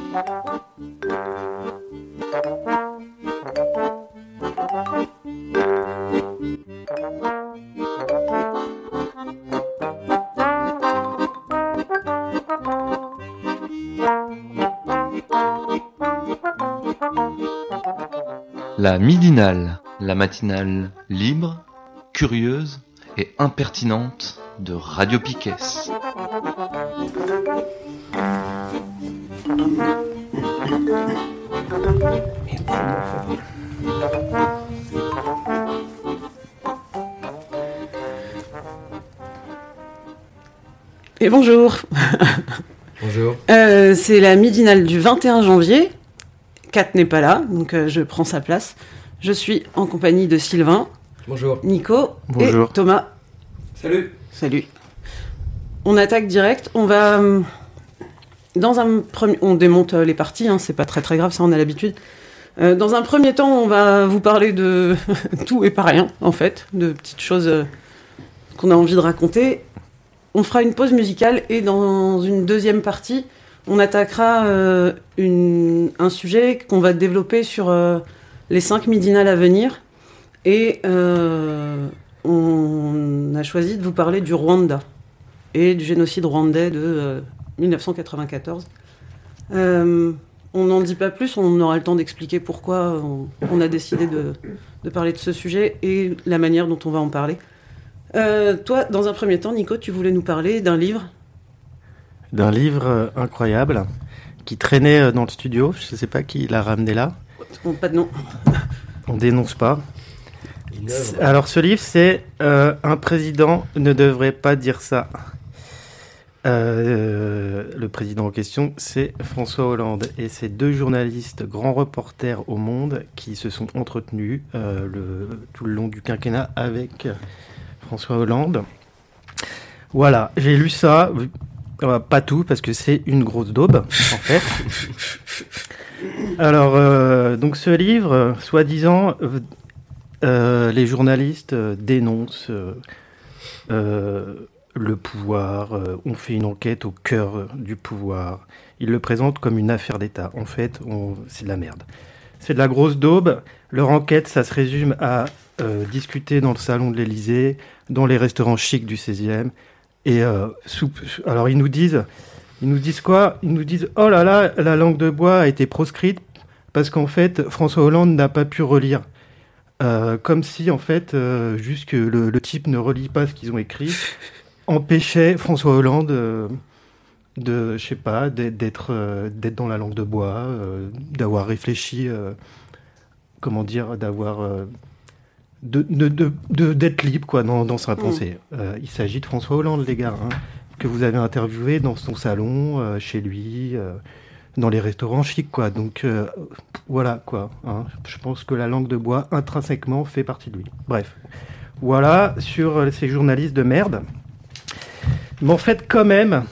La midinale, la matinale libre, curieuse et impertinente de Radio Piquet. Et bonjour. Bonjour. C'est la midinale du 21 janvier. Kat n'est pas là, donc je prends sa place. Je suis en compagnie de Sylvain. Bonjour. Nico. Bonjour. Et Thomas. Salut. Salut. On attaque direct. On va... on démonte les parties, hein, c'est pas très très grave, ça on a l'habitude. Dans un premier temps, on va vous parler de tout et pas rien, en fait, de petites choses qu'on a envie de raconter. On fera une pause musicale et dans une deuxième partie, on attaquera un sujet qu'on va développer sur les 5 midinales à venir. Et on a choisi de vous parler du Rwanda et du génocide rwandais de 1994. On n'en dit pas plus, on aura le temps d'expliquer pourquoi on a décidé de parler de ce sujet et la manière dont on va en parler. Toi, dans un premier temps, Nico, tu voulais nous parler d'un livre. D'un livre incroyable qui traînait dans le studio. Je ne sais pas qui l'a ramené là. Pas de nom. On dénonce pas. Alors ce livre, c'est Un président ne devrait pas dire ça. Le président en question, c'est François Hollande. Et c'est 2 journalistes, grands reporters au Monde, qui se sont entretenus tout le long du quinquennat avec François Hollande. Voilà, j'ai lu ça, pas tout, parce que c'est une grosse daube, en fait. Alors, donc ce livre, soi-disant, les journalistes dénoncent le pouvoir, on fait une enquête au cœur du pouvoir. Ils le présentent comme une affaire d'État. En fait, c'est de la merde. C'est de la grosse daube. Leur enquête, ça se résume à discuter dans le salon de l'Élysée, dans les restaurants chics du 16e. Et alors ils nous disent quoi ? Ils nous disent oh là là, la langue de bois a été proscrite parce qu'en fait François Hollande n'a pas pu relire. Comme si en fait juste que le type ne relit pas ce qu'ils ont écrit empêchait François Hollande de je sais pas d'être dans la langue de bois, d'avoir réfléchi comment dire, d'avoir d'être libre quoi dans sa pensée. Il s'agit de François Hollande, les gars, hein, que vous avez interviewé dans son salon, chez lui, dans les restaurants chics, quoi. Donc voilà, quoi. Hein. Je pense que la langue de bois, intrinsèquement, fait partie de lui. Bref. Voilà, sur ces journalistes de merde. Mais en fait, quand même,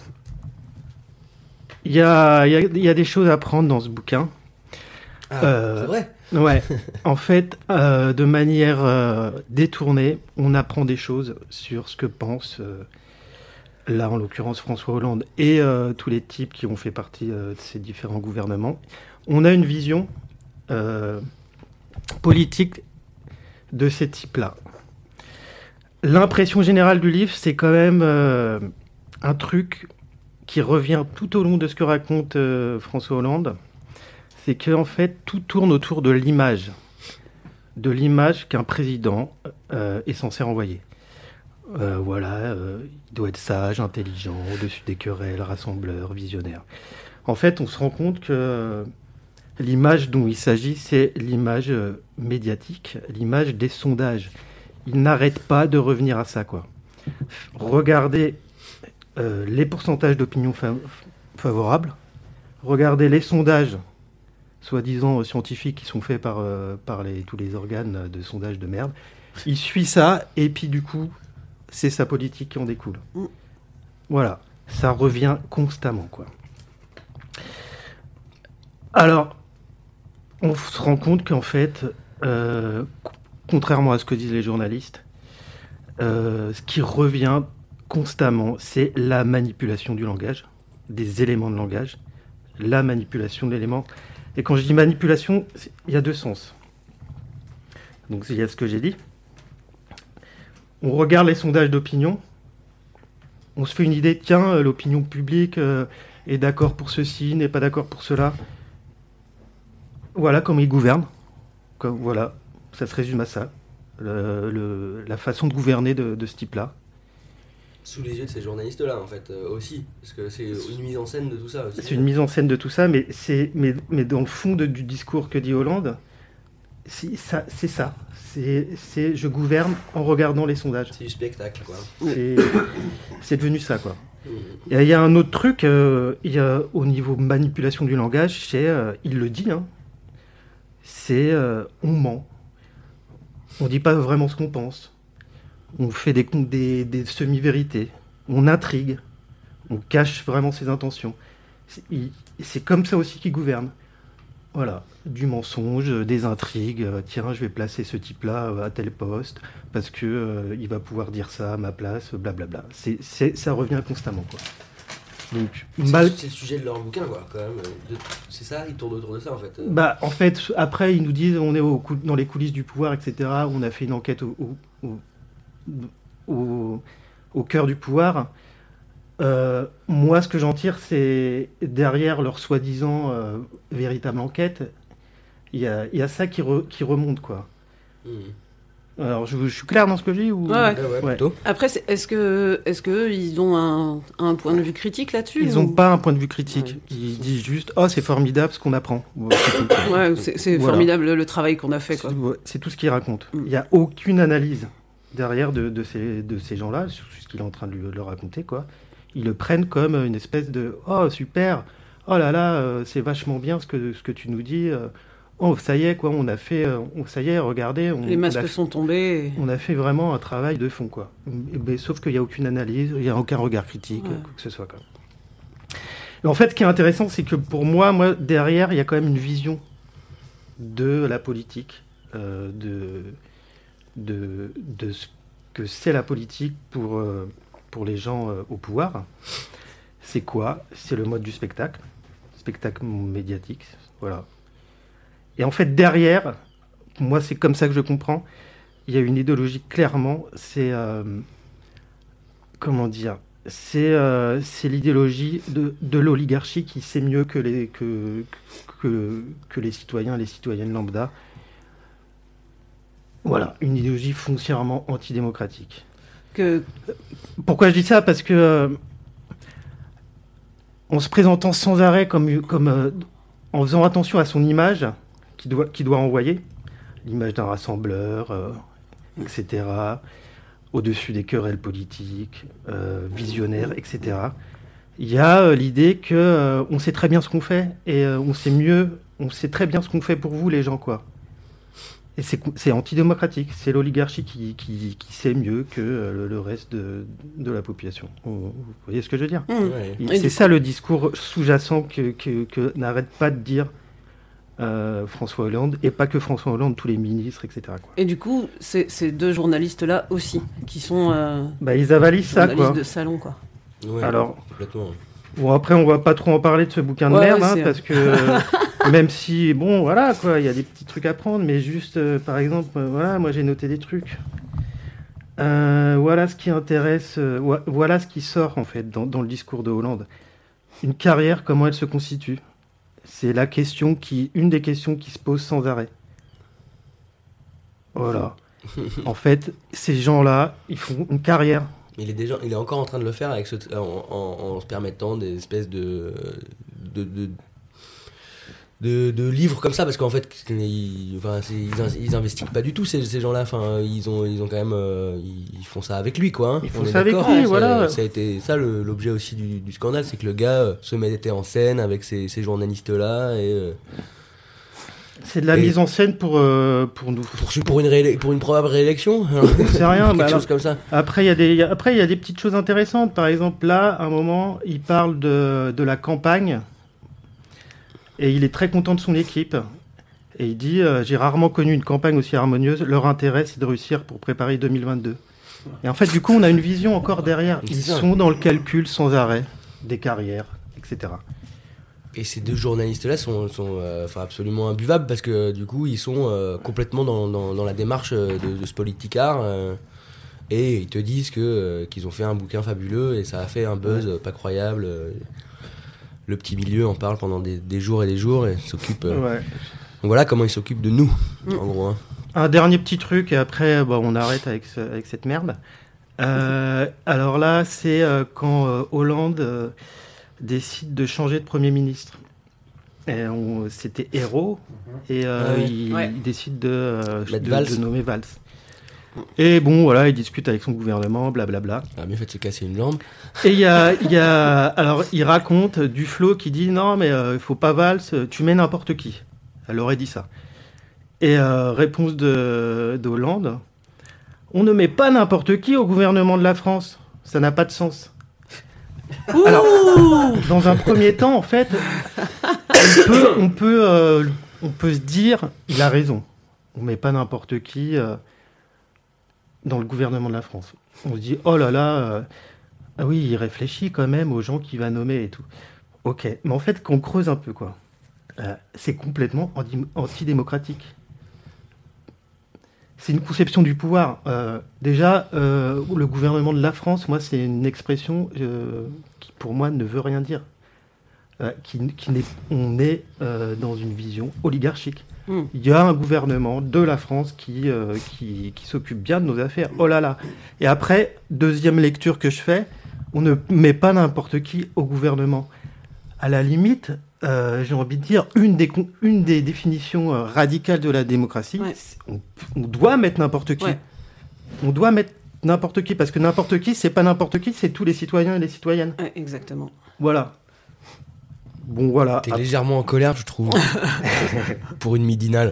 il y a des choses à prendre dans ce bouquin. C'est vrai. Ouais, en fait, de manière détournée, on apprend des choses sur ce que pense, là en l'occurrence François Hollande et tous les types qui ont fait partie de ces différents gouvernements. On a une vision politique de ces types-là. L'impression générale du livre, c'est quand même un truc qui revient tout au long de ce que raconte François Hollande. C'est qu'en fait, tout tourne autour de l'image qu'un président est censé renvoyer. Voilà, il doit être sage, intelligent, au-dessus des querelles, rassembleur, visionnaire. En fait, on se rend compte que l'image dont il s'agit, c'est l'image médiatique, l'image des sondages. Il n'arrête pas de revenir à ça, quoi. Regardez les pourcentages d'opinion favorables, regardez les sondages soi-disant scientifiques qui sont faits par tous les organes de sondage de merde. Il suit ça, et puis du coup, c'est sa politique qui en découle. Voilà, ça revient constamment, quoi. Alors, on se rend compte qu'en fait, contrairement à ce que disent les journalistes, ce qui revient constamment, c'est la manipulation du langage, des éléments de langage, la manipulation de l'élément. Et quand je dis manipulation, il y a deux sens. Donc il y a ce que j'ai dit. On regarde les sondages d'opinion, on se fait une idée, tiens, l'opinion publique est d'accord pour ceci, n'est pas d'accord pour cela. Voilà comment ils gouvernent. Voilà, ça se résume à ça. La façon de gouverner de ce type-là. Sous les yeux de ces journalistes-là, en fait, aussi. Parce que c'est une mise en scène de tout ça aussi. C'est une mise en scène de tout ça, mais dans le fond du discours que dit Hollande, c'est ça. C'est je gouverne en regardant les sondages. C'est du spectacle, quoi. C'est devenu ça, quoi. Et il y a un autre truc, il y a, au niveau manipulation du langage, il le dit, hein, c'est on ment. On dit pas vraiment ce qu'on pense. On fait des semi-vérités. On intrigue. On cache vraiment ses intentions. C'est comme ça aussi qu'il gouverne. Voilà, du mensonge, des intrigues. Tiens, je vais placer ce type-là à tel poste parce que il va pouvoir dire ça à ma place, blablabla. Ça revient constamment, quoi. Donc, c'est le sujet de leur bouquin, quoi, quand même. C'est ça, ils tournent autour de ça, en fait. Bah, en fait, après, ils nous disent, on est dans les coulisses du pouvoir, etc. On a fait une enquête au cœur du pouvoir. Moi, ce que j'en tire, c'est derrière leur soi-disant véritable enquête, il y a ça qui remonte, quoi. Alors, je suis clair dans ce que je dis ou... Ouais. Plutôt. Après, est-ce que ils ont un point de vue critique là-dessus? Ils n'ont pas un point de vue critique. Ouais. Ils disent juste, oh, c'est formidable ce qu'on apprend. C'est voilà. Formidable le travail qu'on a fait, quoi. C'est tout ce qu'ils racontent. Il n'y a aucune analyse derrière de ces gens-là, sur ce qu'il est en train de leur raconter, quoi. Ils le prennent comme une espèce de « Oh, super, oh là là, c'est vachement bien ce que tu nous dis. Oh, ça y est, quoi, on a fait... ça y est, regardez... Les masques sont tombés. On a fait vraiment un travail de fond, quoi. Mais, sauf qu'il n'y a aucune analyse, il n'y a aucun regard critique, quoi que ce soit, quoi. Et en fait, ce qui est intéressant, c'est que pour moi, derrière, il y a quand même une vision de la politique, de ce que c'est la politique pour les gens au pouvoir. C'est quoi? C'est le mode du spectacle médiatique, voilà. Et en fait, derrière, moi, c'est comme ça que je comprends, il y a une idéologie, clairement, c'est... comment dire? C'est l'idéologie de l'oligarchie qui sait mieux que les citoyens, les citoyennes lambda. Voilà, une idéologie foncièrement antidémocratique. Pourquoi je dis ça? Parce que en se présentant sans arrêt comme en faisant attention à son image qu'il doit envoyer, l'image d'un rassembleur, etc., au-dessus des querelles politiques, visionnaires, etc. Il y a l'idée que on sait très bien ce qu'on fait et on sait très bien ce qu'on fait pour vous, les gens, quoi. Et c'est antidémocratique, c'est l'oligarchie qui sait mieux que le reste de la population. Vous voyez ce que je veux dire? C'est ça le discours sous-jacent que n'arrête pas de dire François Hollande, et pas que François Hollande, tous les ministres, etc., quoi. Et du coup, ces deux journalistes-là aussi, qui sont ils avalisent ça, quoi. De salon, quoi. Ouais, alors, complètement. Bon, après, on va pas trop en parler de ce bouquin de merde, parce que même si, bon, voilà, quoi, il y a des petits trucs à prendre, mais juste, par exemple, voilà, moi j'ai noté des trucs. Voilà ce qui intéresse, voilà ce qui sort, en fait, dans le discours de Hollande. Une carrière, comment elle se constitue? C'est une des questions qui se posent sans arrêt. Voilà. En fait, ces gens-là, ils font une carrière. Il est encore en train de le faire avec en se permettant des espèces de livres comme ça, parce qu'en fait ils investiguent pas du tout ces gens-là. Enfin, ils ont quand même ils font ça avec lui, quoi, hein. Ils font ça avec lui, voilà. Ça a été ça l'objet aussi du scandale, c'est que le gars se mettait en scène avec ces journalistes-là et c'est de la mise en scène pour une probable réélection. C'est rien, quelque chose comme ça. Après, il y a des petites choses intéressantes. Par exemple, là, à un moment, il parle de la campagne et il est très content de son équipe. Et il dit j'ai rarement connu une campagne aussi harmonieuse. Leur intérêt, c'est de réussir pour préparer 2022. Et en fait, du coup, on a une vision encore derrière. Ils sont dans le calcul sans arrêt des carrières, etc. Et ces deux journalistes-là sont absolument imbuvables parce que du coup, ils sont complètement dans la démarche de ce politicard. Et ils te disent qu'ils ont fait un bouquin fabuleux et ça a fait un buzz pas croyable. Le petit milieu en parle pendant des jours et des jours et s'occupe. Donc voilà comment ils s'occupent de nous, en gros. Hein. Un dernier petit truc et après on arrête avec cette merde. Alors là, c'est quand Hollande décide de changer de Premier ministre. C'était Hérault et il décide de nommer Valls. Et bon, voilà, il discute avec son gouvernement, blablabla. Il a bien fait de se casser une jambe. Et alors, il raconte Duflot qui dit non, mais il faut pas Valls, tu mets n'importe qui. Elle aurait dit ça. Et réponse de Hollande, on ne met pas n'importe qui au gouvernement de la France. Ça n'a pas de sens. Alors, dans un premier temps, en fait, on peut se dire, il a raison. On met pas n'importe qui dans le gouvernement de la France. On se dit, oh là là, ah oui, il réfléchit quand même aux gens qu'il va nommer et tout. Ok, mais en fait, qu'on creuse un peu, quoi. C'est complètement antidémocratique. C'est une conception du pouvoir. Déjà, le gouvernement de la France, moi, c'est une expression qui, pour moi, ne veut rien dire. On est dans une vision oligarchique. Il y a un gouvernement de la France qui s'occupe bien de nos affaires. Oh là là. Et après, deuxième lecture que je fais, on ne met pas n'importe qui au gouvernement. À la limite, j'ai envie de dire, une des définitions radicales de la démocratie, on doit mettre n'importe qui. Ouais. On doit mettre n'importe qui, parce que n'importe qui, c'est pas n'importe qui, c'est tous les citoyens et les citoyennes. Ouais, exactement. Voilà. Bon, voilà. T'es légèrement en colère, je trouve. Pour une midinale.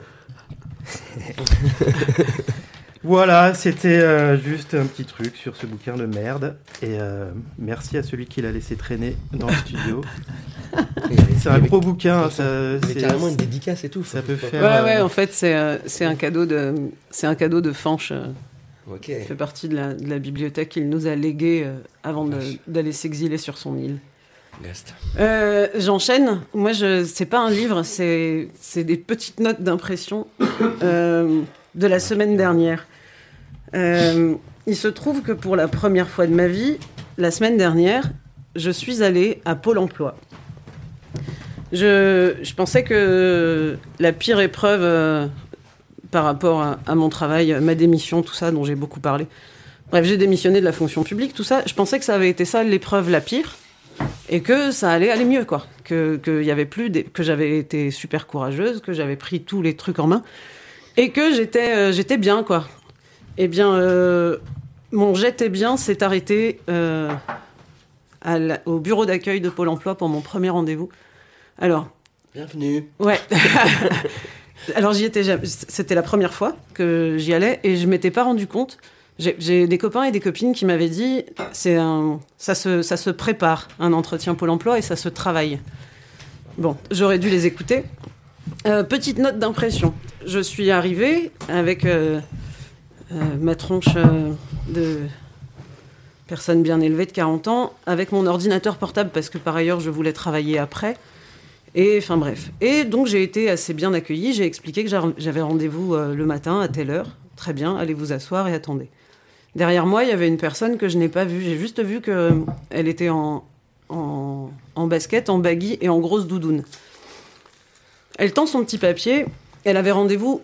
Voilà, c'était juste un petit truc sur ce bouquin de merde. Et merci à celui qui l'a laissé traîner dans le studio. C'est un gros bouquin. C'est carrément une dédicace et tout. Ça peut faire. Ouais, en fait, c'est un cadeau de Fanche. Okay. Il fait partie de la bibliothèque qu'il nous a légué avant d'aller s'exiler sur son île. J'enchaîne. Moi, c'est pas un livre, c'est des petites notes d'impression de la semaine dernière. Il se trouve que pour la première fois de ma vie, la semaine dernière, je suis allée à Pôle emploi. Je pensais que la pire épreuve par rapport à mon travail, ma démission, tout ça dont j'ai beaucoup parlé. Bref, j'ai démissionné de la fonction publique, tout ça. Je pensais que ça avait été ça l'épreuve la pire. Et que ça allait aller mieux, quoi. Que j'avais été super courageuse, que j'avais pris tous les trucs en main, et que j'étais bien, quoi. Eh bien, mon j'étais bien s'est arrêté au bureau d'accueil de Pôle emploi pour mon premier rendez-vous. Alors. Bienvenue. Ouais. Alors c'était la première fois que j'y allais et je m'étais pas rendu compte. J'ai des copains et des copines qui m'avaient dit ça se prépare, un entretien Pôle emploi, et ça se travaille. Bon, j'aurais dû les écouter. Petite note d'impression. Je suis arrivée avec ma tronche de personne bien élevée de 40 ans, avec mon ordinateur portable, parce que par ailleurs, je voulais travailler après. Et enfin bref. Et donc, j'ai été assez bien accueillie. J'ai expliqué que j'avais rendez-vous le matin à telle heure. Très bien, allez vous asseoir et attendez. Derrière moi, il y avait une personne que je n'ai pas vue. J'ai juste vu qu'elle était en basket, en baggy et en grosse doudoune. Elle tend son petit papier. Elle avait rendez-vous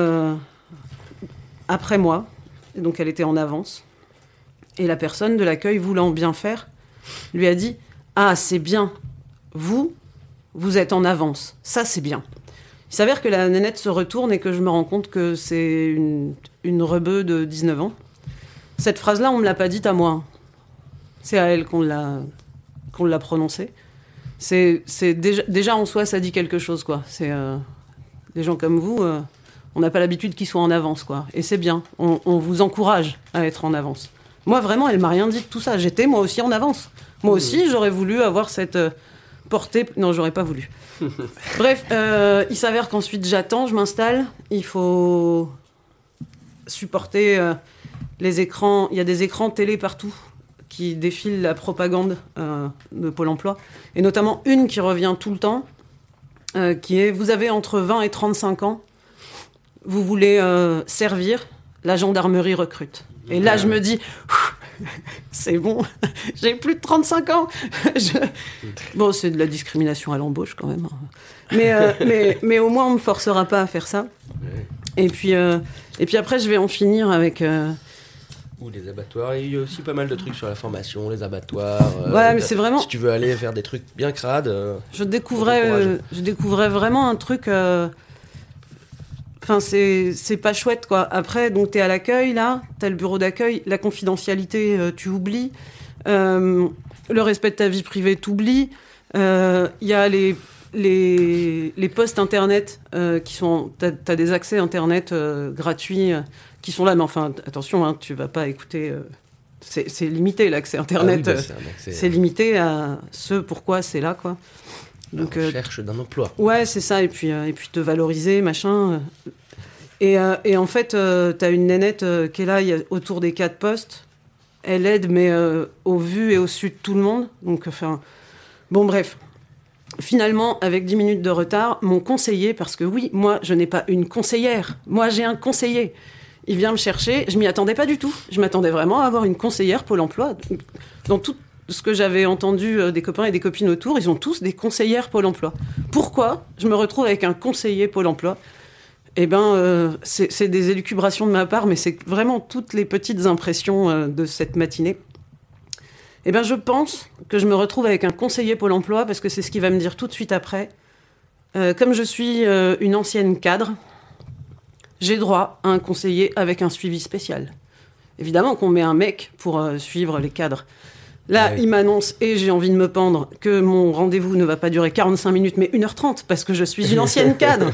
après moi. Et donc, elle était en avance. Et la personne de l'accueil, voulant bien faire, lui a dit « Ah, c'est bien. Vous êtes en avance. Ça, c'est bien. » Il s'avère que la nénette se retourne et que je me rends compte que c'est une rebeu de 19 ans. Cette phrase-là, on ne me l'a pas dite à moi. C'est à elle qu'on l'a prononcée. C'est déjà en soi, ça dit quelque chose, quoi. C'est des gens comme vous, on n'a pas l'habitude qu'ils soient en avance, quoi. Et c'est bien. On vous encourage à être en avance. Moi, vraiment, elle m'a rien dit de tout ça. J'étais, moi aussi, en avance. Moi aussi, j'aurais voulu avoir cette portée... Non, j'aurais pas voulu. Bref, il s'avère qu'ensuite, j'attends, je m'installe. Il faut supporter les écrans. Il y a des écrans télé partout qui défilent la propagande de Pôle emploi, et notamment une qui revient tout le temps, qui est « Vous avez entre 20 et 35 ans, vous voulez servir, la gendarmerie recrute ». Et là, je me dis, c'est bon, j'ai plus de 35 ans. Bon, c'est de la discrimination à l'embauche quand même. Mais au moins, on ne me forcera pas à faire ça. Et puis après, je vais en finir avec... Ou les abattoirs. Il y a aussi pas mal de trucs sur la formation, les abattoirs. Ouais, mais c'est vraiment... Si tu veux aller faire des trucs bien crades... Je découvrais vraiment un truc... Enfin, c'est pas chouette, quoi. Après, donc, t'es à l'accueil, là, t'as le bureau d'accueil, la confidentialité, tu oublies. Le respect de ta vie privée, t'oublies. Il y a les postes internet qui sont... T'as des accès internet gratuits qui sont là, mais enfin, attention, hein, tu vas pas écouter... c'est limité, l'accès internet. Ah oui, c'est limité à ce pourquoi c'est là, quoi. Donc, recherche d'un emploi. Ouais, c'est ça, et puis te valoriser, machin. Et en fait, t'as une nénette qui est là, il y a autour des 4 postes. Elle aide, mais au vu et au su de tout le monde. Donc, enfin... Bon, bref. Finalement, avec 10 minutes de retard, mon conseiller, parce que oui, moi, je n'ai pas une conseillère. Moi, j'ai un conseiller. Il vient me chercher. Je m'y attendais pas du tout. Je m'attendais vraiment à avoir une conseillère Pôle emploi. Dans tout ce que j'avais entendu des copains et des copines autour, ils ont tous des conseillères Pôle emploi. Pourquoi je me retrouve avec un conseiller Pôle emploi ? Eh ben, c'est des élucubrations de ma part, mais c'est vraiment toutes les petites impressions de cette matinée. Eh ben, je pense que je me retrouve avec un conseiller Pôle emploi, parce que c'est ce qu'il va me dire tout de suite après. Comme je suis une ancienne cadre, j'ai droit à un conseiller avec un suivi spécial. Évidemment qu'on met un mec pour suivre les cadres. Là, il m'annonce, et j'ai envie de me pendre, que mon rendez-vous ne va pas durer 45 minutes, mais 1h30, parce que je suis une ancienne cadre.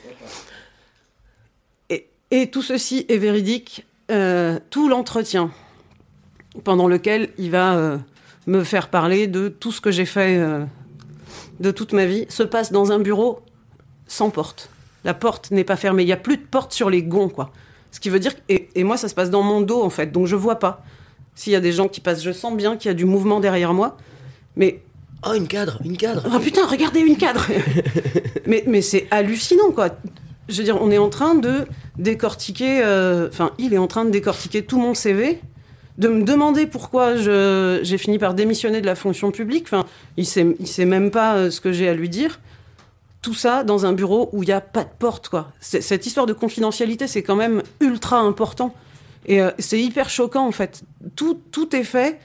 Et tout ceci est véridique. Tout l'entretien pendant lequel il va me faire parler de tout ce que j'ai fait de toute ma vie se passe dans un bureau sans porte. La porte n'est pas fermée. Il n'y a plus de porte sur les gonds, quoi. Ce qui veut dire... Et moi, ça se passe dans mon dos, en fait, donc je vois pas. S'il y a des gens qui passent, je sens bien qu'il y a du mouvement derrière moi. Mais... Oh, une cadre. Oh putain, regardez, une cadre. mais c'est hallucinant, quoi. Je veux dire, on est en train de décortiquer... Enfin, il est en train de décortiquer tout mon CV, de me demander pourquoi j'ai fini par démissionner de la fonction publique. Enfin, il sait même pas ce que j'ai à lui dire. Tout ça dans un bureau où il n'y a pas de porte, quoi. Cette histoire de confidentialité, c'est quand même ultra important. Et c'est hyper choquant, en fait. Tout est fait...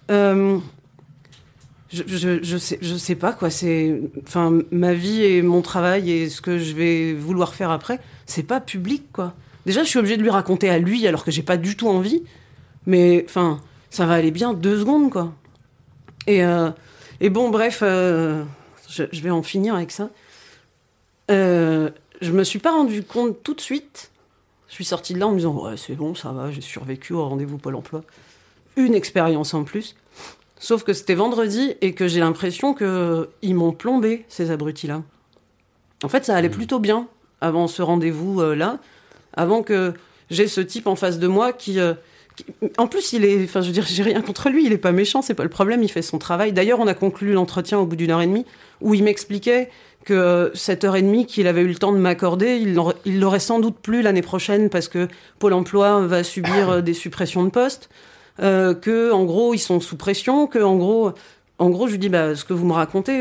Je sais pas, quoi. Enfin, ma vie et mon travail et ce que je vais vouloir faire après, c'est pas public, quoi. Déjà, je suis obligée de lui raconter à lui alors que j'ai pas du tout envie. Mais, enfin, ça va aller bien 2 secondes, quoi. Et bon, bref, je vais en finir avec ça. Je me suis pas rendu compte tout de suite. Je suis sortie de là en me disant, ouais, c'est bon, ça va, j'ai survécu au rendez-vous Pôle emploi. Une expérience en plus. Sauf que c'était vendredi et que j'ai l'impression qu'ils m'ont plombé, ces abrutis-là. En fait, ça allait plutôt bien avant ce rendez-vous-là, avant que j'ai ce type en face de moi qui en plus, enfin, je veux dire, j'ai rien contre lui, il est pas méchant, c'est pas le problème, il fait son travail. D'ailleurs, on a conclu l'entretien au bout d'1 heure et demie, où il m'expliquait que cette 1 heure et demie qu'il avait eu le temps de m'accorder, il l'aurait sans doute plus l'année prochaine parce que Pôle emploi va subir des suppressions de postes. Que en gros ils sont sous pression, que en gros je lui dis ce que vous racontez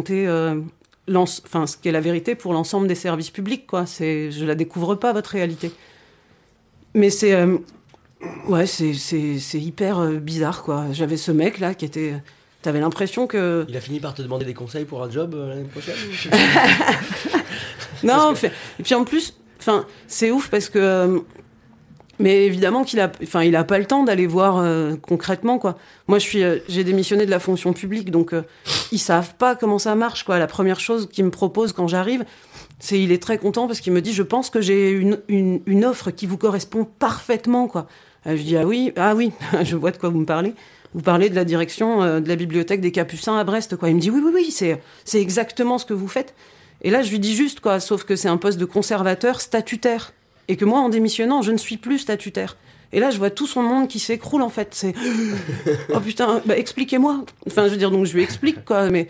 ce qui est la vérité pour l'ensemble des services publics, quoi. Je la découvre pas, votre réalité. Mais c'est hyper bizarre, quoi. J'avais ce mec là qui était... T'avais l'impression que... Il a fini par te demander des conseils pour un job l'année prochaine Non, et puis en plus, c'est ouf parce que... Mais évidemment qu'il a pas le temps d'aller voir concrètement, quoi. Moi, j'ai démissionné de la fonction publique, donc ils savent pas comment ça marche, quoi. La première chose qu'il me propose quand j'arrive, c'est il est très content parce qu'il me dit, je pense que j'ai une offre qui vous correspond parfaitement, quoi. Je dis ah oui, je vois de quoi vous me parlez. Vous parlez de la direction de la bibliothèque des Capucins à Brest, quoi. Il me dit oui, c'est exactement ce que vous faites. Et là, je lui dis juste, quoi, sauf que c'est un poste de conservateur statutaire. Et que moi, en démissionnant, je ne suis plus statutaire. Et là, je vois tout son monde qui s'écroule, en fait. C'est... Oh putain, bah expliquez-moi. Enfin, je veux dire, donc je lui explique, quoi, mais...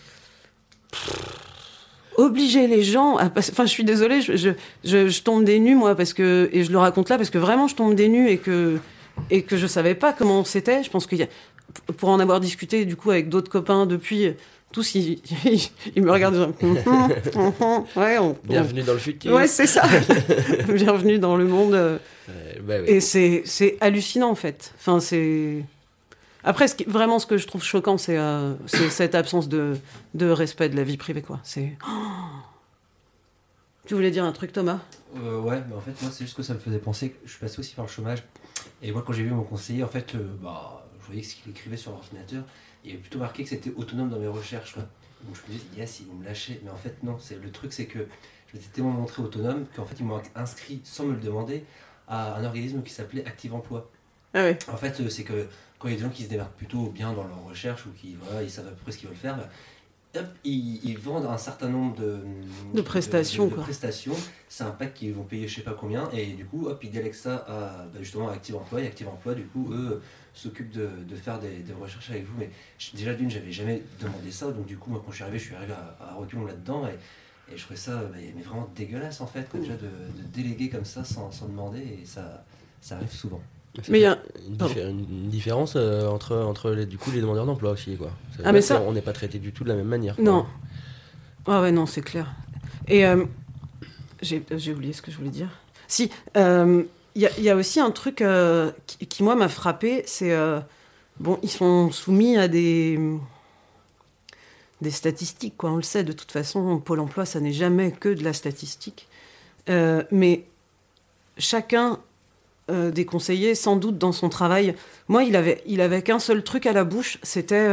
Obliger les gens à passer... Enfin, je suis désolée, je tombe des nues, moi, parce que... Et je le raconte là, parce que vraiment, je tombe des nues et que je savais pas comment c'était. Je pense qu'il y a... Pour en avoir discuté, du coup, avec d'autres copains depuis... Tous, ils me regardent. Ouais, Bienvenue dans le futur. Ouais, c'est ça. Bienvenue dans le monde. Bah oui. Et c'est hallucinant, en fait. Enfin, c'est... Après, vraiment, ce que je trouve choquant, c'est cette absence de respect de la vie privée, quoi. C'est... Tu voulais dire un truc, Thomas ? Ouais, mais en fait, moi, c'est juste que ça me faisait penser que je suis passé aussi par le chômage. Et moi, quand j'ai vu mon conseiller, en fait, je voyais que ce qu'il écrivait sur l'ordinateur, il avait plutôt marqué que c'était autonome dans mes recherches, quoi. Donc je me disais, yes, ils vont me lâcher. Mais en fait, non. Le truc, c'est que je m'étais tellement montré autonome qu'en fait, ils m'ont inscrit, sans me le demander, à un organisme qui s'appelait Active Emploi. Ah ouais. En fait, c'est que quand il y a des gens qui se démarquent plutôt bien dans leurs recherches ou qui ils savent à peu près ce qu'ils veulent faire, hop, ils vendent un certain nombre de prestations. De prestations. C'est un pack qu'ils vont payer je sais pas combien, et du coup, hop, ils délèguent ça justement à Active Emploi. Et Active Emploi, du coup, eux s'occupent de faire des recherches avec vous. Mais déjà d'une, j'avais jamais demandé ça, donc du coup, moi, quand je suis arrivé à reculons là-dedans, et je trouvais ça mais vraiment dégueulasse en fait, déjà de déléguer comme ça sans demander, et ça arrive souvent. Mais il y a une différence entre les demandeurs d'emploi aussi, quoi. Mais ça, on n'est pas traité du tout de la même manière, quoi. Non. Ah ouais, non, c'est clair. Et j'ai oublié ce que je voulais dire. Si, il y a aussi un truc qui moi m'a frappé, c'est bon, ils sont soumis à des statistiques, quoi. On le sait, de toute façon, Pôle emploi, ça n'est jamais que de la statistique. Mais chacun des conseillers, sans doute dans son travail, moi, il avait qu'un seul truc à la bouche, c'était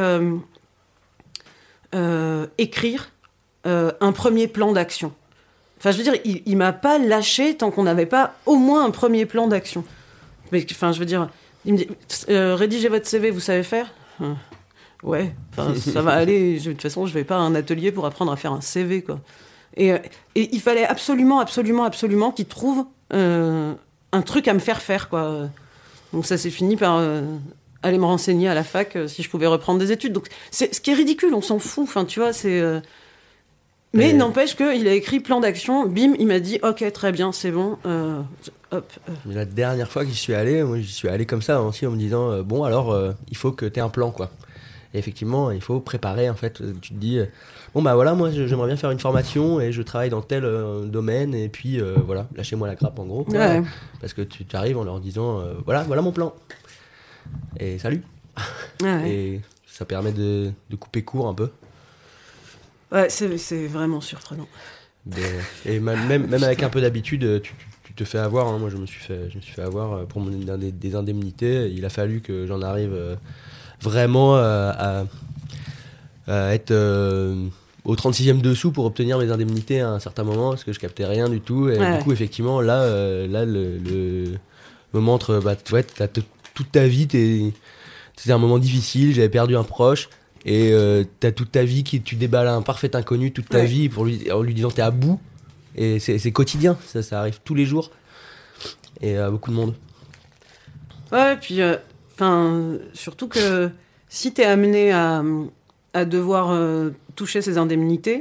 écrire un premier plan d'action. Enfin, je veux dire, il m'a pas lâché tant qu'on n'avait pas au moins un premier plan d'action. Mais enfin, je veux dire, il me dit rédigez votre CV, vous savez faire ? Ouais, enfin, ça va aller. De toute façon, je vais pas à un atelier pour apprendre à faire un CV, quoi. Et il fallait absolument qu'il trouve un truc à me faire faire, quoi. Donc ça s'est fini par aller me renseigner à la fac si je pouvais reprendre des études. Donc c'est ce qui est ridicule, on s'en fout. Enfin, tu vois, c'est. Mais n'empêche qu'il a écrit plan d'action. Bim, il m'a dit ok, très bien, c'est bon. Hop. Mais la dernière fois que j'y suis allé, moi j'y suis allé comme ça aussi en me disant bon alors il faut que tu aies un plan, quoi. Et effectivement, il faut préparer, en fait. Tu te dis, bon bah voilà, moi j'aimerais bien faire une formation et je travaille dans tel domaine, et puis voilà, lâchez-moi la grappe en gros. Ouais. Parce que tu arrives en leur disant, voilà mon plan. Et salut. Ouais. Et ça permet de couper court un peu. Ouais, c'est vraiment surprenant. Et même avec un peu d'habitude, tu te fais avoir. Hein. Moi je me suis fait avoir pour des indemnités. Il a fallu que j'en arrive vraiment à être au 36e dessous pour obtenir mes indemnités à un certain moment, parce que je captais rien du tout. Et du coup, effectivement, là le moment entre t'as toute ta vie, c'était un moment difficile, j'avais perdu un proche, et t'as toute ta vie tu déballes un parfait inconnu toute ta vie en lui disant t'es à bout, et c'est quotidien, ça arrive tous les jours, et à beaucoup de monde. Ouais, puis surtout que si t'es amené à devoir toucher ces indemnités,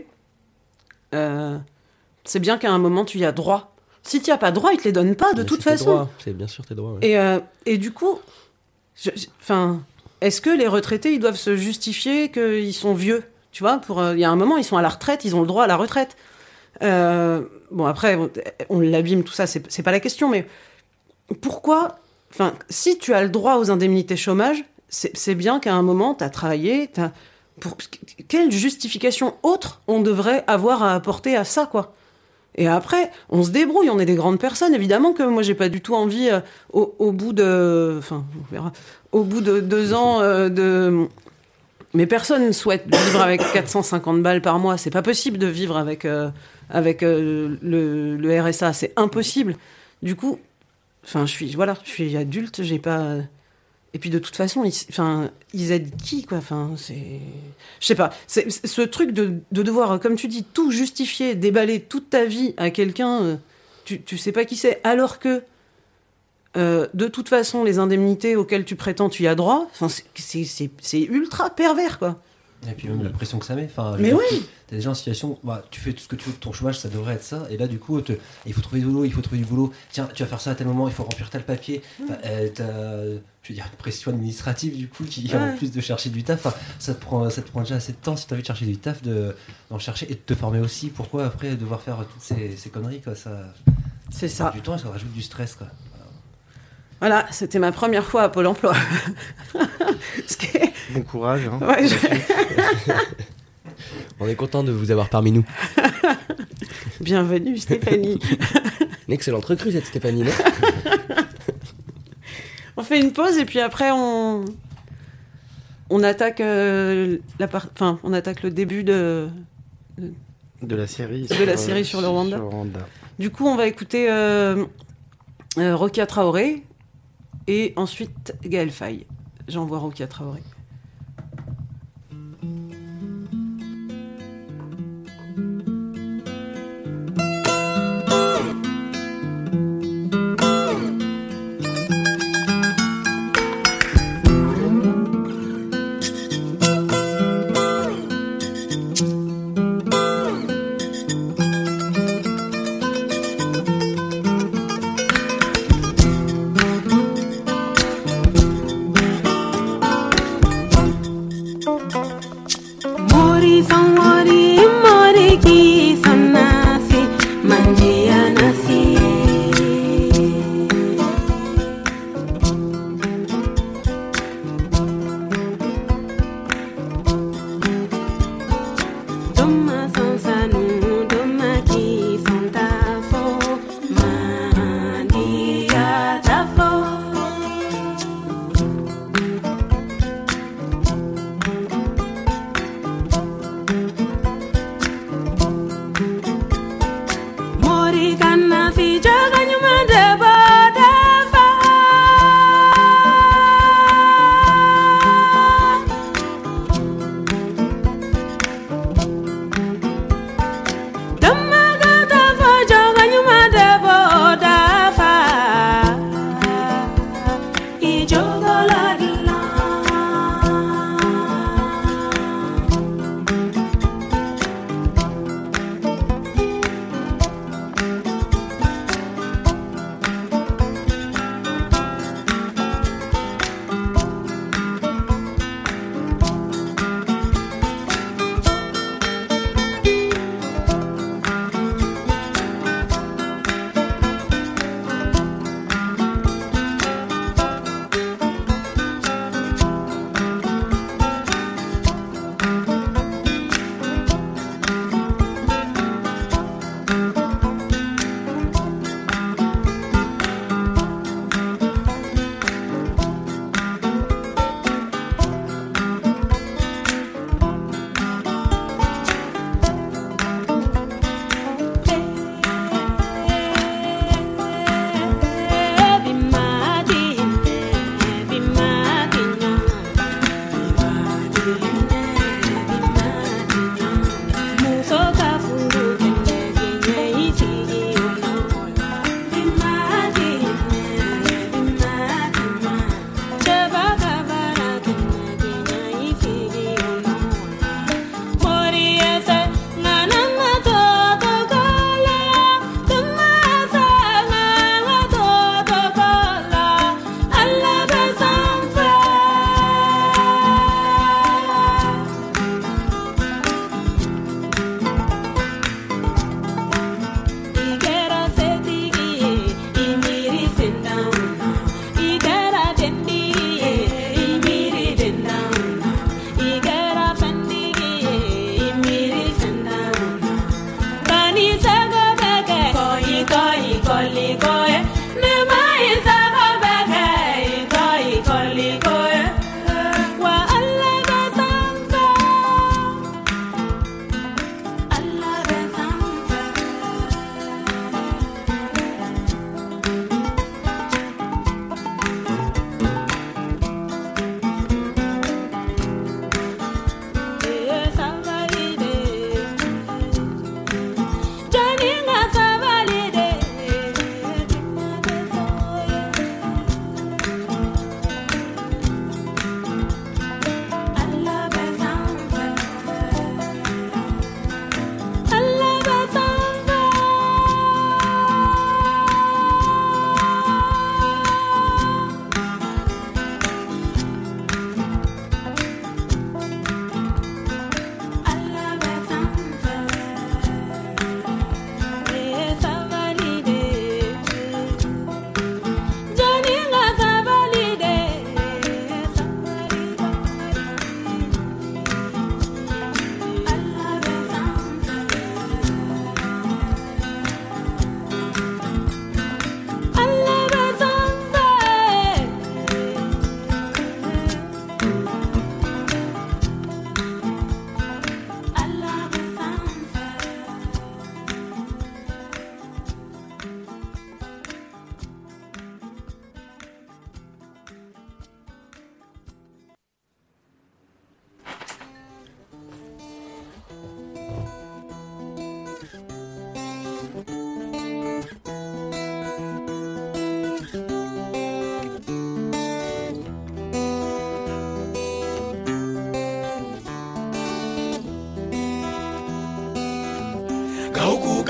c'est bien qu'à un moment tu y as droit. Si tu n'y as pas droit, ils te les donnent pas de toute façon. C'est bien sûr tes droits. Ouais. Et du coup, est-ce que les retraités, ils doivent se justifier qu'ils sont vieux ? Tu vois, il y a un moment, ils sont à la retraite, ils ont le droit à la retraite. Bon, après, on l'abîme, tout ça, c'est pas la question, mais pourquoi... Enfin, si tu as le droit aux indemnités chômage, c'est bien qu'à un moment, tu as travaillé. Quelle justification autre on devrait avoir à apporter à ça, quoi ? Et après, on se débrouille, on est des grandes personnes. Évidemment que moi, j'ai pas du tout envie, au bout de... Enfin, on verra. Au bout de 2 ans Mais personne ne souhaite vivre avec 450 balles par mois. C'est pas possible de vivre avec le RSA. C'est impossible. Du coup... Enfin, je suis adulte, j'ai pas... Et puis de toute façon, ils aident qui, quoi ? Enfin, c'est... Je sais pas. C'est ce truc de devoir, comme tu dis, tout justifier, déballer toute ta vie à quelqu'un, tu sais pas qui c'est, alors que De toute façon, les indemnités auxquelles tu prétends, tu y as droit. Enfin, c'est ultra pervers, quoi. Et puis même la pression que ça met. Enfin, Mais oui. T'es déjà en situation, tu fais tout ce que tu veux de ton chômage, ça devrait être ça. Et là, du coup, il faut trouver du boulot, il faut trouver du boulot. Tiens, tu vas faire ça à tel moment, il faut remplir tel papier. Enfin, je veux dire, une pression administrative, du coup, qui en plus de chercher du taf, ça te prend déjà assez de temps si tu as envie de chercher du taf, d'en chercher et de te former aussi. Pourquoi après devoir faire toutes ces conneries, quoi, ça. C'est ça. Du temps et ça rajoute du stress, quoi. Voilà, c'était ma première fois à Pôle emploi. Bon courage. Hein. Ouais, On est content de vous avoir parmi nous. Bienvenue, Stéphanie. Une excellente recrue, cette Stéphanie, non? On fait une pause et puis après on attaque on attaque le début de la série. Sur le Rwanda. Du coup, on va écouter Rokia Traoré et ensuite Gaël Faye. J'envoie Rokia Traoré.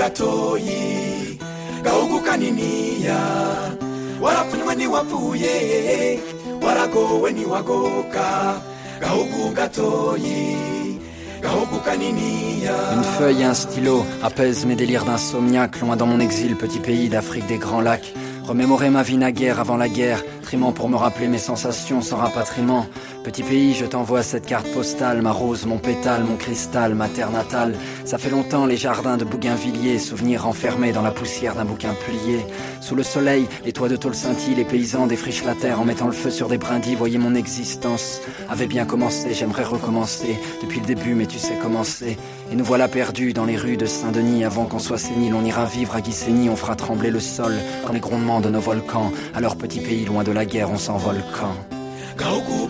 gatoyi gahugu kaniniya warapfunywe ntiwapfuye waragowe ntiwagoka gahugu gatoyi gahugu kaniniya. Une feuille et un stylo apaisent mes délires d'insomniaque. Loin dans mon exil, petit pays d'Afrique des grands lacs. Remémorer ma vie naguère avant la guerre, trimant pour me rappeler mes sensations sans rapatriement. Petit pays, je t'envoie cette carte postale, ma rose, mon pétale, mon cristal, ma terre natale. Ça fait longtemps les jardins de Bougainvilliers, souvenirs enfermés dans la poussière d'un bouquin plié. Sous le soleil, les toits de tôle scintillent, les paysans défrichent la terre en mettant le feu sur des brindilles. Voyez mon existence avait bien commencé, j'aimerais recommencer depuis le début, mais tu sais comment c'est. Et nous voilà perdus dans les rues de Saint-Denis. Avant qu'on soit sénile, on ira vivre à Guissény. On fera trembler le sol quand les grondements de nos volcans. À leur petit pays, loin de la guerre, on s'envole quand gahugu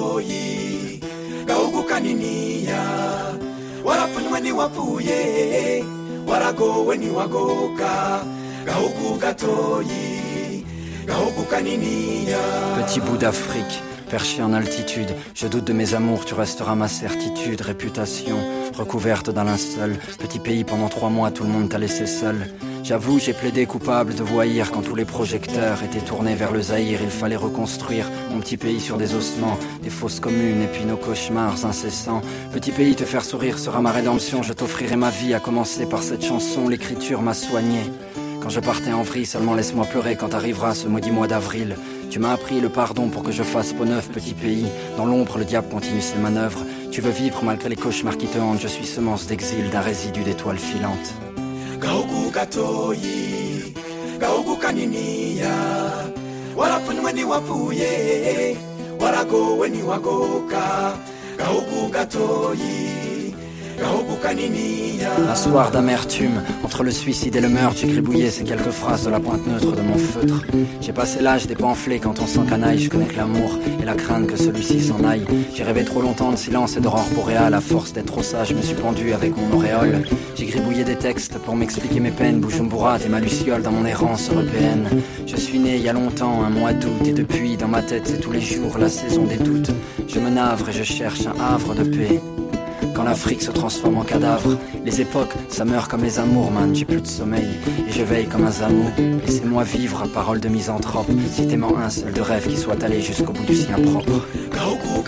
gatoyi gahugu kaniniya warapfunywe ntiwapfuye waragowe ntiwagoka gahugu gatoyi gahugu kaniniya. Petit bout d'Afrique, perché en altitude, je doute de mes amours, tu resteras ma certitude. Réputation recouverte d'un linceul, petit pays pendant 3 mois, tout le monde t'a laissé seul. J'avoue, j'ai plaidé coupable de voyir quand tous les projecteurs étaient tournés vers le Zaïre. Il fallait reconstruire mon petit pays sur des ossements, des fosses communes et puis nos cauchemars incessants. Petit pays, te faire sourire sera ma rédemption. Je t'offrirai ma vie, à commencer par cette chanson. L'écriture m'a soigné. Quand je partais en vrille, seulement laisse-moi pleurer quand arrivera ce maudit mois d'avril. Tu m'as appris le pardon pour que je fasse peau neuve, petit pays. Dans l'ombre, le diable continue ses manœuvres. Tu veux vivre malgré les cauchemars qui te hantent. Je suis semence d'exil d'un résidu d'étoiles filantes. Gahugu gatoyi gahugu kaniniya warapfunywe ntiwapfuye waragowe ntiwagoka gahugu gatoyi gahugu kaniniya. Un soir d'amertume, entre le suicide et le meurtre, j'ai gribouillé ces quelques phrases de la pointe neutre de mon feutre. J'ai passé l'âge des pamphlets quand on s'encanaille. Je connais que l'amour et la crainte que celui-ci s'en aille. J'ai rêvé trop longtemps de silence et d'aurore boréale. À force d'être trop sage, je me suis pendu avec mon auréole. J'ai gribouillé des textes pour m'expliquer mes peines. Bujumbura et ma luciole dans mon errance européenne. Je suis né il y a longtemps, un mois d'août. Et depuis, dans ma tête, c'est tous les jours la saison des doutes. Je me navre et je cherche un havre de paix. Quand l'Afrique se transforme en cadavre, les époques, ça meurt comme les amours, man. J'ai plus de sommeil et je veille comme un zamou. Laissez-moi vivre, parole de misanthrope. Citez-moi un seul de rêve qui soit allé jusqu'au bout du sien propre. Gahugu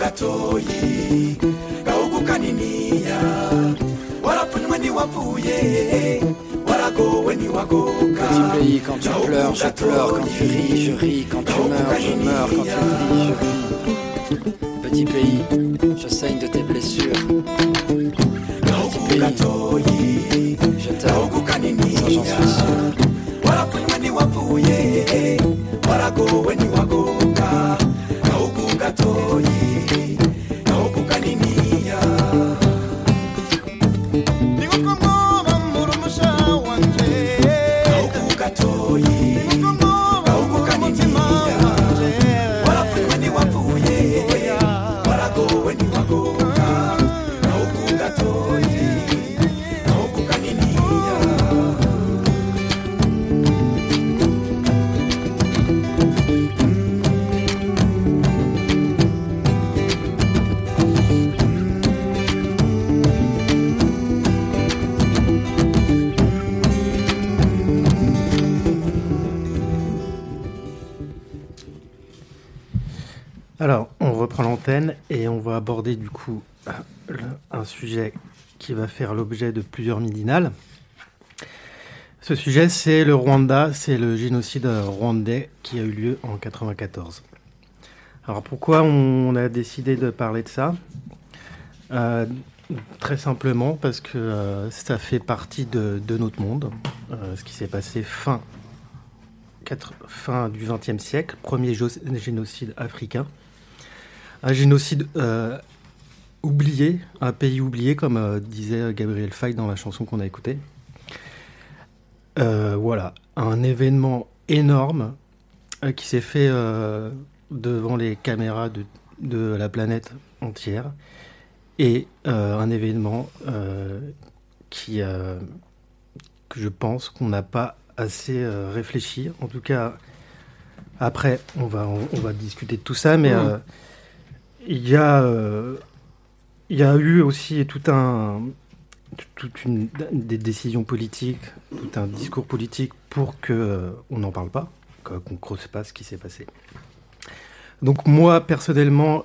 gatoyi gahugu kaniniya warapfunywe ntiwapfuye waragowe ntiwagoka. Petit pays, quand tu pleures, je pleure. Quand tu ris, je ris. Quand tu meurs, je meurs. Quand tu vis, je vis. Petit pays, je saigne de tes blessures. Petit pays, je t'aime, ça j'en suis sûr. Warapfunywe ntiwapfuye waragowe ntiwagoka gahugu gatoyi gahugu kaniniya. Nikukumbuka murumusha wanje gahugu gatoyi gahugu kaniniya warapfunywe ntiwapfuye waragowe ntiwagoka gahugu gatoyi gahugu kaniniya. Alors, on reprend l'antenne et on va aborder du coup un sujet qui va faire l'objet de plusieurs midinales. Ce sujet, c'est le Rwanda, c'est le génocide rwandais qui a eu lieu en 1994. Alors, pourquoi on a décidé de parler de ça ? Très simplement parce que ça fait partie de notre monde, ce qui s'est passé fin du XXe siècle, premier génocide africain. Un génocide oublié, un pays oublié, comme disait Gabriel Faye dans la chanson qu'on a écoutée. Voilà, un événement énorme qui s'est fait devant les caméras de la planète entière. Et un événement que je pense qu'on n'a pas assez réfléchi. En tout cas, après, on va discuter de tout ça, mais il y a eu aussi tout un des décisions politiques, tout un discours politique pour qu'on n'en parle pas, qu'on ne creuse pas ce qui s'est passé. Donc moi, personnellement,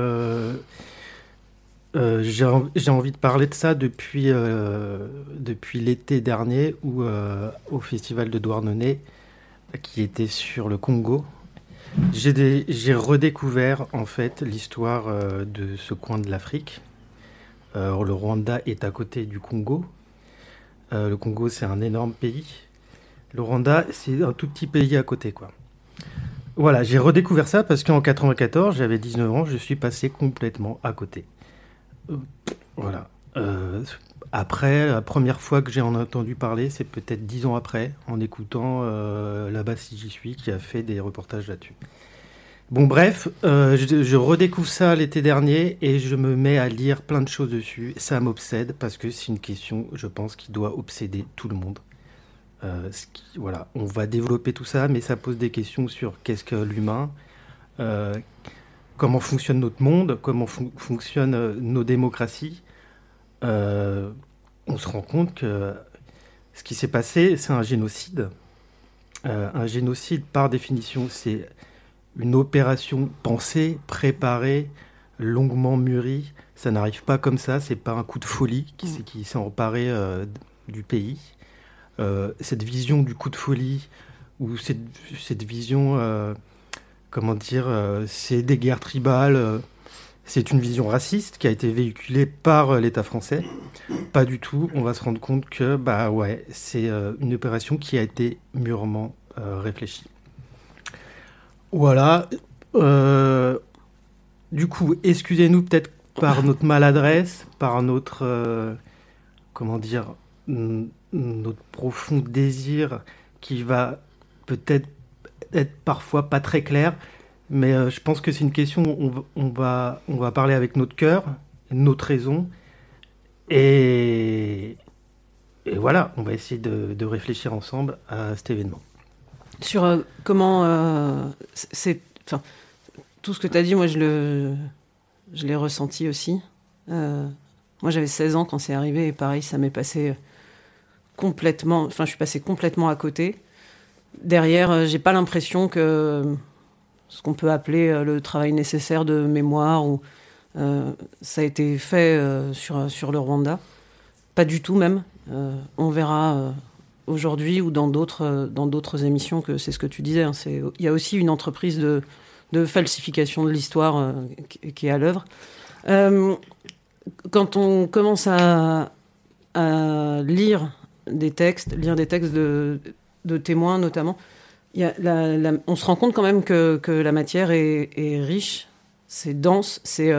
j'ai envie de parler de ça depuis l'été dernier, où au festival de Douarnenez, qui était sur le Congo, j'ai redécouvert en fait l'histoire de ce coin de l'Afrique. Le Rwanda est à côté du Congo. Le Congo, c'est un énorme pays. Le Rwanda, c'est un tout petit pays à côté, quoi. Voilà, j'ai redécouvert ça parce qu'en 94, j'avais 19 ans, je suis passé complètement à côté. Voilà. Après, la première fois que j'ai en entendu parler, c'est peut-être 10 ans après, en écoutant Là-bas si j'y suis, qui a fait des reportages là-dessus. Bon, bref, je redécouvre ça l'été dernier et je me mets à lire plein de choses dessus. Ça m'obsède parce que c'est une question, je pense, qui doit obséder tout le monde. Voilà, on va développer tout ça, mais ça pose des questions sur qu'est-ce que l'humain, comment fonctionne notre monde, comment fonctionnent nos démocraties. On se rend compte que ce qui s'est passé, c'est un génocide. Un génocide, par définition, c'est une opération pensée, préparée, longuement mûrie. Ça n'arrive pas comme ça, c'est pas un coup de folie qui s'est emparé du pays. Cette vision du coup de folie, ou cette vision, c'est des guerres tribales, c'est une vision raciste qui a été véhiculée par l'État français. Pas du tout, on va se rendre compte que c'est une opération qui a été mûrement réfléchie. Voilà. Du coup, excusez-nous peut-être par notre maladresse, par notre notre profond désir qui va peut-être être parfois pas très clair, mais je pense que c'est une question où on va parler avec notre cœur, notre raison, et voilà, on va essayer de réfléchir ensemble à cet événement. Sur comment tout ce que tu as dit, moi je l'ai ressenti aussi. Moi j'avais 16 ans quand c'est arrivé et pareil, ça m'est passé complètement, je suis passé complètement à côté. Derrière, j'ai pas l'impression que ce qu'on peut appeler le travail nécessaire de mémoire ou ça a été fait sur le Rwanda. Pas du tout même. On verra aujourd'hui ou dans d'autres émissions que c'est ce que tu disais. Hein, il y a aussi une entreprise de falsification de l'histoire qui est à l'œuvre. Quand on commence à lire des textes de témoins notamment, on se rend compte quand même que la matière est riche, c'est dense,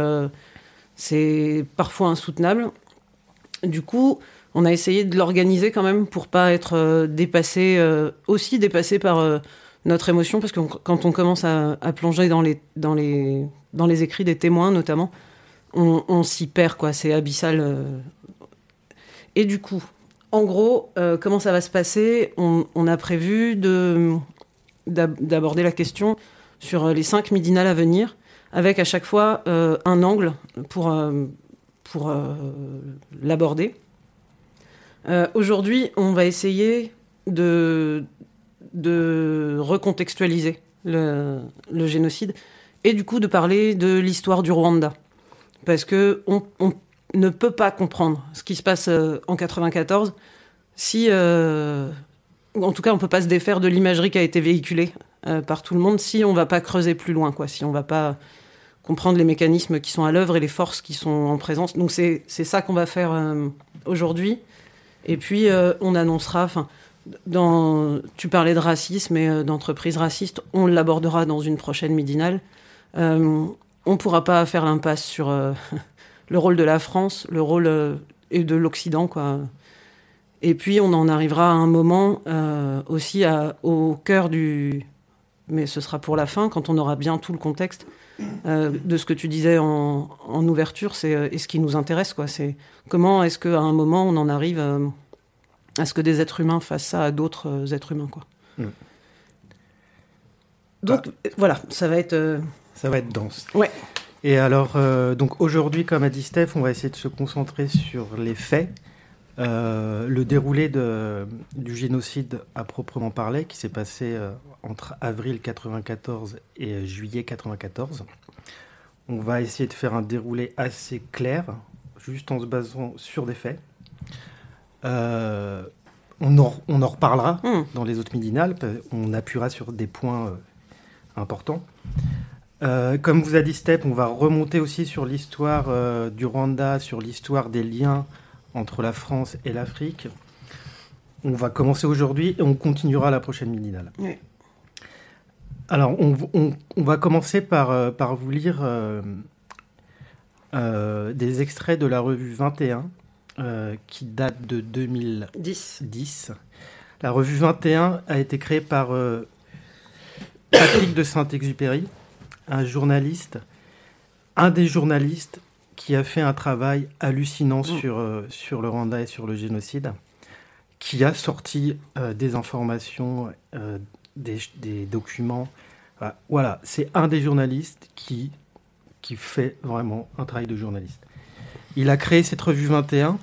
c'est parfois insoutenable. Du coup, on a essayé de l'organiser quand même pour pas être dépassé par notre émotion, parce que quand on commence à plonger dans les écrits des témoins notamment, on s'y perd, quoi, c'est abyssal. Et du coup, en gros, comment ça va se passer ? On a prévu d'aborder la question sur les 5 midinales à venir, avec à chaque fois un angle pour l'aborder. Aujourd'hui, on va essayer de recontextualiser le génocide et du coup de parler de l'histoire du Rwanda. Parce qu'on ne peut pas comprendre ce qui se passe en 94 si... en tout cas, on ne peut pas se défaire de l'imagerie qui a été véhiculée par tout le monde si on ne va pas creuser plus loin, quoi, si on ne va pas comprendre les mécanismes qui sont à l'œuvre et les forces qui sont en présence. Donc c'est ça qu'on va faire aujourd'hui. Et puis on annoncera... tu parlais de racisme et d'entreprise raciste, on l'abordera dans une prochaine midinale. On ne pourra pas faire l'impasse sur le rôle de la France, le rôle et de l'Occident, quoi. Et puis on en arrivera à un moment aussi au cœur du... Mais ce sera pour la fin, quand on aura bien tout le contexte de ce que tu disais en ouverture, et ce qui nous intéresse, quoi. C'est comment est-ce qu'à un moment on en arrive à ce que des êtres humains fassent ça à d'autres êtres humains, quoi. Donc voilà, ça va être... Ça va être dense. Ouais. Et alors, donc aujourd'hui, comme a dit Steph, on va essayer de se concentrer sur les faits, le déroulé du génocide à proprement parler, qui s'est passé entre avril 94 et juillet 94. On va essayer de faire un déroulé assez clair, juste en se basant sur des faits. On en reparlera dans les autres midinales, on appuiera sur des points importants. Comme vous a dit Step, on va remonter aussi sur l'histoire du Rwanda, sur l'histoire des liens entre la France et l'Afrique. On va commencer aujourd'hui et on continuera la prochaine midinale. Oui. Alors, on va commencer par vous lire des extraits de la revue 21 qui date de 2010. La revue 21 a été créée par Patrick de Saint-Exupéry, un des journalistes qui a fait un travail hallucinant sur le Rwanda et sur le génocide, qui a sorti des informations, des documents. Voilà, c'est un des journalistes qui fait vraiment un travail de journaliste. Il a créé cette revue 21.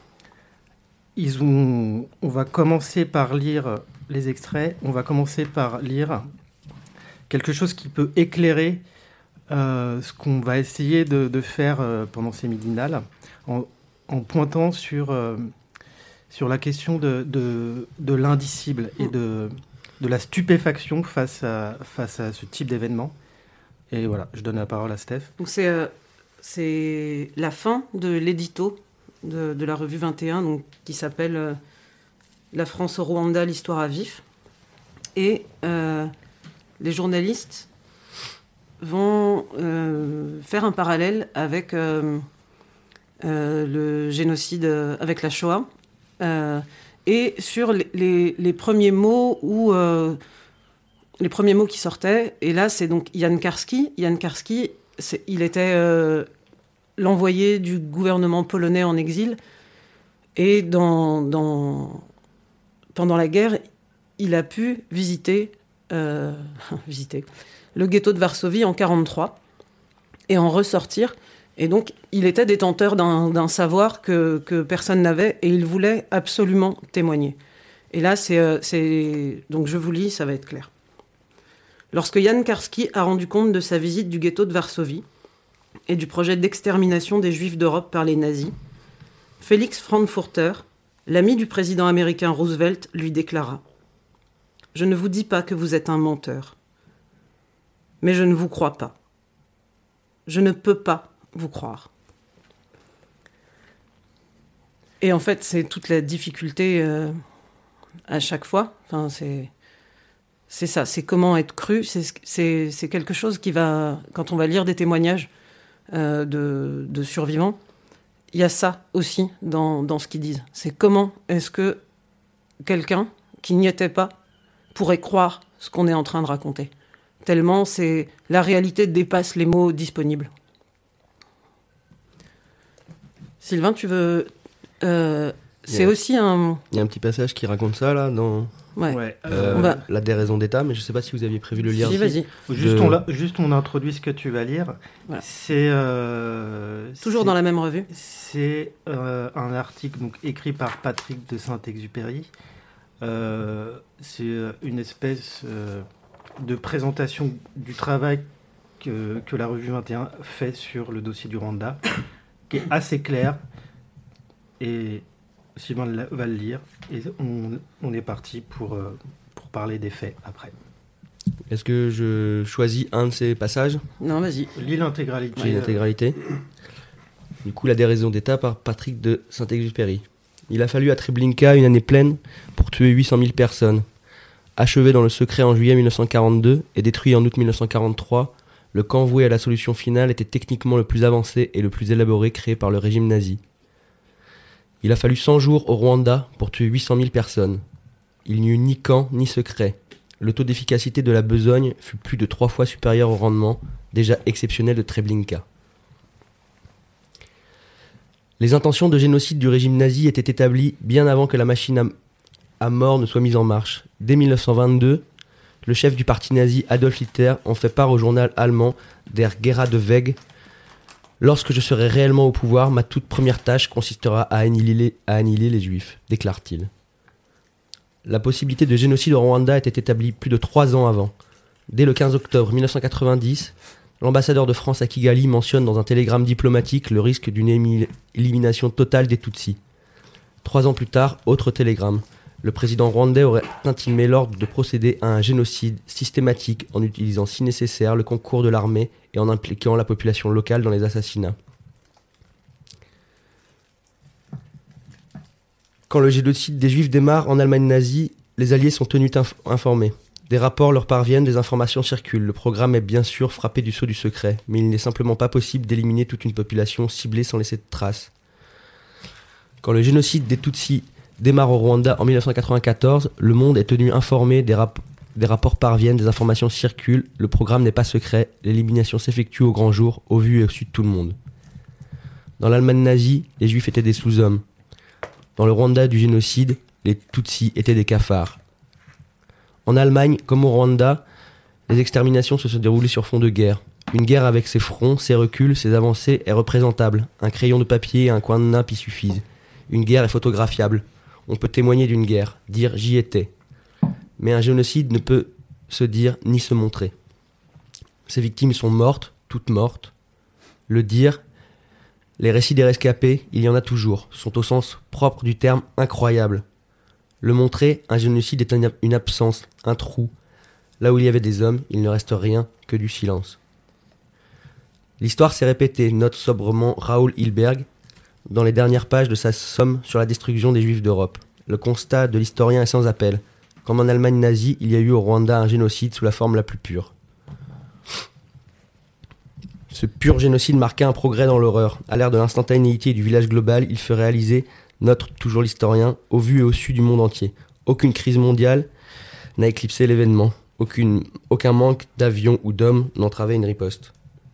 On va commencer par lire les extraits. On va commencer par lire quelque chose qui peut éclairer ce qu'on va essayer de faire pendant ces midinales, en pointant sur la question de l'indicible et de la stupéfaction face à ce type d'événement. Et voilà, je donne la parole à Steph. Donc c'est la fin de l'édito de la revue 21, donc, qui s'appelle La France au Rwanda, l'histoire à vif. Et les journalistes vont faire un parallèle avec le génocide, avec la Shoah, et sur les premiers mots les premiers mots qui sortaient. Et là, c'est donc Jan Karski. Jan Karski, il était l'envoyé du gouvernement polonais en exil. Et pendant la guerre, il a pu visiter le ghetto de Varsovie en 1943 et en ressortir. Et donc, il était détenteur d'un savoir que personne n'avait et il voulait absolument témoigner. Et là, donc je vous lis, ça va être clair. Lorsque Jan Karski a rendu compte de sa visite du ghetto de Varsovie et du projet d'extermination des Juifs d'Europe par les nazis, Félix Frankfurter, l'ami du président américain Roosevelt, lui déclara « Je ne vous dis pas que vous êtes un menteur, mais je ne vous crois pas. Je ne peux pas vous croire. » Et en fait, c'est toute la difficulté à chaque fois. Enfin, c'est ça, c'est comment être cru. C'est quelque chose qui va, quand on va lire des témoignages de survivants, il y a ça aussi dans ce qu'ils disent. C'est comment est-ce que quelqu'un qui n'y était pas pourrait croire ce qu'on est en train de raconter. Tellement la réalité dépasse les mots disponibles. Sylvain, tu veux... c'est aussi un... Il y a un petit passage qui raconte ça, là, dans... Ouais. La déraison d'État, mais je ne sais pas si vous aviez prévu de le lire. Si, vas-y. Juste, on introduit ce que tu vas lire. Voilà. C'est... Toujours dans la même revue. C'est un article donc, écrit par Patrick de Saint-Exupéry. C'est une espèce de présentation du travail que la revue 21 fait sur le dossier du Rwanda, qui est assez clair. Et Sylvain va le lire. Et on est parti pour parler des faits après. Est-ce que je choisis un de ces passages ? Non, vas-y. Lis l'intégralité. J'ai l'intégralité. Du coup, la déraison d'État par Patrick de Saint-Exupéry. Il a fallu à Treblinka une année pleine pour tuer 800 000 personnes. Achevé dans le secret en juillet 1942 et détruit en août 1943, le camp voué à la solution finale était techniquement le plus avancé et le plus élaboré créé par le régime nazi. Il a fallu 100 jours au Rwanda pour tuer 800 000 personnes. Il n'y eut ni camp ni secret. Le taux d'efficacité de la besogne fut plus de 3 fois supérieur au rendement, déjà exceptionnel de Treblinka. Les intentions de génocide du régime nazi étaient établies bien avant que la machine à mort ne soit mise en marche. Dès 1922, le chef du parti nazi Adolf Hitler en fait part au journal allemand Der Gerade Weg Lorsque je serai réellement au pouvoir, ma toute première tâche consistera à annihiler les Juifs, déclare-t-il. La possibilité de génocide au Rwanda était établie plus de 3 ans avant. Dès le 15 octobre 1990, l'ambassadeur de France à Kigali mentionne dans un télégramme diplomatique le risque d'une élimination totale des Tutsis. 3 ans plus tard, autre télégramme. Le président rwandais aurait intimé l'ordre de procéder à un génocide systématique en utilisant si nécessaire le concours de l'armée et en impliquant la population locale dans les assassinats. Quand le génocide des Juifs démarre en Allemagne nazie, les Alliés sont tenus informés. Des rapports leur parviennent, des informations circulent. Le programme est bien sûr frappé du sceau du secret, mais il n'est simplement pas possible d'éliminer toute une population ciblée sans laisser de traces. Quand le génocide des Tutsis démarre au Rwanda en 1994, le monde est tenu informé, des rapports parviennent, des informations circulent, le programme n'est pas secret, l'élimination s'effectue au grand jour, au vu et au su de tout le monde. Dans l'Allemagne nazie, les Juifs étaient des sous-hommes. Dans le Rwanda du génocide, les Tutsis étaient des cafards. En Allemagne, comme au Rwanda, les exterminations se sont déroulées sur fond de guerre. Une guerre avec ses fronts, ses reculs, ses avancées est représentable. Un crayon de papier et un coin de nappe y suffisent. Une guerre est photographiable. On peut témoigner d'une guerre, dire « j'y étais ». Mais un génocide ne peut se dire ni se montrer. Ces victimes sont mortes, toutes mortes. Le dire, les récits des rescapés, il y en a toujours, sont au sens propre du terme incroyables. Le montrer, un génocide est une absence, un trou. Là où il y avait des hommes, il ne reste rien que du silence. L'histoire s'est répétée, note sobrement Raoul Hilberg, dans les dernières pages de sa somme sur la destruction des Juifs d'Europe. Le constat de l'historien est sans appel. Comme en Allemagne nazie, il y a eu au Rwanda un génocide sous la forme la plus pure. Ce pur génocide marqua un progrès dans l'horreur. À l'ère de l'instantanéité et du village global, il fut réalisé, note toujours l'historien, au vu et au su du monde entier. Aucune crise mondiale n'a éclipsé l'événement. Aucun manque d'avions ou d'hommes n'entravait une riposte.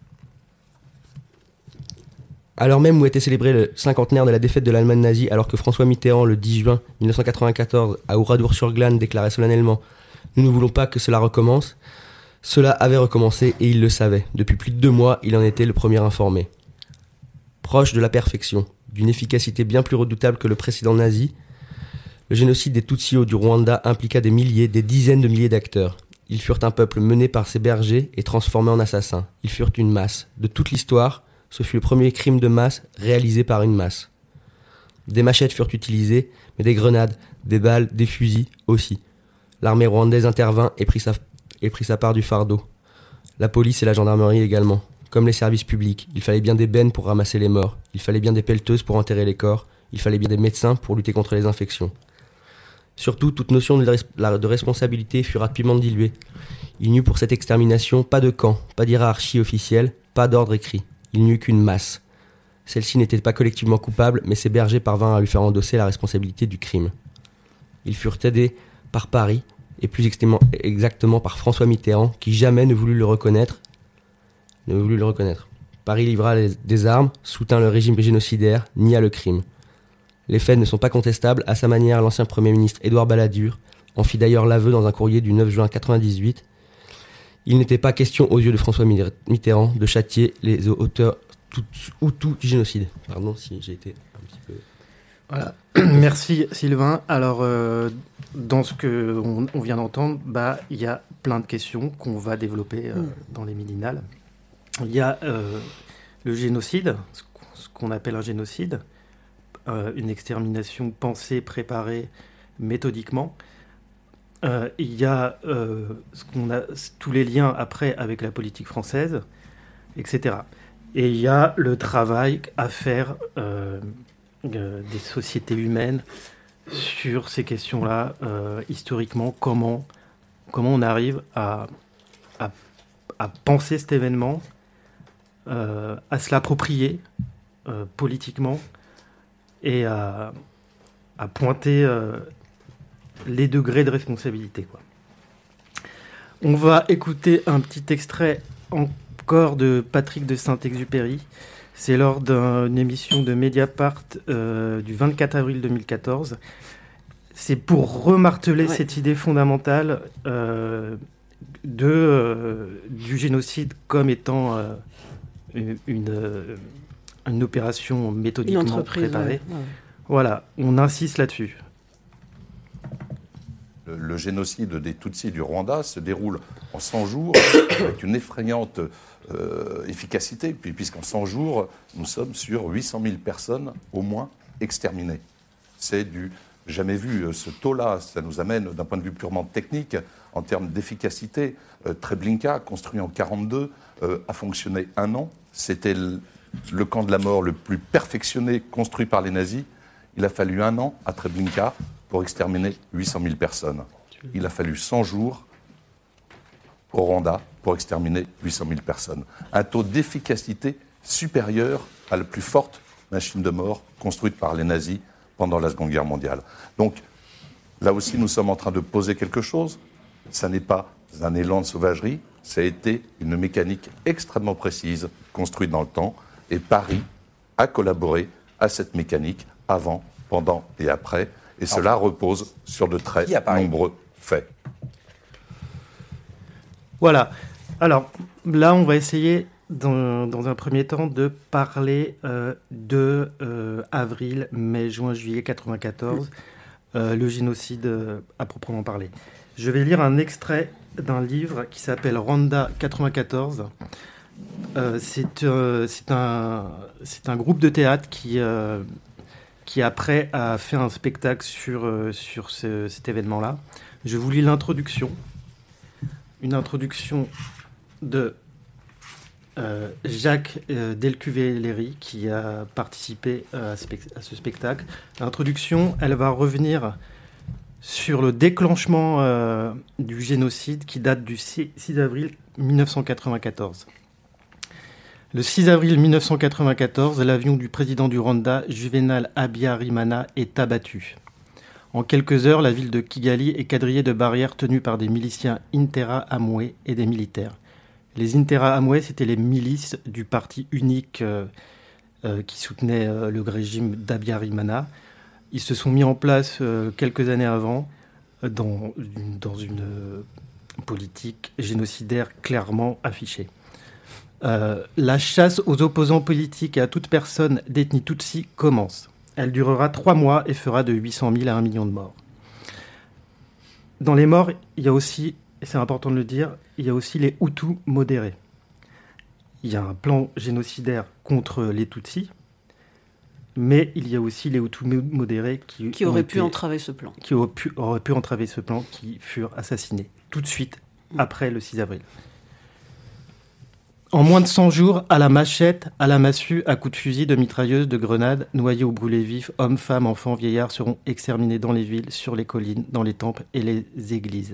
Alors même où était célébré le cinquantenaire de la défaite de l'Allemagne nazie, alors que François Mitterrand, le 10 juin 1994, à Oradour-sur-Glane, déclarait solennellement « Nous ne voulons pas que cela recommence », cela avait recommencé et il le savait. Depuis plus de 2 mois, il en était le premier informé. Proche de la perfection, d'une efficacité bien plus redoutable que le précédent nazi, le génocide des Tutsis du Rwanda impliqua des milliers, des dizaines de milliers d'acteurs. Ils furent un peuple mené par ses bergers et transformé en assassins. Ils furent une masse. De toute l'histoire, ce fut le premier crime de masse réalisé par une masse. Des machettes furent utilisées, mais des grenades, des balles, des fusils aussi. L'armée rwandaise intervint et prit sa part du fardeau. La police et la gendarmerie également. Comme les services publics, il fallait bien des bennes pour ramasser les morts. Il fallait bien des pelleteuses pour enterrer les corps. Il fallait bien des médecins pour lutter contre les infections. Surtout, toute notion de responsabilité fut rapidement diluée. Il n'y eut pour cette extermination pas de camp, pas d'hiérarchie officielle, pas d'ordre écrit. Il n'y eut qu'une masse. Celle-ci n'était pas collectivement coupable, mais ses bergers parvinrent à lui faire endosser la responsabilité du crime. Ils furent aidés par Paris, et plus exactement par François Mitterrand, qui jamais ne voulut le reconnaître. Paris livra des armes, soutint le régime génocidaire, nia le crime. Les faits ne sont pas contestables. À sa manière, l'ancien Premier ministre Édouard Balladur en fit d'ailleurs l'aveu dans un courrier du 9 juin 1998. Il n'était pas question aux yeux de François Mitterrand de châtier les auteurs hutus du génocide. Pardon si j'ai été un petit peu... Voilà. Merci Sylvain. Alors, dans ce qu'on vient d'entendre, il y a plein de questions qu'on va développer dans les midinales. Il y a le génocide, ce qu'on appelle un génocide, une extermination pensée, préparée méthodiquement. Il y a tous les liens après avec la politique française, etc. Et il y a le travail à faire des sociétés humaines sur ces questions-là, historiquement, comment on arrive à penser cet événement, à se l'approprier politiquement et à pointer les degrés de responsabilité, quoi. On va écouter un petit extrait encore de Patrick de Saint-Exupéry. C'est lors d'une émission de Mediapart du 24 avril 2014. C'est pour remarteler cette idée fondamentale du génocide comme étant une opération méthodiquement Une entreprise, préparée. ouais. Voilà, on insiste là-dessus. Le génocide des Tutsis du Rwanda se déroule en 100 jours avec une effrayante efficacité, puisqu'en 100 jours, nous sommes sur 800 000 personnes au moins exterminées. C'est du jamais vu. Ce taux-là, ça nous amène d'un point de vue purement technique, en termes d'efficacité. Treblinka, construit en 1942, a fonctionné 1 an. C'était le camp de la mort le plus perfectionné construit par les nazis. Il a fallu 1 an à Treblinka pour exterminer 800 000 personnes. Il a fallu 100 jours au Rwanda pour exterminer 800 000 personnes. Un taux d'efficacité supérieur à la plus forte machine de mort construite par les nazis pendant la Seconde Guerre mondiale. Donc, là aussi, nous sommes en train de poser quelque chose. Ça n'est pas un élan de sauvagerie, ça a été une mécanique extrêmement précise, construite dans le temps, et Paris a collaboré à cette mécanique avant, pendant et après. Et cela repose sur de très nombreux faits. Voilà. Alors, là, on va essayer, dans un premier temps, de parler de avril, mai, juin, juillet 1994, le génocide à proprement parler. Je vais lire un extrait d'un livre qui s'appelle Rwanda 1994. C'est un groupe de théâtre qui après a fait un spectacle sur cet événement-là. Je vous lis l'introduction. Une introduction de Jacques Delcuvé-Léry qui a participé à ce spectacle. L'introduction, elle va revenir sur le déclenchement du génocide qui date du 6 avril 1994. Le 6 avril 1994, l'avion du président du Rwanda, Juvenal Habyarimana, est abattu. En quelques heures, la ville de Kigali est quadrillée de barrières tenues par des miliciens Interahamwe et des militaires. Les Interahamwe, c'était les milices du parti unique qui soutenait le régime d'Habyarimana. Ils se sont mis en place quelques années avant dans une politique génocidaire clairement affichée. La chasse aux opposants politiques et à toute personne d'ethnie Tutsi commence. Elle durera 3 mois et fera de 800 000 à 1 million de morts. Dans les morts, il y a aussi, et c'est important de le dire, il y a aussi les Hutus modérés. Il y a un plan génocidaire contre les Tutsis, mais il y a aussi les Hutus modérés qui auraient pu entraver ce plan. Qui auraient pu entraver ce plan, qui furent assassinés tout de suite après le 6 avril. En moins de 100 jours, à la machette, à la massue, à coups de fusil, de mitrailleuse, de grenades, noyés ou brûlés vifs, hommes, femmes, enfants, vieillards seront exterminés dans les villes, sur les collines, dans les temples et les églises.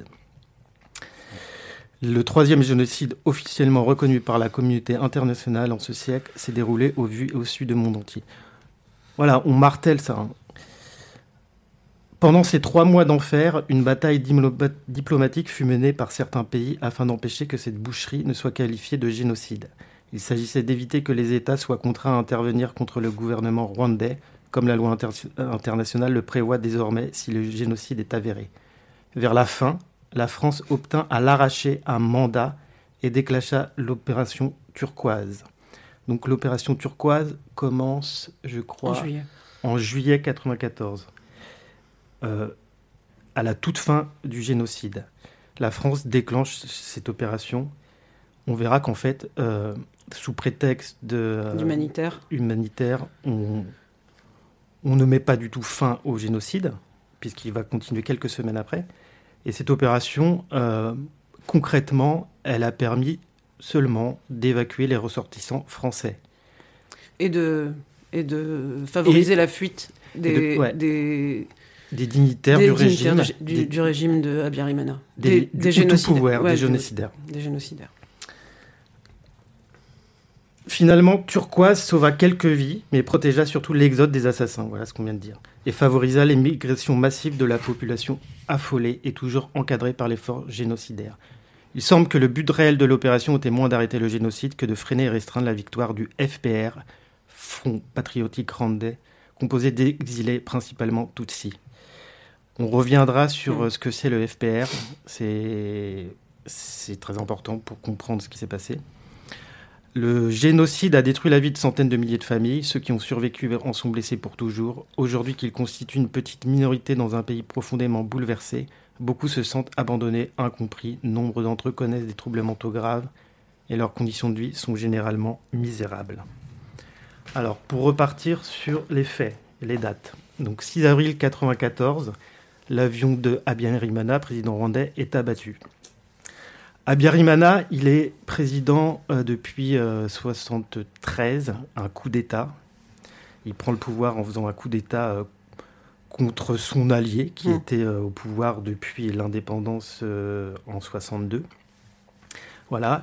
Le 3e génocide officiellement reconnu par la communauté internationale en ce siècle s'est déroulé au vu et au su du monde entier. Voilà, on martèle ça. Hein. Pendant ces 3 mois d'enfer, une bataille diplomatique fut menée par certains pays afin d'empêcher que cette boucherie ne soit qualifiée de génocide. Il s'agissait d'éviter que les États soient contraints à intervenir contre le gouvernement rwandais, comme la loi internationale le prévoit désormais si le génocide est avéré. Vers la fin, la France obtint à l'arraché un mandat et déclencha l'opération Turquoise. Donc l'opération Turquoise commence, je crois, en juillet 1994. À la toute fin du génocide. La France déclenche cette opération. On verra qu'en fait, sous prétexte humanitaire, on ne met pas du tout fin au génocide, puisqu'il va continuer quelques semaines après. Et cette opération, concrètement, elle a permis seulement d'évacuer les ressortissants français. Et de favoriser la fuite des dignitaires du régime. Du régime de Habyarimana. Des génocidaires. Des génocidaires. Des génocidaires. Finalement, Turquoise sauva quelques vies, mais protégea surtout l'exode des assassins, voilà ce qu'on vient de dire, et favorisa l'émigration massive de la population affolée et toujours encadrée par les forces génocidaires. Il semble que le but réel de l'opération était moins d'arrêter le génocide que de freiner et restreindre la victoire du FPR, Front Patriotique Rwandais, composé d'exilés principalement Tutsis. On reviendra sur ce que c'est le FPR. C'est très important pour comprendre ce qui s'est passé. Le génocide a détruit la vie de centaines de milliers de familles. Ceux qui ont survécu en sont blessés pour toujours. Aujourd'hui qu'ils constituent une petite minorité dans un pays profondément bouleversé, beaucoup se sentent abandonnés, incompris. Nombre d'entre eux connaissent des troubles mentaux graves et leurs conditions de vie sont généralement misérables. Alors, pour repartir sur les faits, les dates. Donc, 6 avril 1994, l'avion de Habyarimana, président rwandais, est abattu. Habyarimana, il est président depuis 1973, un coup d'État. Il prend le pouvoir en faisant un coup d'État contre son allié, qui était au pouvoir depuis l'indépendance en 1962. Voilà.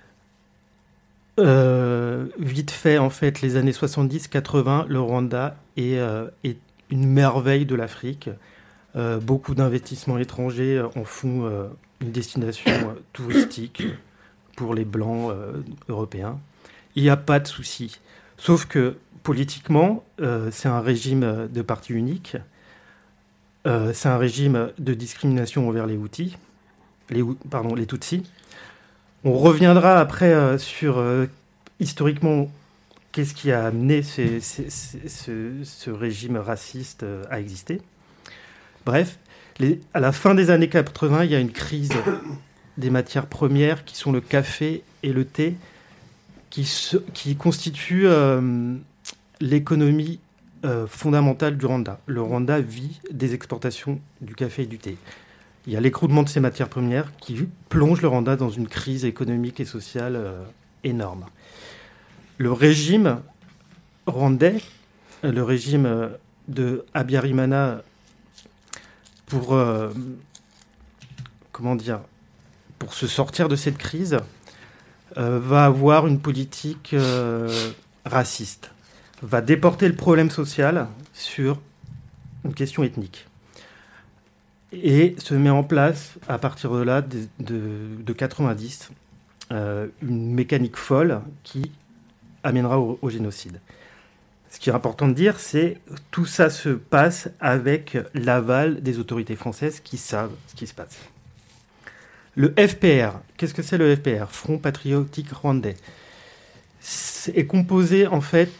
Vite fait, en fait, les années 70-80, le Rwanda est une merveille de l'Afrique. Beaucoup d'investissements étrangers en font une destination touristique pour les Blancs européens. Il n'y a pas de souci. Sauf que, politiquement, c'est un régime de parti unique. C'est un régime de discrimination envers les Hutus. Les Tutsis. On reviendra après sur, historiquement, qu'est-ce qui a amené ce régime raciste à exister. Bref, à la fin des années 80, il y a une crise des matières premières qui sont le café et le thé, qui constituent l'économie fondamentale du Rwanda. Le Rwanda vit des exportations du café et du thé. Il y a l'écroulement de ces matières premières qui plonge le Rwanda dans une crise économique et sociale énorme. Le régime rwandais, le régime de Habyarimana, pour se sortir de cette crise, va avoir une politique raciste, va déporter le problème social sur une question ethnique. Et se met en place, à partir de là, de 90, une mécanique folle qui amènera au génocide. Ce qui est important de dire, c'est que tout ça se passe avec l'aval des autorités françaises qui savent ce qui se passe. Le FPR, qu'est-ce que c'est le FPR ? Front Patriotique Rwandais. Est composé en fait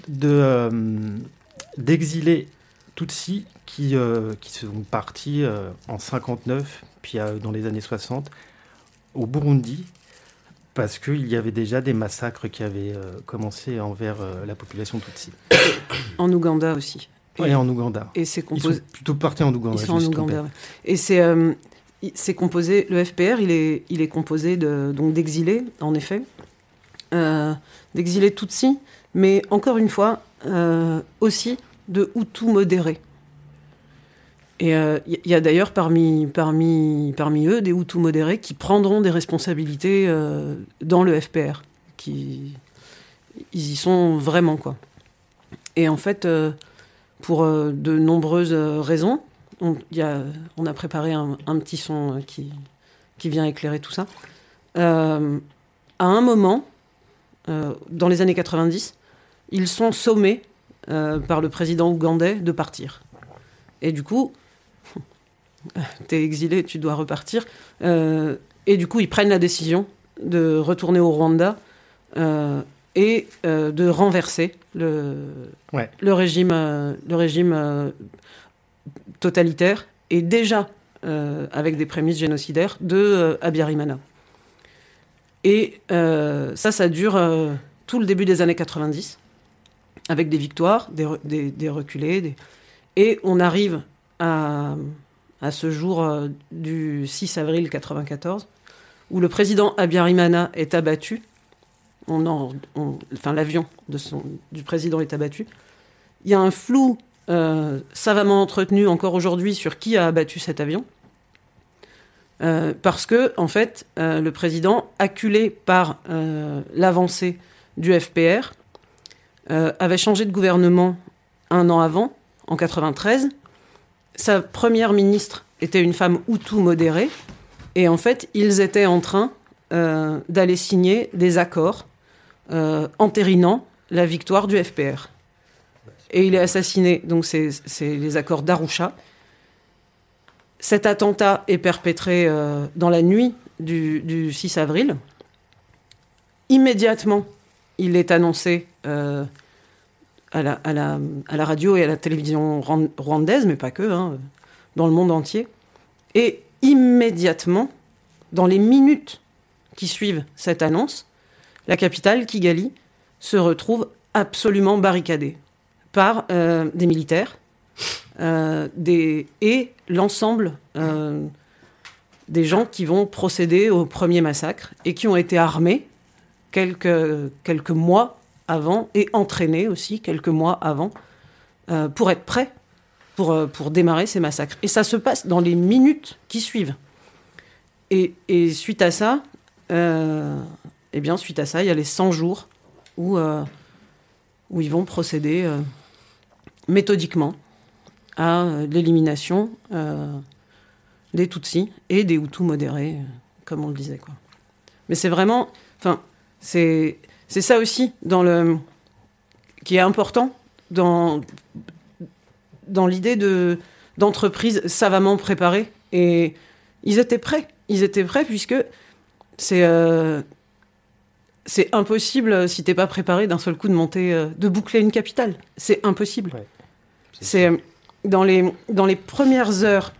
d'exilés Tutsis qui sont partis en 59, puis dans les années 60, au Burundi, parce qu'il y avait déjà des massacres qui avaient commencé envers la population Tutsi. En Ouganda aussi. Et en Ouganda. Et c'est Ils sont plutôt partis en Ouganda. Ils sont en Ouganda, ouais. Et c'est composé, le FPR, il est composé donc d'exilés, en effet, d'exilés Tutsis, mais encore une fois, aussi de Hutus modérés. Et il y a d'ailleurs parmi eux des Hutus modérés qui prendront des responsabilités dans le FPR. Ils y sont vraiment, quoi. Et en fait, pour de nombreuses raisons, on a préparé un petit son qui vient éclairer tout ça. À un moment, dans les années 90, ils sont sommés par le président ougandais de partir. Et du coup, t'es exilé, tu dois repartir. Et du coup, ils prennent la décision de retourner au Rwanda et de renverser le régime totalitaire et déjà avec des prémices génocidaires de Habyarimana. Et ça dure tout le début des années 90, avec des victoires, des reculés, et on arrive à ce jour du 6 avril 1994, où le président Habyarimana est abattu. L'avion du président est abattu. Il y a un flou savamment entretenu encore aujourd'hui sur qui a abattu cet avion. Parce que, en fait, le président, acculé par l'avancée du FPR, avait changé de gouvernement un an avant, en 1993. Sa première ministre était une femme Hutu modérée. Et en fait, ils étaient en train d'aller signer des accords entérinant la victoire du FPR. Et il est assassiné. Donc, c'est les accords d'Arusha. Cet attentat est perpétré dans la nuit du 6 avril. Immédiatement, il est annoncé à la radio et à la télévision rwandaise, mais pas que, hein, dans le monde entier. Et immédiatement, dans les minutes qui suivent cette annonce, la capitale, Kigali, se retrouve absolument barricadée par des militaires et l'ensemble des gens qui vont procéder au premier massacre et qui ont été armés quelques mois avant et entraînés aussi quelques mois avant pour être prêts pour démarrer ces massacres. Et ça se passe dans les minutes qui suivent. Et suite à ça, il y a les 100 jours où ils vont procéder méthodiquement à l'élimination des Tutsis et des Hutus modérés, comme on le disait, quoi. Mais c'est vraiment... Enfin, c'est ça aussi qui est important dans l'idée d'entreprise savamment préparée. Et ils étaient prêts. Ils étaient prêts puisque c'est impossible, si t'es pas préparé d'un seul coup de boucler une capitale. C'est impossible. Ouais, c'est dans les premières heures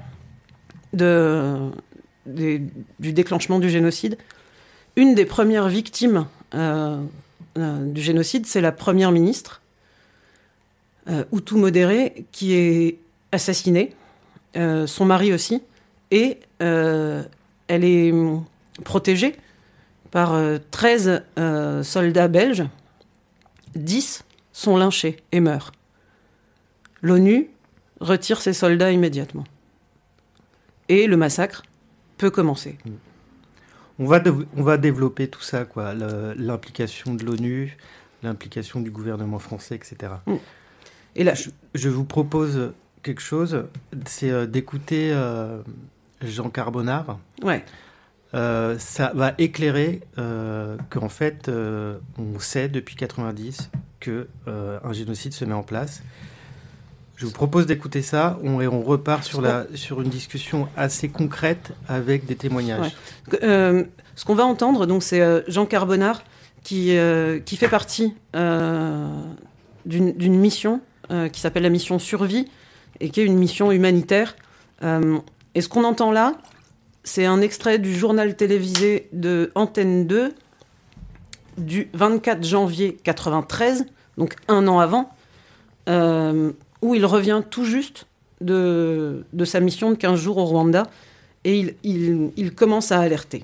du déclenchement du génocide, une des premières victimes du génocide, c'est la première ministre Hutu modérée qui est assassinée, son mari aussi, et elle est protégée par 13 soldats belges. 10 sont lynchés et meurent. L'ONU retire ses soldats immédiatement. Et le massacre peut commencer. On va développer tout ça, quoi, l'implication de l'ONU, l'implication du gouvernement français, etc. Et là, je vous propose quelque chose, c'est d'écouter Jean Carbonard. Ouais. Ça va éclairer qu'en fait, on sait depuis 90 qu'un génocide se met en place. Je vous propose d'écouter ça et on repart sur une discussion assez concrète avec des témoignages. Ouais. Ce qu'on va entendre, donc, c'est Jean Carbonard qui fait partie d'une mission qui s'appelle la mission Survie et qui est une mission humanitaire. Et ce qu'on entend là, c'est un extrait du journal télévisé de Antenne 2 du 24 janvier 93, donc un an avant, où il revient tout juste de sa mission de 15 jours au Rwanda, et il commence à alerter.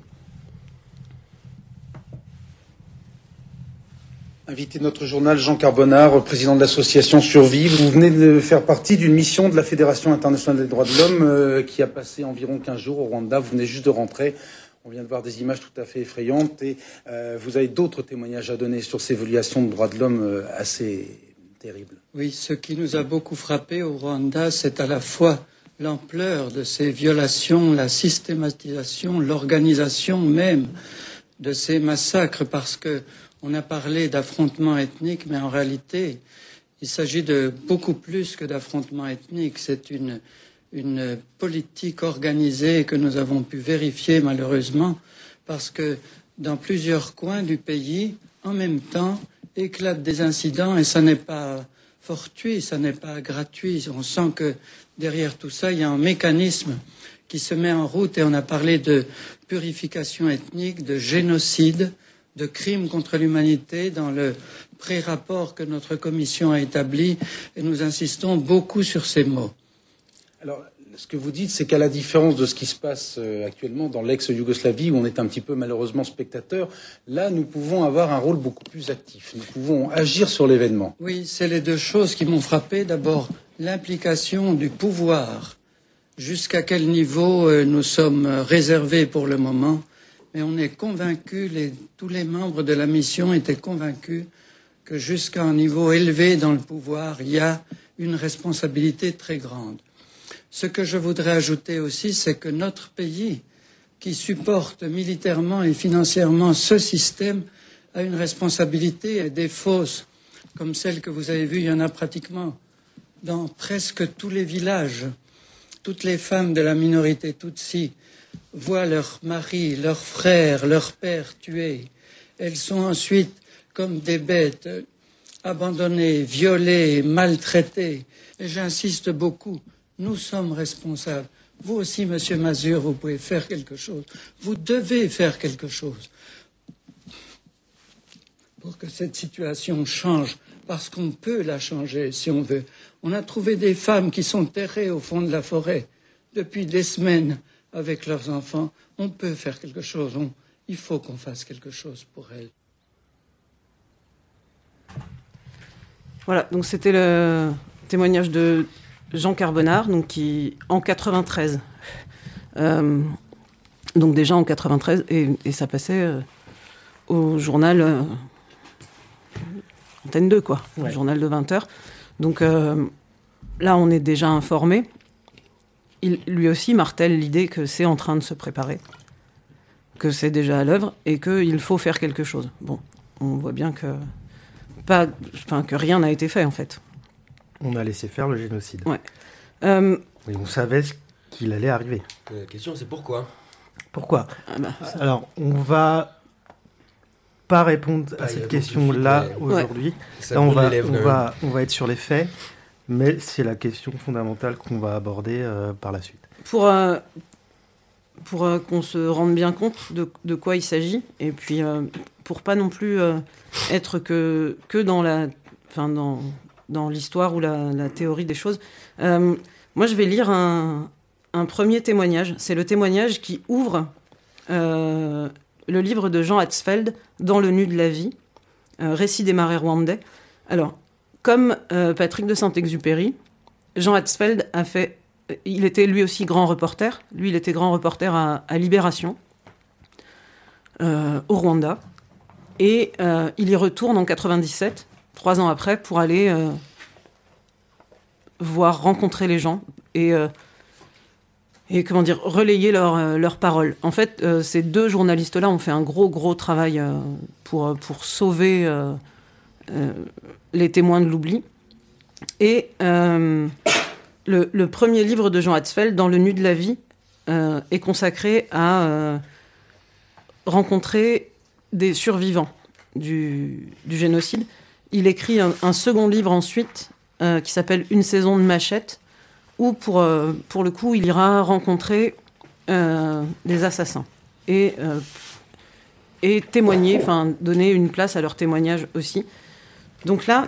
Invité de notre journal, Jean Carbonard, président de l'association Survie. Vous venez de faire partie d'une mission de la Fédération internationale des droits de l'homme qui a passé environ 15 jours au Rwanda. Vous venez juste de rentrer. On vient de voir des images tout à fait effrayantes et vous avez d'autres témoignages à donner sur ces violations de droits de l'homme assez terribles. Oui, ce qui nous a beaucoup frappé au Rwanda, c'est à la fois l'ampleur de ces violations, la systématisation, l'organisation même de ces massacres, parce que on a parlé d'affrontements ethniques, mais en réalité, il s'agit de beaucoup plus que d'affrontements ethniques. C'est une politique organisée que nous avons pu vérifier malheureusement, parce que dans plusieurs coins du pays, en même temps, éclatent des incidents, et ça n'est pas fortuit, ça n'est pas gratuit. On sent que derrière tout ça, il y a un mécanisme qui se met en route, et on a parlé de purification ethnique, de génocide, de crimes contre l'humanité dans le pré-rapport que notre commission a établi, et nous insistons beaucoup sur ces mots. Alors, ce que vous dites, c'est qu'à la différence de ce qui se passe actuellement dans l'ex-Yougoslavie, où on est un petit peu malheureusement spectateur, là, nous pouvons avoir un rôle beaucoup plus actif. Nous pouvons agir sur l'événement. Oui, c'est les deux choses qui m'ont frappé. D'abord, l'implication du pouvoir. Jusqu'à quel niveau nous sommes réservés pour le moment. Mais on est convaincus, tous les membres de la mission étaient convaincus que jusqu'à un niveau élevé dans le pouvoir, il y a une responsabilité très grande. Ce que je voudrais ajouter aussi, c'est que notre pays, qui supporte militairement et financièrement ce système, a une responsabilité, et des fosses, comme celle que vous avez vue, il y en a pratiquement dans presque tous les villages. Toutes les femmes de la minorité Tutsi voient leur mari, leur frère, leur père tués. Elles sont ensuite comme des bêtes abandonnées, violées, maltraitées. Et j'insiste beaucoup, nous sommes responsables. Vous aussi, Monsieur Mazur, vous pouvez faire quelque chose. Vous devez faire quelque chose pour que cette situation change, parce qu'on peut la changer si on veut. On a trouvé des femmes qui sont terrées au fond de la forêt depuis des semaines avec leurs enfants. On peut faire quelque chose. Il faut qu'on fasse quelque chose pour elles. Voilà, donc c'était le témoignage de Jean Carbonard, donc qui, en 93, donc déjà en 93, et ça passait au journal Antenne 2, quoi, le journal de 20h. Donc là, on est déjà informé. Il, lui aussi, martèle l'idée que c'est en train de se préparer, que c'est déjà à l'œuvre et qu'il faut faire quelque chose. Bon, on voit bien que rien n'a été fait, en fait. On a laissé faire le génocide. Ouais. Oui, on savait ce qu'il allait arriver. La question, c'est pourquoi ? Pourquoi ? Alors, on va pas répondre à cette question-là aujourd'hui. Ça Là, on brûle va être sur les faits, mais c'est la question fondamentale qu'on va aborder par la suite. Pour qu'on se rende bien compte de quoi il s'agit, et puis pour pas non plus être que dans l'histoire ou la théorie des choses. Moi, je vais lire un premier témoignage. C'est le témoignage qui ouvre le livre de Jean Hatzfeld, Dans le nu de la vie, récit des marais rwandais. Alors, comme Patrick de Saint-Exupéry, Jean Hatzfeld il était lui aussi grand reporter. Lui, il était grand reporter à Libération, au Rwanda. Et il y retourne en 97, 3 ans après, pour aller rencontrer les gens et relayer leurs paroles. En fait, ces deux journalistes-là ont fait un gros travail pour sauver les témoins de l'oubli. Et le premier livre de Jean Hatzfeld, Dans le nu de la vie, est consacré à rencontrer des survivants du génocide. Il écrit un second livre ensuite qui s'appelle Une saison de machette, où pour le coup il ira rencontrer des assassins et témoigner, enfin donner une place à leur témoignage aussi. Donc là,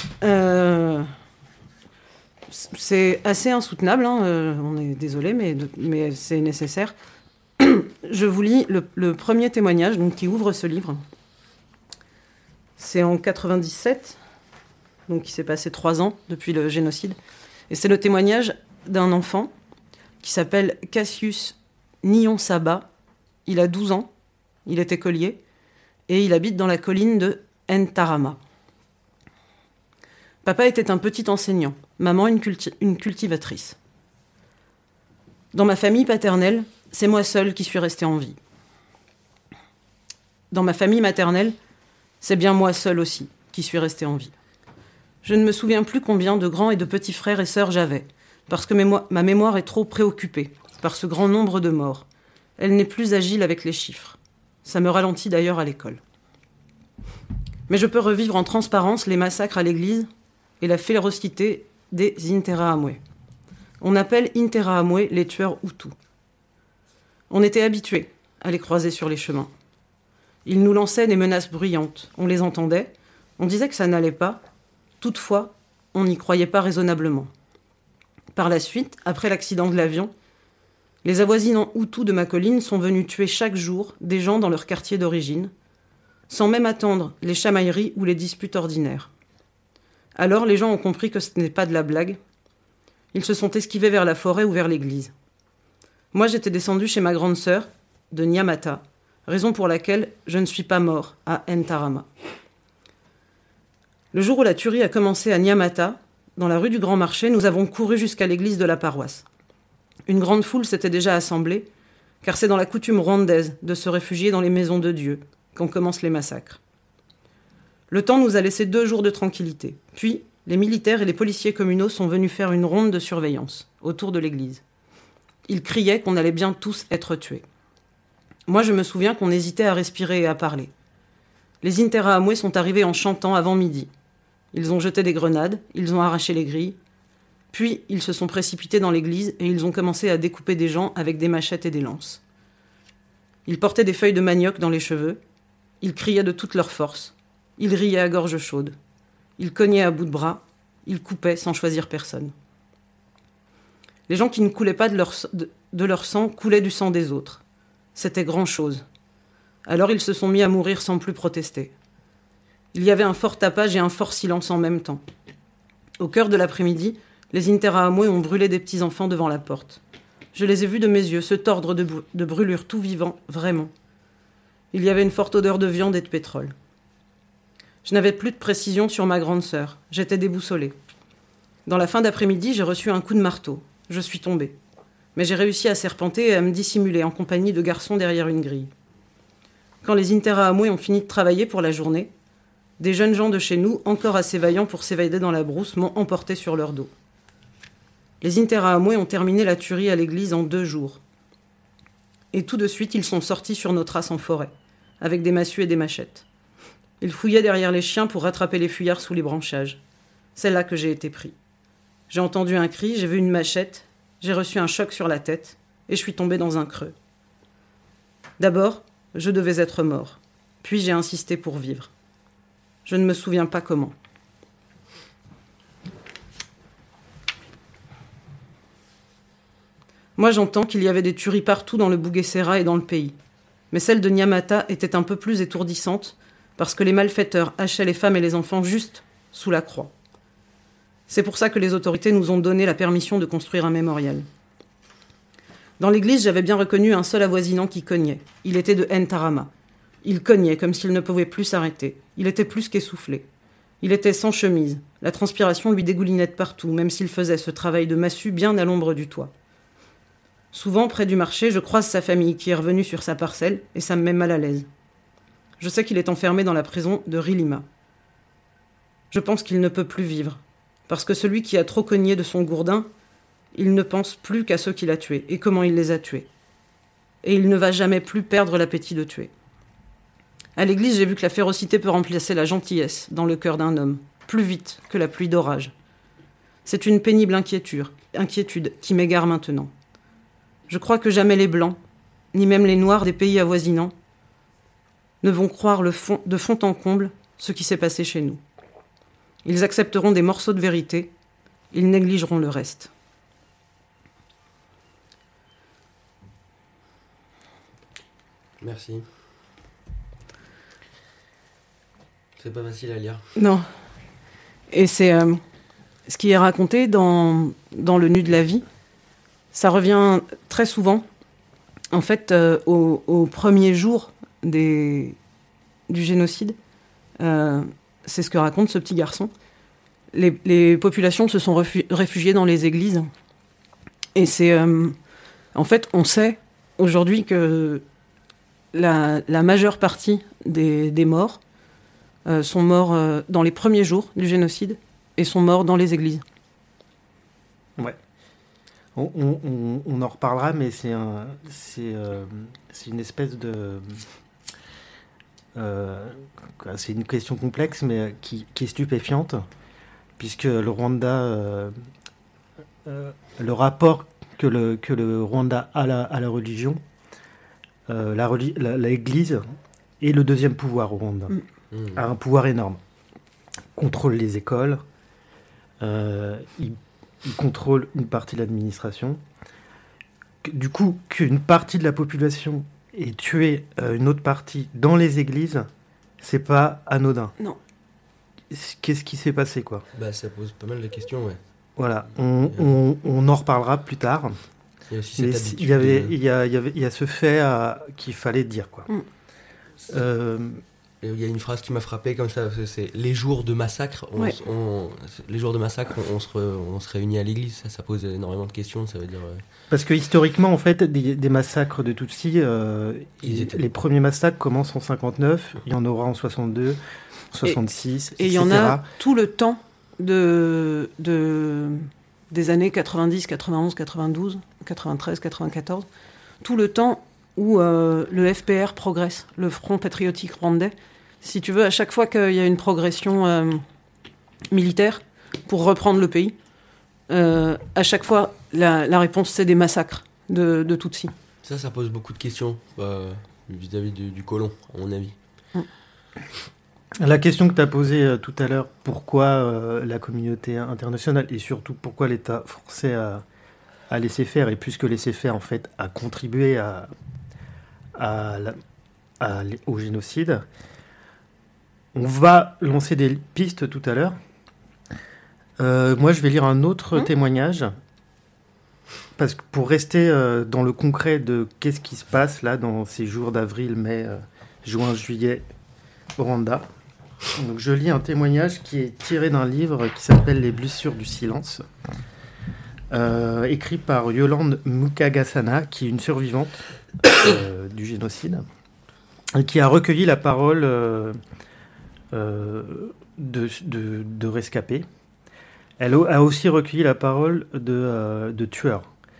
c'est assez insoutenable, hein, on est désolé, mais c'est nécessaire. Je vous lis le premier témoignage donc, qui ouvre ce livre. C'est en 97, donc il s'est passé 3 ans depuis le génocide. Et c'est le témoignage d'un enfant qui s'appelle Cassius Nyon-Saba. Il a 12 ans, il est écolier, et il habite dans la colline de Ntarama. Papa était un petit enseignant, maman une cultivatrice. Dans ma famille paternelle, c'est moi seule qui suis restée en vie. Dans ma famille maternelle, c'est bien moi seule aussi qui suis restée en vie. Je ne me souviens plus combien de grands et de petits frères et sœurs j'avais, parce que ma mémoire est trop préoccupée par ce grand nombre de morts. Elle n'est plus agile avec les chiffres. Ça me ralentit d'ailleurs à l'école. Mais je peux revivre en transparence les massacres à l'église et la férocité des Interahamwe. On appelle Interahamwe les tueurs Hutus. On était habitués à les croiser sur les chemins. Ils nous lançaient des menaces bruyantes. On les entendait, on disait que ça n'allait pas. Toutefois, on n'y croyait pas raisonnablement. Par la suite, après l'accident de l'avion, les avoisinants Hutus de ma colline sont venus tuer chaque jour des gens dans leur quartier d'origine, sans même attendre les chamailleries ou les disputes ordinaires. Alors les gens ont compris que ce n'est pas de la blague. Ils se sont esquivés vers la forêt ou vers l'église. Moi, j'étais descendu chez ma grande sœur, de Nyamata, raison pour laquelle je ne suis pas mort à Ntarama. Le jour où la tuerie a commencé à Nyamata, dans la rue du Grand Marché, nous avons couru jusqu'à l'église de la paroisse. Une grande foule s'était déjà assemblée, car c'est dans la coutume rwandaise de se réfugier dans les maisons de Dieu quand commencent les massacres. Le temps nous a laissé 2 jours de tranquillité. Puis, les militaires et les policiers communaux sont venus faire une ronde de surveillance autour de l'église. Ils criaient qu'on allait bien tous être tués. Moi, je me souviens qu'on hésitait à respirer et à parler. Les Interahamwe sont arrivés en chantant avant midi. Ils ont jeté des grenades, ils ont arraché les grilles, puis ils se sont précipités dans l'église et ils ont commencé à découper des gens avec des machettes et des lances. Ils portaient des feuilles de manioc dans les cheveux, ils criaient de toute leur force, ils riaient à gorge chaude, ils cognaient à bout de bras, ils coupaient sans choisir personne. Les gens qui ne coulaient pas de leur sang coulaient du sang des autres. C'était grand-chose. Alors ils se sont mis à mourir sans plus protester. Il y avait un fort tapage et un fort silence en même temps. Au cœur de l'après-midi, les Interahamwe ont brûlé des petits-enfants devant la porte. Je les ai vus de mes yeux se tordre de brûlures tout vivants, vraiment. Il y avait une forte odeur de viande et de pétrole. Je n'avais plus de précision sur ma grande sœur. J'étais déboussolée. Dans la fin d'après-midi, j'ai reçu un coup de marteau. Je suis tombée. Mais j'ai réussi à serpenter et à me dissimuler en compagnie de garçons derrière une grille. Quand les Interahamwe ont fini de travailler pour la journée, des jeunes gens de chez nous, encore assez vaillants pour s'évader dans la brousse, m'ont emporté sur leur dos. Les Interahamwe ont terminé la tuerie à l'église en 2 jours. Et tout de suite, ils sont sortis sur nos traces en forêt, avec des massues et des machettes. Ils fouillaient derrière les chiens pour rattraper les fuyards sous les branchages. C'est là que j'ai été pris. J'ai entendu un cri, j'ai vu une machette, j'ai reçu un choc sur la tête, et je suis tombé dans un creux. D'abord, je devais être mort. Puis j'ai insisté pour vivre. Je ne me souviens pas comment. Moi, j'entends qu'il y avait des tueries partout dans le Bugesera et dans le pays. Mais celle de Nyamata était un peu plus étourdissante parce que les malfaiteurs hachaient les femmes et les enfants juste sous la croix. C'est pour ça que les autorités nous ont donné la permission de construire un mémorial. Dans l'église, j'avais bien reconnu un seul avoisinant qui cognait. Il était de Ntarama. Il cognait comme s'il ne pouvait plus s'arrêter. Il était plus qu'essoufflé. Il était sans chemise. La transpiration lui dégoulinait de partout, même s'il faisait ce travail de massue bien à l'ombre du toit. Souvent, près du marché, je croise sa famille qui est revenue sur sa parcelle et ça me met mal à l'aise. Je sais qu'il est enfermé dans la prison de Rilima. Je pense qu'il ne peut plus vivre, parce que celui qui a trop cogné de son gourdin, il ne pense plus qu'à ceux qu'il a tués et comment il les a tués. Et il ne va jamais plus perdre l'appétit de tuer. À l'église, j'ai vu que la férocité peut remplacer la gentillesse dans le cœur d'un homme, plus vite que la pluie d'orage. C'est une pénible inquiétude qui m'égare maintenant. Je crois que jamais les Blancs, ni même les Noirs des pays avoisinants, ne vont croire de fond en comble ce qui s'est passé chez nous. Ils accepteront des morceaux de vérité, ils négligeront le reste. Merci. C'est pas facile à lire. Non. Et c'est ce qui est raconté dans Le Nu de la vie. Ça revient très souvent, en fait, au premier jour du génocide. C'est ce que raconte ce petit garçon. Les populations se sont réfugiées dans les églises. Et c'est... en fait, on sait aujourd'hui que la majeure partie des morts sont morts dans les premiers jours du génocide et sont morts dans les églises. Ouais. On en reparlera, mais c'est une espèce de... c'est une question complexe, mais qui est stupéfiante, puisque le Rwanda... le rapport que le Rwanda a à la religion, l'Église est le deuxième pouvoir au Rwanda. A un pouvoir énorme. Contrôle les écoles, il contrôle une partie de l'administration. Du coup, qu'une partie de la population ait tué une autre partie dans les églises, c'est pas anodin. Non. Qu'est-ce qui s'est passé, quoi ? Bah, ça pose pas mal de questions, ouais. Voilà, on en reparlera plus tard. Il y a aussi cette habitude. Il y a ce fait qu'il fallait dire, quoi. Il y a une phrase qui m'a frappé comme ça, c'est les jours de massacre. Les jours de massacre, on se réunit à l'église. Ça pose énormément de questions. Ça veut dire. Parce que historiquement, en fait, des massacres de Tutsis, les premiers massacres commencent en 59. Il y en aura en 62, 66, etc. Et il y en a tout le temps des années 90, 91, 92, 93, 94. Tout le temps où le FPR progresse, le Front patriotique rwandais. si tu veux, à chaque fois qu'il y a une progression militaire pour reprendre le pays, à chaque fois, la réponse, c'est des massacres de Tutsis. Ça pose beaucoup de questions vis-à-vis du colon, à mon avis. La question que tu as posée tout à l'heure, pourquoi la communauté internationale et surtout pourquoi l'État français a laissé faire, et plus que laissé faire, en fait, a contribué au génocide. On va lancer des pistes tout à l'heure. Moi, je vais lire un autre témoignage, parce que pour rester dans le concret de qu'est-ce qui se passe là dans ces jours d'avril, mai, juin, juillet au Rwanda. Donc, je lis un témoignage qui est tiré d'un livre qui s'appelle Les blessures du silence, écrit par Yolande Mukagasana, qui est une survivante du génocide, et qui a recueilli la parole de rescapés. Elle a aussi recueilli la parole de tueurs.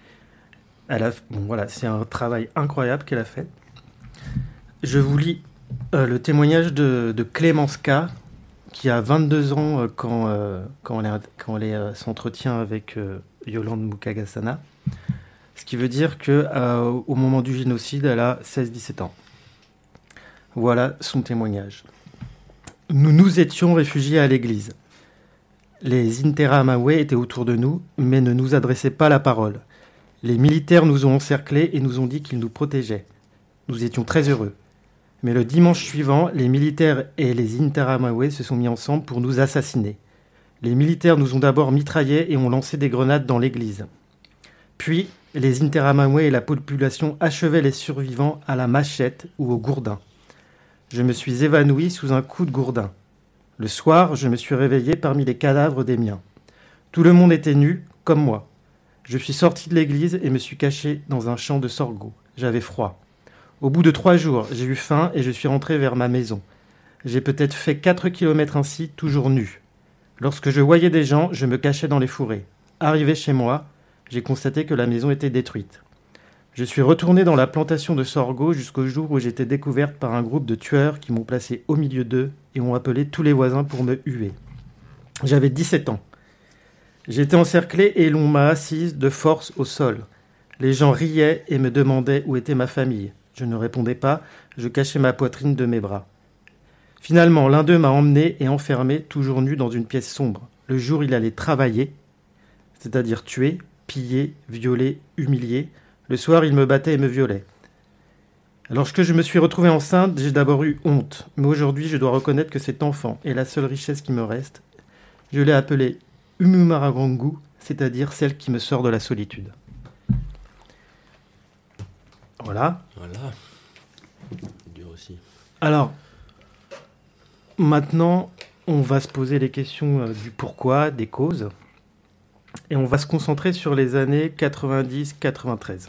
C'est un travail incroyable qu'elle a fait. Je vous lis le témoignage de Clémence K, qui a 22 ans quand elle s'entretient avec Yolande Mukagasana. Ce qui veut dire qu'au moment du génocide, elle a 16-17 ans. Voilà son témoignage. Nous étions réfugiés à l'église. Les Interahamwe étaient autour de nous, mais ne nous adressaient pas la parole. Les militaires nous ont encerclés et nous ont dit qu'ils nous protégeaient. Nous étions très heureux. Mais le dimanche suivant, les militaires et les Interahamwe se sont mis ensemble pour nous assassiner. Les militaires nous ont d'abord mitraillés et ont lancé des grenades dans l'église. Puis, les Interahamwe et la population achevaient les survivants à la machette ou au gourdin. Je me suis évanoui sous un coup de gourdin. Le soir, je me suis réveillé parmi les cadavres des miens. Tout le monde était nu, comme moi. Je suis sorti de l'église et me suis caché dans un champ de sorgho. J'avais froid. Au bout de 3 jours, j'ai eu faim et je suis rentré vers ma maison. J'ai peut-être fait 4 kilomètres ainsi, toujours nu. Lorsque je voyais des gens, je me cachais dans les fourrés. Arrivé chez moi, j'ai constaté que la maison était détruite. Je suis retourné dans la plantation de sorgho jusqu'au jour où j'étais découverte par un groupe de tueurs qui m'ont placé au milieu d'eux et ont appelé tous les voisins pour me huer. J'avais 17 ans. J'étais encerclé et l'on m'a assise de force au sol. Les gens riaient et me demandaient où était ma famille. Je ne répondais pas, je cachais ma poitrine de mes bras. Finalement, l'un d'eux m'a emmené et enfermé, toujours nu, dans une pièce sombre. Le jour, il allait travailler, c'est-à-dire tuer, piller, violer, humilier. Le soir, il me battait et me violait. Lorsque je me suis retrouvé enceinte, j'ai d'abord eu honte. Mais aujourd'hui, je dois reconnaître que cet enfant est la seule richesse qui me reste. Je l'ai appelée Umumaragangu, c'est-à-dire celle qui me sort de la solitude. Voilà. Dur aussi. Alors, maintenant, on va se poser les questions du pourquoi, des causes. Et on va se concentrer sur les années 90-93.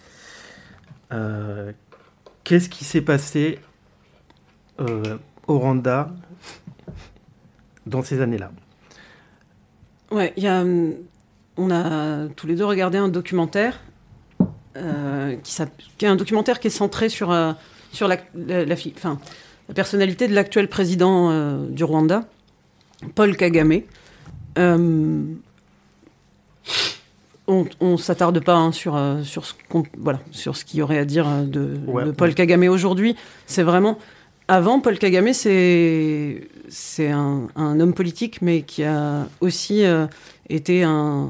Qu'est-ce qui s'est passé au Rwanda dans ces années-là? Ouais, on a tous les deux regardé un documentaire qui est un documentaire qui est centré sur la personnalité de l'actuel président du Rwanda, Paul Kagame. On s'attarde pas sur ce qu'il y aurait à dire de Paul Kagame aujourd'hui. C'est vraiment avant Paul Kagame, c'est un homme politique, mais qui a aussi été un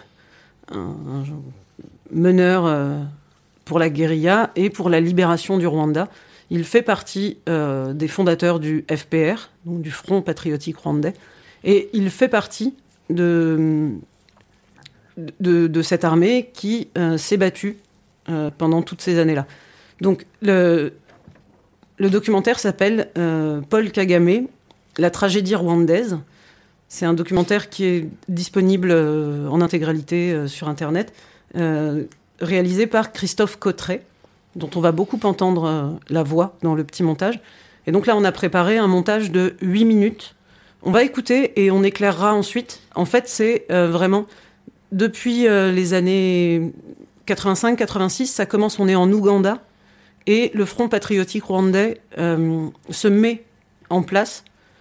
meneur pour la guérilla et pour la libération du Rwanda. Il fait partie des fondateurs du FPR, donc du Front Patriotique Rwandais, et il fait partie de cette armée qui s'est battue pendant toutes ces années-là. Donc le documentaire s'appelle Paul Kagame, la tragédie rwandaise. C'est un documentaire qui est disponible en intégralité sur Internet, réalisé par Christophe Cotteret, dont on va beaucoup entendre la voix dans le petit montage. Et donc là, on a préparé un montage de 8 minutes. On va écouter et on éclairera ensuite. En fait, c'est vraiment... Depuis les années 85-86, ça commence, on est en Ouganda, et le Front Patriotique Rwandais se met en place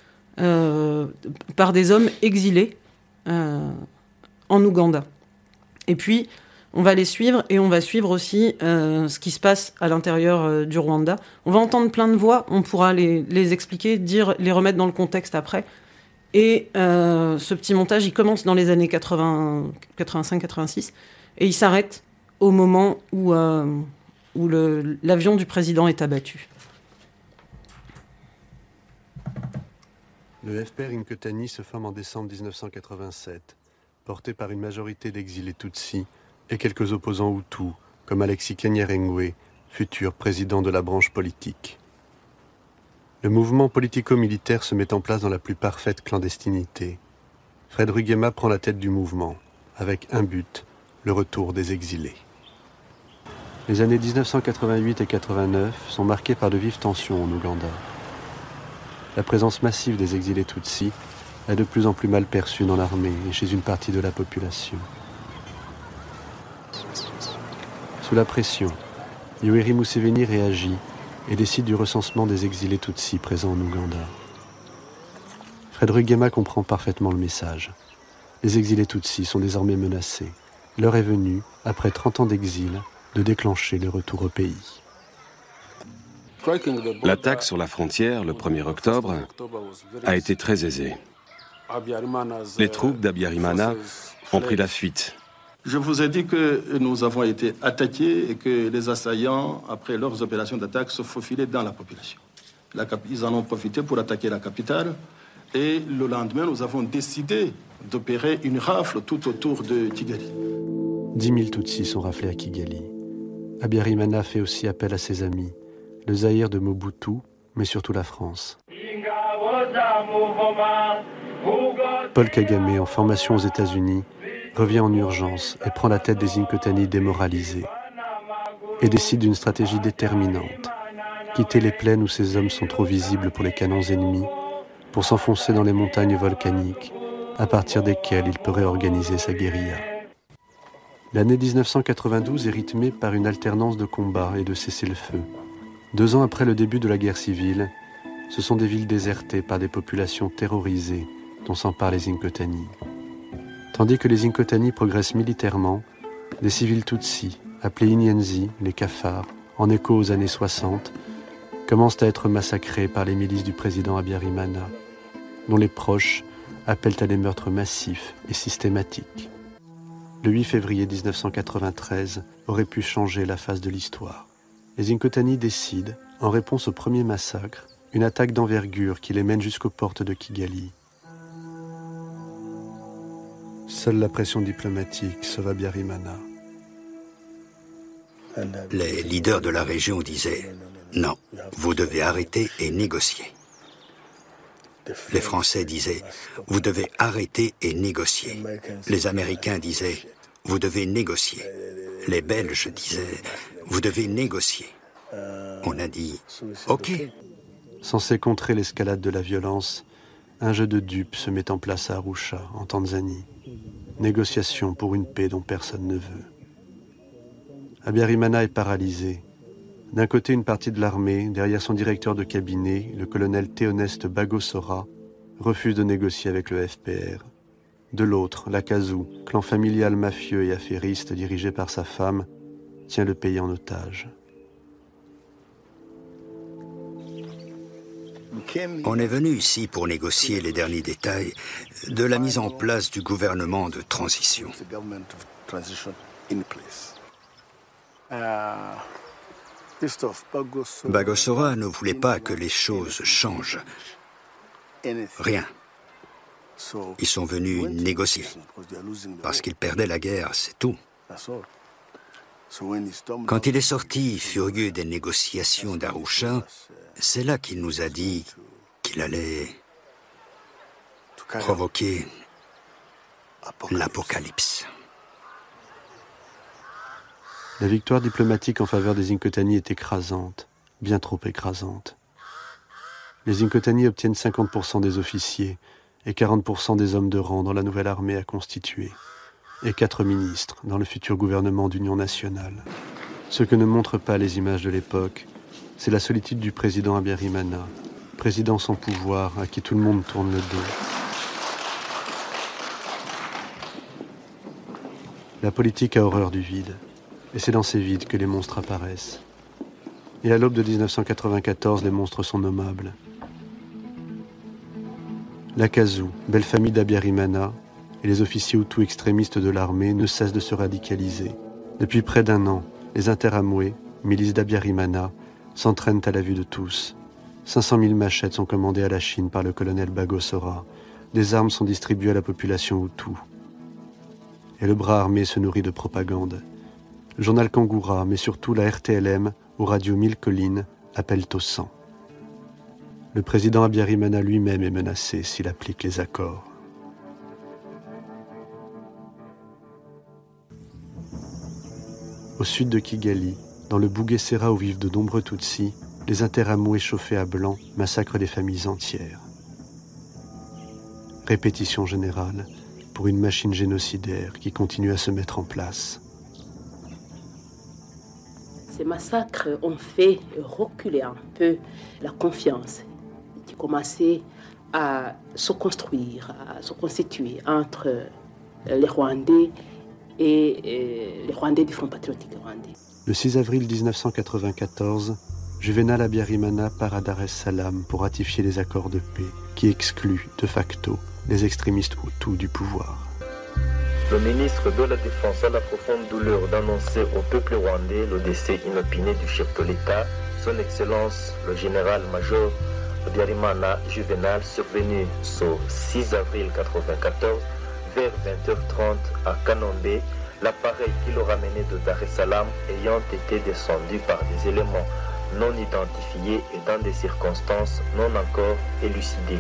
par des hommes exilés en Ouganda. Et puis, on va les suivre et on va suivre aussi ce qui se passe à l'intérieur du Rwanda. On va entendre plein de voix, on pourra les expliquer, les remettre dans le contexte après. Et ce petit montage, il commence dans les années 85-86 et il s'arrête au moment où l'avion du président est abattu. Le FPR Inkotani se forme en décembre 1987, porté par une majorité d'exilés Tutsis et quelques opposants Hutus, comme Alexis Kanyarengwe, futur président de la branche politique. Le mouvement politico-militaire se met en place dans la plus parfaite clandestinité. Fred Rugema prend la tête du mouvement, avec un but, le retour des exilés. Les années 1988 et 89 sont marquées par de vives tensions en Ouganda. La présence massive des exilés Tutsis est de plus en plus mal perçue dans l'armée et chez une partie de la population. Sous la pression, Yoweri Museveni réagit et décide du recensement des exilés Tutsis présents en Ouganda. Fred Rugema comprend parfaitement le message. Les exilés Tutsis sont désormais menacés. L'heure est venue, après 30 ans d'exil, de déclencher le retour au pays. L'attaque sur la frontière, le 1er octobre, a été très aisée. Les troupes d'Abiyarimana ont pris la fuite. Je vous ai dit que nous avons été attaqués et que les assaillants, après leurs opérations d'attaque, se faufilaient dans la population. Ils en ont profité pour attaquer la capitale. Et le lendemain, nous avons décidé d'opérer une rafle tout autour de Kigali. 10 000 Tutsis sont raflés à Kigali. Abiyarimana fait aussi appel à ses amis, le Zaïre de Mobutu, mais surtout la France. Paul Kagame, en formation aux États-Unis, revient en urgence et prend la tête des Inkotani démoralisés et décide d'une stratégie déterminante, quitter les plaines où ces hommes sont trop visibles pour les canons ennemis pour s'enfoncer dans les montagnes volcaniques à partir desquelles il peut réorganiser sa guérilla. L'année 1992 est rythmée par une alternance de combats et de cessez-le-feu. 2 ans après le début de la guerre civile, ce sont des villes désertées par des populations terrorisées dont s'emparent les Inkotani. Tandis que les Inkotani progressent militairement, des civils Tutsis, appelés Inyenzi, les cafards, en écho aux années 60, commencent à être massacrés par les milices du président Abiyarimana, dont les proches appellent à des meurtres massifs et systématiques. Le 8 février 1993 aurait pu changer la face de l'histoire. Les Inkotani décident, en réponse au premier massacre, une attaque d'envergure qui les mène jusqu'aux portes de Kigali. Seule la pression diplomatique sauve Abiyarimana. Les leaders de la région disaient « Non, vous devez arrêter et négocier ». Les Français disaient « Vous devez arrêter et négocier ». Les Américains disaient « Vous devez négocier ». Les Belges disaient « Vous devez négocier ». On a dit « Ok ». Censé contrer l'escalade de la violence, un jeu de dupes se met en place à Arusha, en Tanzanie. Négociation pour une paix dont personne ne veut. Abiyarimana est paralysé. D'un côté, une partie de l'armée, derrière son directeur de cabinet, le colonel Théoneste Bagosora, refuse de négocier avec le FPR. De l'autre, l'Akazu, clan familial mafieux et affairiste dirigé par sa femme, tient le pays en otage. On est venu ici pour négocier les derniers détails de la mise en place du gouvernement de transition. Bagosora ne voulait pas que les choses changent. Rien. Ils sont venus négocier. Parce qu'ils perdaient la guerre, c'est tout. Quand il est sorti, furieux des négociations d'Arusha, c'est là qu'il nous a dit qu'il allait provoquer l'apocalypse. La victoire diplomatique en faveur des Inkotani est écrasante, bien trop écrasante. Les Inkotani obtiennent 50% des officiers et 40% des hommes de rang dans la nouvelle armée à constituer, et 4 ministres dans le futur gouvernement d'union nationale. Ce que ne montrent pas les images de l'époque, c'est la solitude du président Abiyarimana, président sans pouvoir à qui tout le monde tourne le dos. La politique a horreur du vide, et c'est dans ces vides que les monstres apparaissent. Et à l'aube de 1994, les monstres sont nommables. L'Akazu, belle famille d'Abiyarimana, et les officiers hutus extrémistes de l'armée ne cessent de se radicaliser. Depuis près d'1 an, les Interamwe, milices d'Abiyarimana, s'entraînent à la vue de tous. 500 000 machettes sont commandées à la Chine par le colonel Bagosora. Des armes sont distribuées à la population hutu. Et le bras armé se nourrit de propagande. Le journal Kangoura, mais surtout la RTLM, aux radios 1000 collines, appellent au sang. Le président Abiyarimana lui-même est menacé s'il applique les accords. Au sud de Kigali, dans le Bugesera où vivent de nombreux Tutsis, les Interamwe chauffés à blanc massacrent des familles entières. Répétition générale pour une machine génocidaire qui continue à se mettre en place. Ces massacres ont fait reculer un peu la confiance qui commençait à se construire, à se constituer entre les Rwandais et les Rwandais du Front patriotique rwandais. Le 6 avril 1994, Juvenal Abiyarimana part à Dar es Salaam pour ratifier les accords de paix qui excluent de facto les extrémistes hutus du pouvoir. Le ministre de la Défense a la profonde douleur d'annoncer au peuple rwandais le décès inopiné du chef de l'État, son Excellence le général-major Abiyarimana Juvenal, survenu ce 6 avril 1994 vers 20h30 à Kanombe, l'appareil qui le ramenait de Dar es Salaam ayant été descendu par des éléments non identifiés et dans des circonstances non encore élucidées.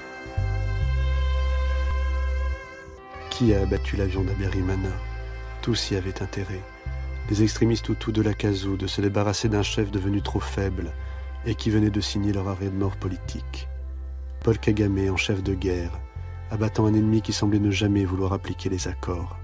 Qui a abattu l'avion d'Abiyarimana? Tous y avaient intérêt. Les extrémistes hutus de l'Akazu de se débarrasser d'un chef devenu trop faible et qui venait de signer leur arrêt de mort politique. Paul Kagame en chef de guerre, abattant un ennemi qui semblait ne jamais vouloir appliquer les accords.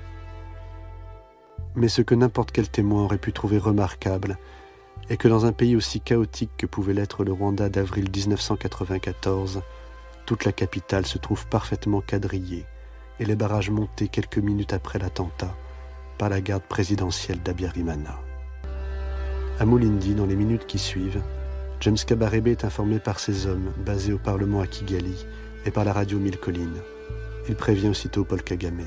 Mais ce que n'importe quel témoin aurait pu trouver remarquable est que dans un pays aussi chaotique que pouvait l'être le Rwanda d'avril 1994, toute la capitale se trouve parfaitement quadrillée et les barrages montés quelques minutes après l'attentat par la garde présidentielle d'Abiyarimana. À Mulindi, dans les minutes qui suivent, James Kabarebe est informé par ses hommes basés au Parlement à Kigali et par la radio 1000 collines. Il prévient aussitôt Paul Kagame.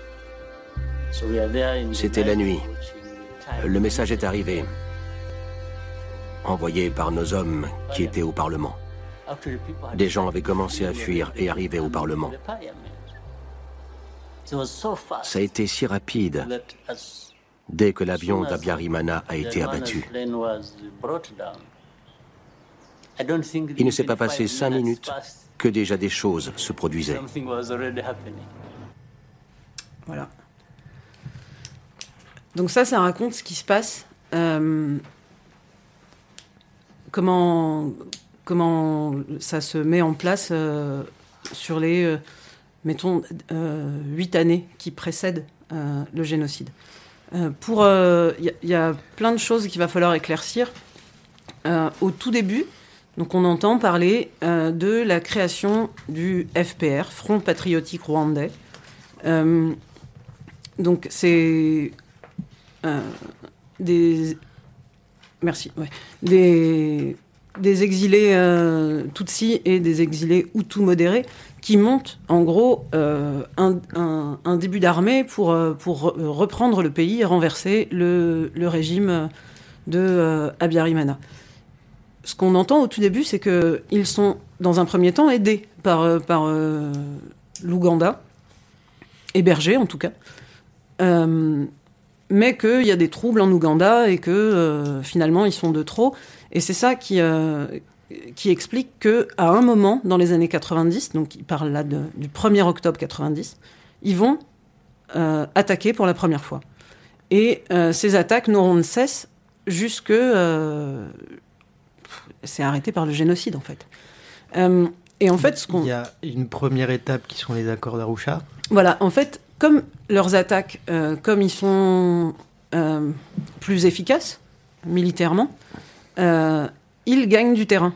C'était la nuit. Le message est arrivé, envoyé par nos hommes qui étaient au Parlement. Des gens avaient commencé à fuir et arrivaient au Parlement. Ça a été si rapide dès que l'avion d'Abiyarimana a été abattu. Il ne s'est pas passé 5 minutes que déjà des choses se produisaient. Voilà. Donc ça raconte ce qui se passe. Comment ça se met en place sur les, mettons, 8 années qui précèdent le génocide. Il y a plein de choses qu'il va falloir éclaircir. Au tout début, donc on entend parler de la création du FPR, Front patriotique rwandais. Donc c'est des exilés Tutsis et des exilés Hutus modérés qui montent en gros un début d'armée pour reprendre le pays et renverser le régime de Abiyarimana. Ce qu'on entend au tout début, c'est qu'ils sont dans un premier temps aidés par l'Ouganda, hébergés en tout cas, mais qu'il y a des troubles en Ouganda et que finalement ils sont de trop. Et c'est ça qui explique qu'à un moment, dans les années 90, donc il parle là du 1er octobre 90, ils vont attaquer pour la première fois. Et ces attaques n'auront de cesse jusque... c'est arrêté par le génocide, en fait. Et en fait, il y a une première étape qui sont les accords d'Arusha. Voilà, en fait, comme leurs attaques, comme ils sont plus efficaces militairement, ils gagnent du terrain.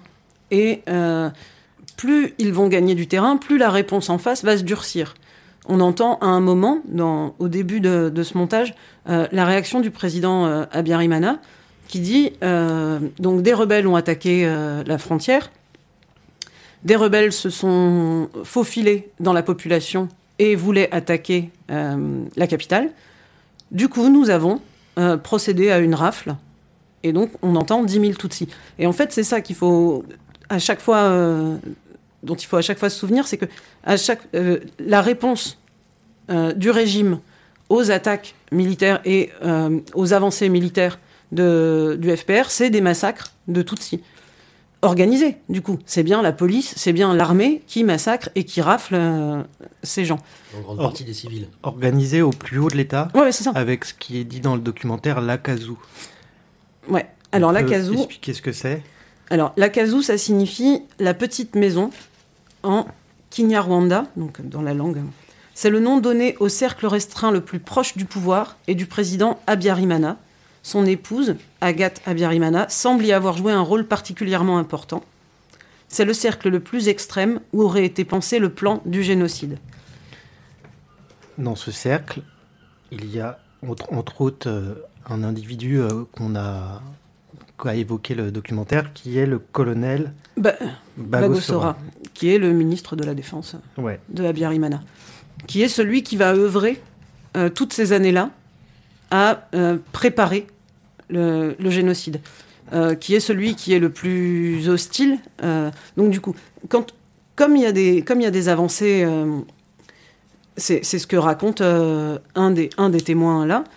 Et plus ils vont gagner du terrain, plus la réponse en face va se durcir. On entend à un moment, au début de ce montage, la réaction du président Habyarimana, qui dit donc des rebelles ont attaqué la frontière, des rebelles se sont faufilés dans la population et voulaient attaquer la capitale. Du coup, nous avons procédé à une rafle, et donc on entend 10 000 Tutsis. Et en fait, c'est ça qu'il faut à chaque fois, dont il faut à chaque fois se souvenir, c'est que la réponse du régime aux attaques militaires et aux avancées militaires du FPR, c'est des massacres de Tutsis. Organisés, du coup. C'est bien la police, c'est bien l'armée qui massacre et qui rafle ces gens. En grande partie des civils. Organisés au plus haut de l'État, ouais, c'est ça. Avec ce qui est dit dans le documentaire l'Akazu. Ouais. Alors l'Akazu... Expliquer ce que c'est. Alors l'Akazu, ça signifie la petite maison en Kinyarwanda, donc dans la langue. C'est le nom donné au cercle restreint le plus proche du pouvoir et du président Habyarimana. Son épouse, Agathe Habyarimana, semble y avoir joué un rôle particulièrement important. C'est le cercle le plus extrême où aurait été pensé le plan du génocide. Dans ce cercle, il y a entre autres un individu qu'a évoqué le documentaire, qui est le colonel Bagosora, qui est le ministre de la Défense de Habyarimana, qui est celui qui va œuvrer toutes ces années-là à préparer le génocide, qui est celui qui est le plus hostile. Donc du coup, comme il y a des avancées, c'est ce que raconte un des témoins là.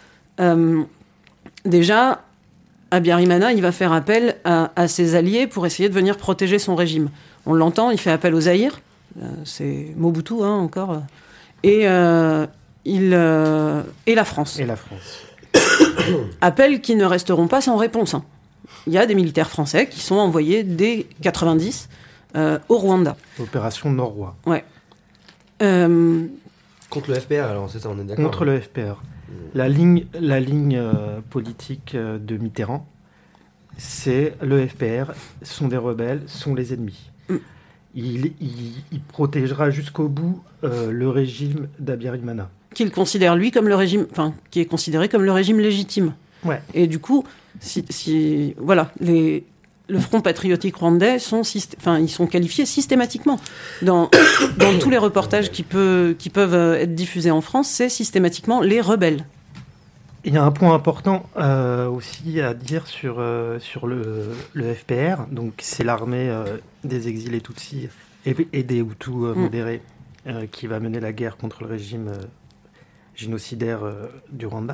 Déjà, Habyarimana, il va faire appel à ses alliés pour essayer de venir protéger son régime. On l'entend, il fait appel aux Zaïre, c'est Mobutu encore, et la France. Et la France. Appels qui ne resteront pas sans réponse. Il y a des militaires français qui sont envoyés dès 90 au Rwanda. Opération Nord-Roi. Ouais. Contre le FPR, alors c'est ça, on est d'accord. Contre le FPR. La ligne politique de Mitterrand, c'est le FPR, sont des rebelles, sont les ennemis. Il protégera jusqu'au bout le régime d'Habyarimana. Qu'il considère lui comme le régime, enfin, qui est considéré comme le régime légitime. Ouais. Et du coup, voilà, le Front patriotique rwandais ils sont qualifiés systématiquement dans tous les reportages qui peuvent être diffusés en France, c'est systématiquement les rebelles. Il y a un point important aussi à dire sur le FPR. Donc c'est l'armée des exilés Tutsis et des Hutus modérés qui va mener la guerre contre le régime génocidaire du Rwanda.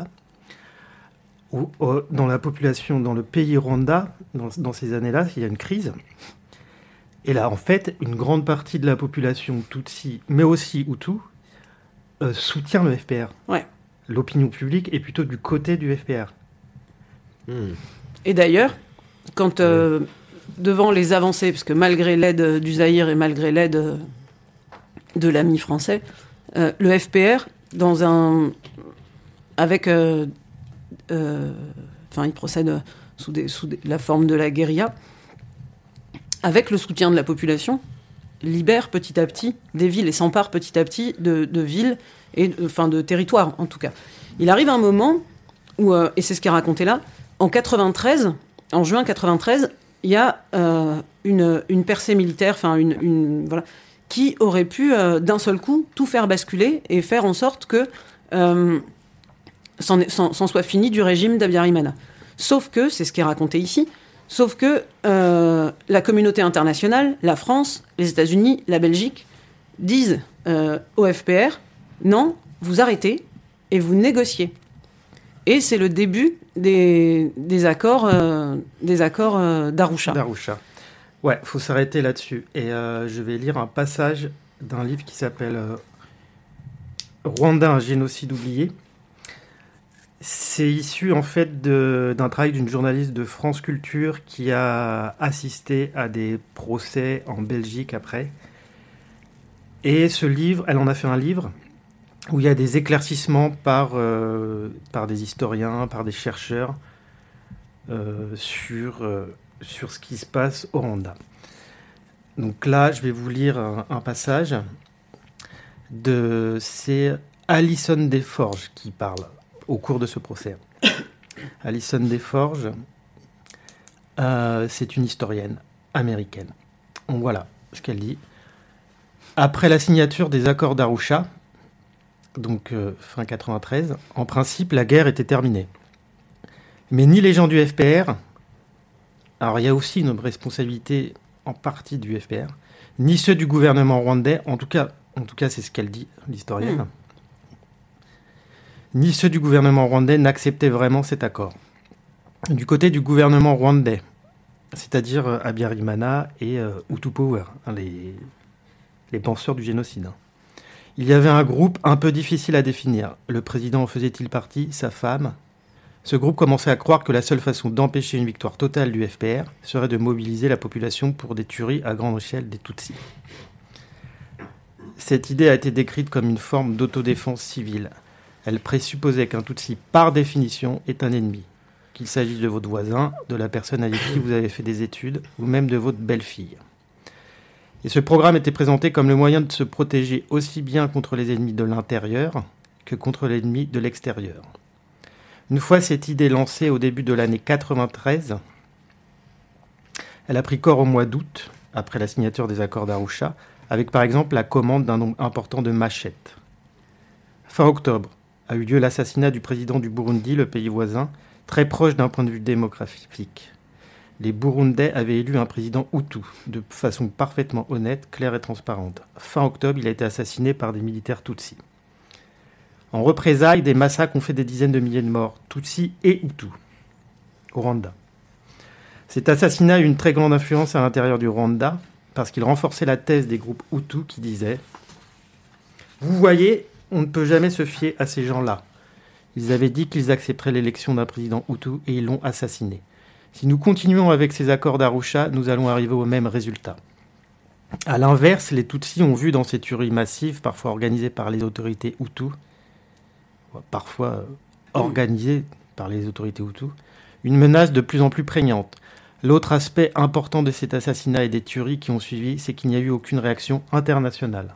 Dans la population, dans le pays Rwanda, dans ces années-là, il y a une crise. Et là, en fait, une grande partie de la population Tutsi, mais aussi Hutu, soutient le FPR. Ouais. L'opinion publique est plutôt du côté du FPR. Et d'ailleurs, quand devant les avancées, parce que malgré l'aide du Zaïre et malgré l'aide de l'ami français, le FPR, il procède sous la forme de la guérilla, avec le soutien de la population, libère petit à petit des villes et s'empare petit à petit de villes et de territoires en tout cas. Il arrive un moment où, et c'est ce qui est raconté là, en juin 93, il y a une percée militaire, qui aurait pu d'un seul coup tout faire basculer et faire en sorte que s'en soit fini du régime d'Habyarimana. Sauf que, c'est ce qui est raconté ici, la communauté internationale, la France, les États-Unis, la Belgique, disent au FPR, non, vous arrêtez et vous négociez. Et c'est le début des accords d'Arusha. Ouais, faut s'arrêter là-dessus. Et je vais lire un passage d'un livre qui s'appelle Rwanda, un génocide oublié. C'est issu en fait d'un travail d'une journaliste de France Culture qui a assisté à des procès en Belgique après. Et ce livre, elle en a fait un livre où il y a des éclaircissements par des historiens, par des chercheurs sur ce qui se passe au Rwanda. Donc là, je vais vous lire un passage c'est Alison Desforges qui parle au cours de ce procès. Alison Desforges, c'est une historienne américaine. Donc voilà ce qu'elle dit. Après la signature des accords d'Arusha, donc fin 93, en principe, la guerre était terminée. Mais ni les gens du FPR, alors il y a aussi une responsabilité en partie du FPR, ni ceux du gouvernement rwandais, en tout cas c'est ce qu'elle dit, l'historienne, ni ceux du gouvernement rwandais n'acceptaient vraiment cet accord. Du côté du gouvernement rwandais, c'est-à-dire Habyarimana et Hutu Power, les penseurs du génocide. Il y avait un groupe un peu difficile à définir. Le président en faisait-il partie, sa femme ? Ce groupe commençait à croire que la seule façon d'empêcher une victoire totale du FPR serait de mobiliser la population pour des tueries à grande échelle des Tutsis. Cette idée a été décrite comme une forme d'autodéfense civile. Elle présupposait qu'un Tutsi, par définition, est un ennemi. Qu'il s'agisse de votre voisin, de la personne avec qui vous avez fait des études, ou même de votre belle-fille. Et ce programme était présenté comme le moyen de se protéger aussi bien contre les ennemis de l'intérieur que contre l'ennemi de l'extérieur. Une fois cette idée lancée au début de l'année 93, elle a pris corps au mois d'août, après la signature des accords d'Arusha, avec par exemple la commande d'un nombre important de machettes. Fin octobre a eu lieu l'assassinat du président du Burundi, le pays voisin, très proche d'un point de vue démographique. Les Burundais avaient élu un président Hutu, de façon parfaitement honnête, claire et transparente. Fin octobre, il a été assassiné par des militaires Tutsis. En représailles, des massacres ont fait des dizaines de milliers de morts, Tutsis et Hutus, au Rwanda. Cet assassinat a eu une très grande influence à l'intérieur du Rwanda, parce qu'il renforçait la thèse des groupes Hutus qui disaient « Vous voyez, on ne peut jamais se fier à ces gens-là. Ils avaient dit qu'ils accepteraient l'élection d'un président Hutu et ils l'ont assassiné. Si nous continuons avec ces accords d'Arusha, nous allons arriver au même résultat. » À l'inverse, les Tutsis ont vu dans ces tueries massives, parfois organisées par les autorités Hutus, parfois organisées par les autorités Hutus, une menace de plus en plus prégnante. L'autre aspect important de cet assassinat et des tueries qui ont suivi, c'est qu'il n'y a eu aucune réaction internationale.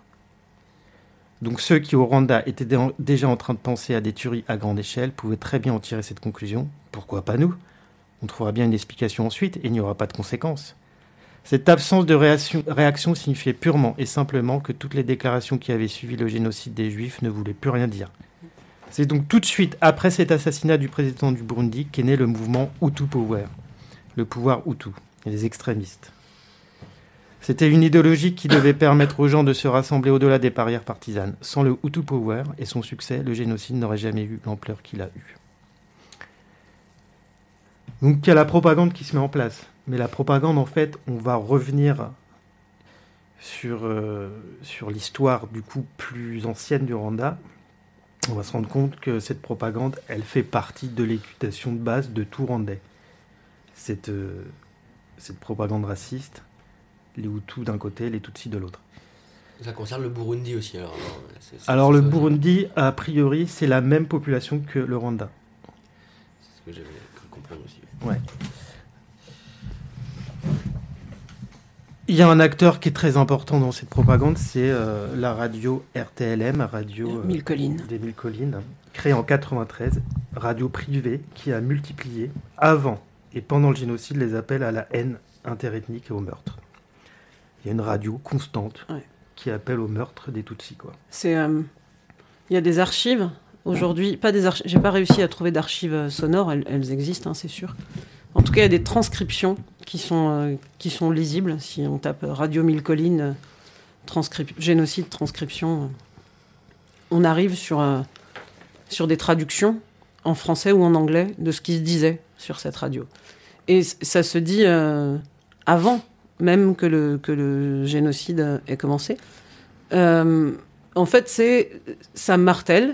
Donc ceux qui au Rwanda étaient déjà en train de penser à des tueries à grande échelle pouvaient très bien en tirer cette conclusion. Pourquoi pas nous ? On trouvera bien une explication ensuite et il n'y aura pas de conséquences. Cette absence de réaction signifiait purement et simplement que toutes les déclarations qui avaient suivi le génocide des Juifs ne voulaient plus rien dire. C'est donc tout de suite après cet assassinat du président du Burundi qu'est né le mouvement Hutu Power, le pouvoir Hutu, et les extrémistes. C'était une idéologie qui devait permettre aux gens de se rassembler au-delà des barrières partisanes. Sans le Hutu Power et son succès, le génocide n'aurait jamais eu l'ampleur qu'il a eu. Donc il y a la propagande qui se met en place. Mais la propagande, en fait, on va revenir sur l'histoire du coup plus ancienne du Rwanda. On va se rendre compte que cette propagande, elle fait partie de l'éducation de base de tout Rwandais. Cette propagande raciste, les Hutus d'un côté, les Tutsis de l'autre. Ça concerne le Burundi aussi. Alors le Burundi, a priori, c'est la même population que le Rwanda. C'est ce que j'avais cru comprendre aussi. Ouais. Il y a un acteur qui est très important dans cette propagande, c'est la radio RTLM, radio Mille Collines. Des Mille Collines, créée en 93, radio privée qui a multiplié avant et pendant le génocide les appels à la haine interethnique et au meurtre. Il y a une radio constante qui appelle au meurtre des Tutsis, quoi. Il y a des archives aujourd'hui, j'ai pas réussi à trouver d'archives sonores, elles existent, hein, c'est sûr. En tout cas, il y a des transcriptions qui sont lisibles. Si on tape Radio Mille Collines, génocide, transcription, on arrive sur des traductions en français ou en anglais de ce qui se disait sur cette radio. Et ça se dit avant même que le génocide ait commencé. En fait, ça martèle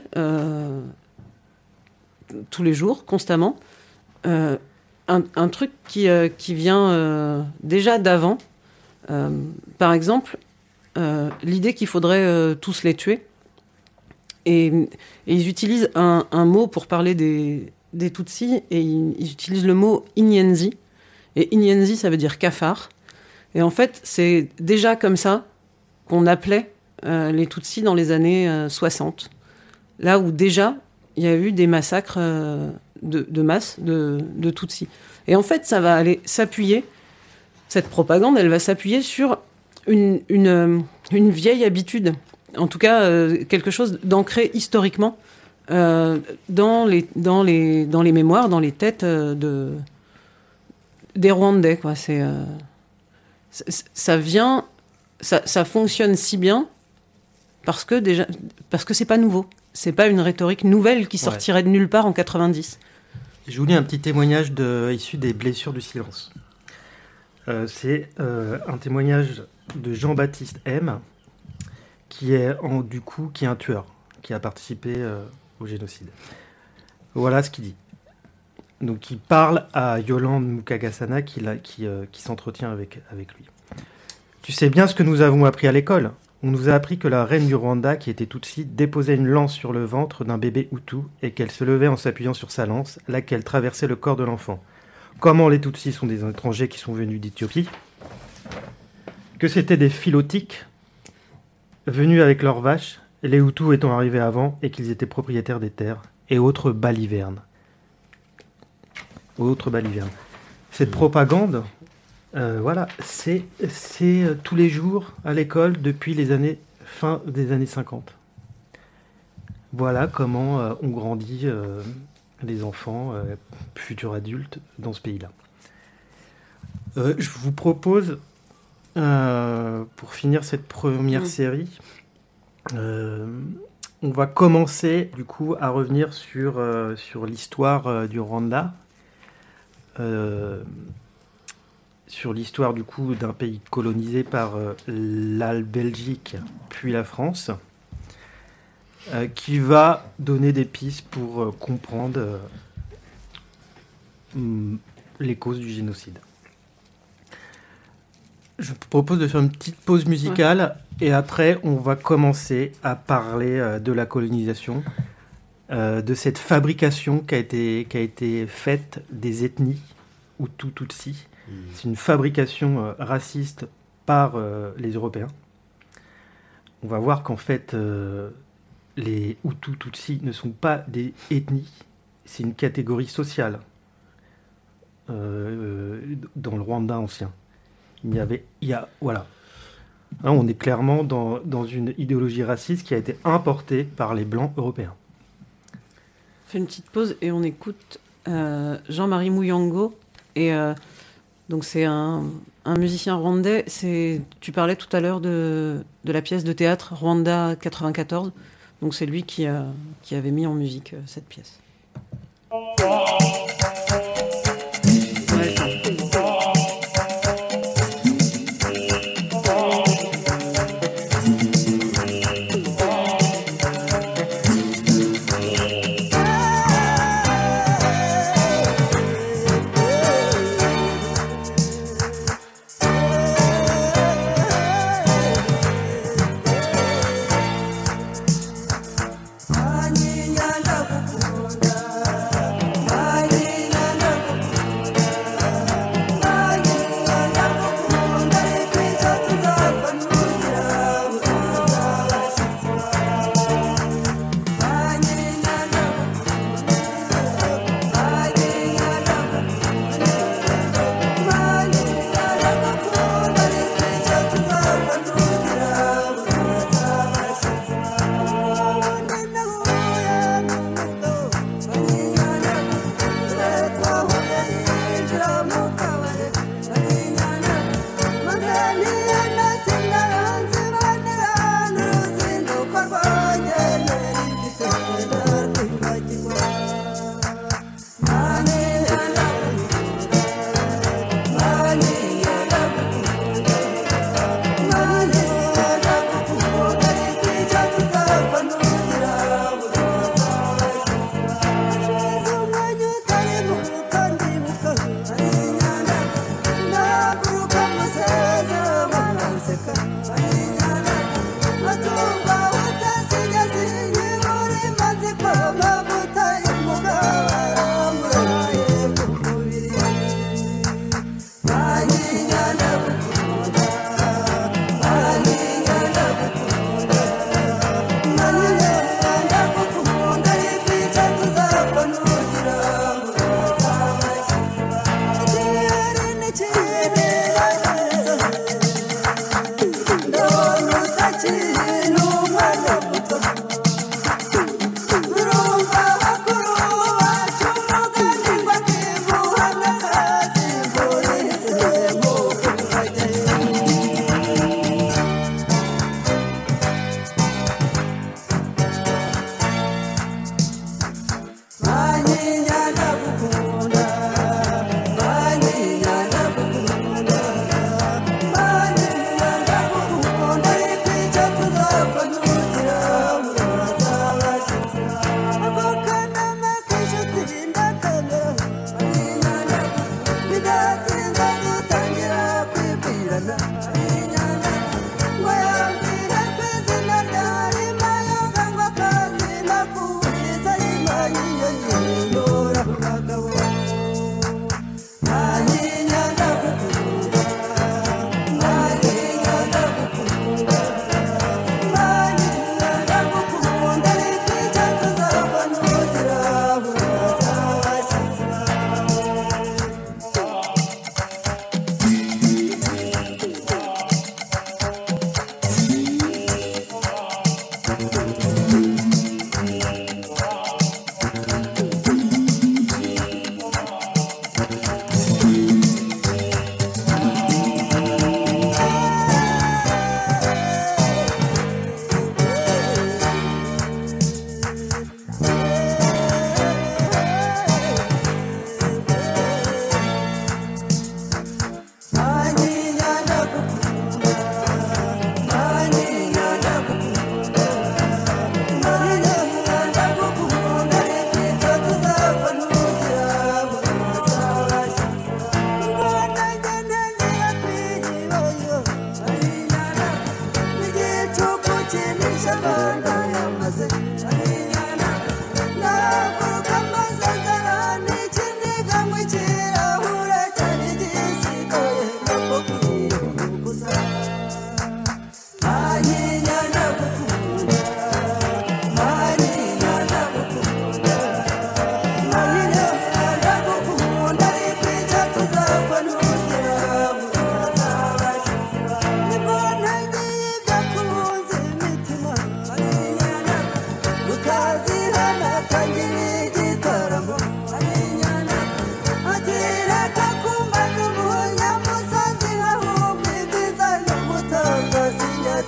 tous les jours, constamment. Un truc qui vient déjà d'avant. Par exemple, l'idée qu'il faudrait tous les tuer. Et ils utilisent un mot pour parler des Tutsis, et ils utilisent le mot Inyenzi. Et Inyenzi, ça veut dire cafard. Et en fait, c'est déjà comme ça qu'on appelait les Tutsis dans les années 60. Là où déjà, il y a eu des massacres de masse de Tutsis. Et en fait, ça va aller s'appuyer, cette propagande, elle va s'appuyer sur une vieille habitude, en tout cas quelque chose d'ancré historiquement dans les mémoires, dans les têtes des Rwandais, quoi. Ça vient, ça fonctionne si bien parce que c'est pas nouveau. C'est pas une rhétorique nouvelle qui sortirait de nulle part en 90. Je vous lis un petit témoignage issu des Blessures du silence. C'est un témoignage de Jean-Baptiste M, qui est un tueur, qui a participé au génocide. Voilà ce qu'il dit. Donc il parle à Yolande Mukagasana qui s'entretient avec lui. Tu sais bien ce que nous avons appris à l'école. On nous a appris que la reine du Rwanda, qui était Tutsi, déposait une lance sur le ventre d'un bébé Hutu et qu'elle se levait en s'appuyant sur sa lance, laquelle traversait le corps de l'enfant. Comment les Tutsis sont des étrangers qui sont venus d'Éthiopie? Que c'était des philotiques venus avec leurs vaches, les Hutus étant arrivés avant et qu'ils étaient propriétaires des terres, et autres balivernes. Cette propagande, c'est tous les jours à l'école depuis fin des années 50. Voilà comment on grandit les enfants, futurs adultes, dans ce pays-là. Je vous propose, pour finir cette première série, on va commencer du coup à revenir sur l'histoire du Rwanda, sur l'histoire du coup d'un pays colonisé par la Belgique puis la France, qui va donner des pistes pour comprendre les causes du génocide. Je vous propose de faire une petite pause musicale et après on va commencer à parler de la colonisation, de cette fabrication qui a été faite des ethnies Hutu Tutsi. C'est une fabrication raciste par les Européens. On va voir qu'en fait les Hutu Tutsi ne sont pas des ethnies, c'est une catégorie sociale dans le Rwanda ancien. Voilà. Hein, on est clairement dans une idéologie raciste qui a été importée par les Blancs européens. On fait une petite pause et on écoute Jean-Marie Muyango. Et donc c'est un musicien rwandais. Tu parlais tout à l'heure de la pièce de théâtre Rwanda 94. Donc c'est lui qui avait mis en musique cette pièce.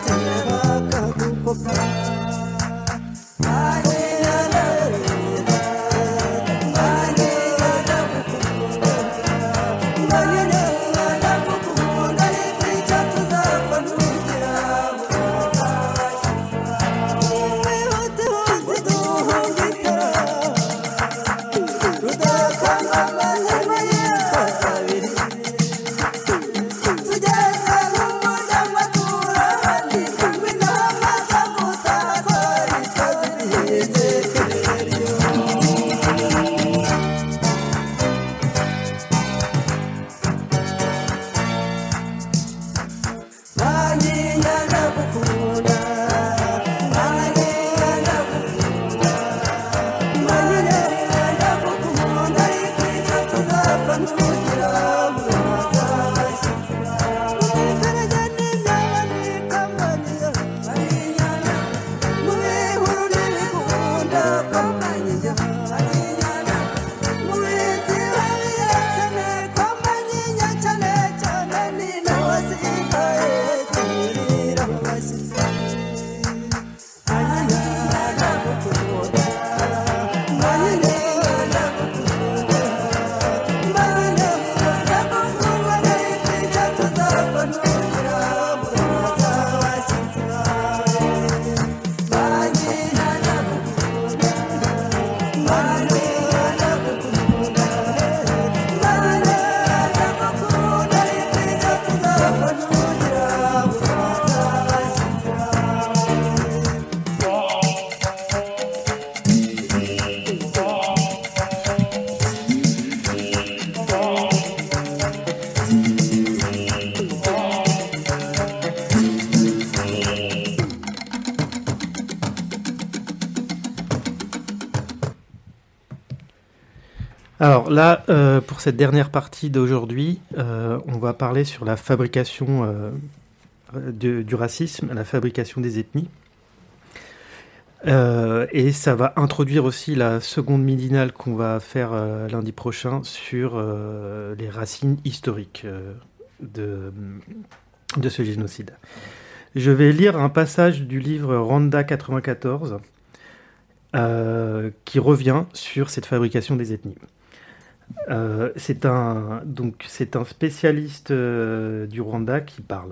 Alors là, pour cette dernière partie d'aujourd'hui, on va parler sur la fabrication du racisme, la fabrication des ethnies. Et ça va introduire aussi la seconde midinale qu'on va faire lundi prochain sur les racines historiques de ce génocide. Je vais lire un passage du livre Rwanda 94 qui revient sur cette fabrication des ethnies. C'est un spécialiste du Rwanda qui parle.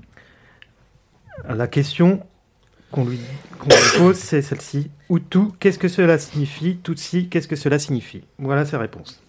La question qu'on lui pose, c'est celle-ci. Hutu, qu'est-ce que cela signifie? Tutsi, qu'est-ce que cela signifie? Voilà ses réponses.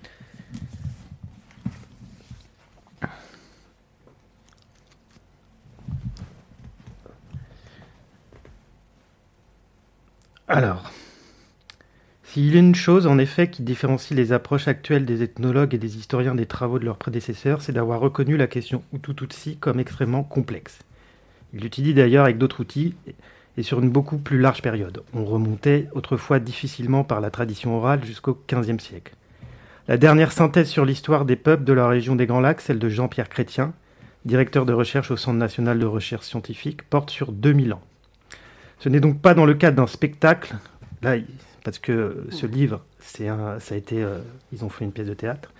Alors, s'il y a une chose, en effet, qui différencie les approches actuelles des ethnologues et des historiens des travaux de leurs prédécesseurs, c'est d'avoir reconnu la question Hutu-Tutsi comme extrêmement complexe. Ils l'utilisent d'ailleurs avec d'autres outils et sur une beaucoup plus large période. On remontait autrefois difficilement par la tradition orale jusqu'au XVe siècle. La dernière synthèse sur l'histoire des peuples de la région des Grands Lacs, celle de Jean-Pierre Chrétien, directeur de recherche au Centre national de recherche scientifique, porte sur 2000 ans. Ce n'est donc pas dans le cadre d'un spectacle, là, parce que ce livre, ils ont fait une pièce de théâtre.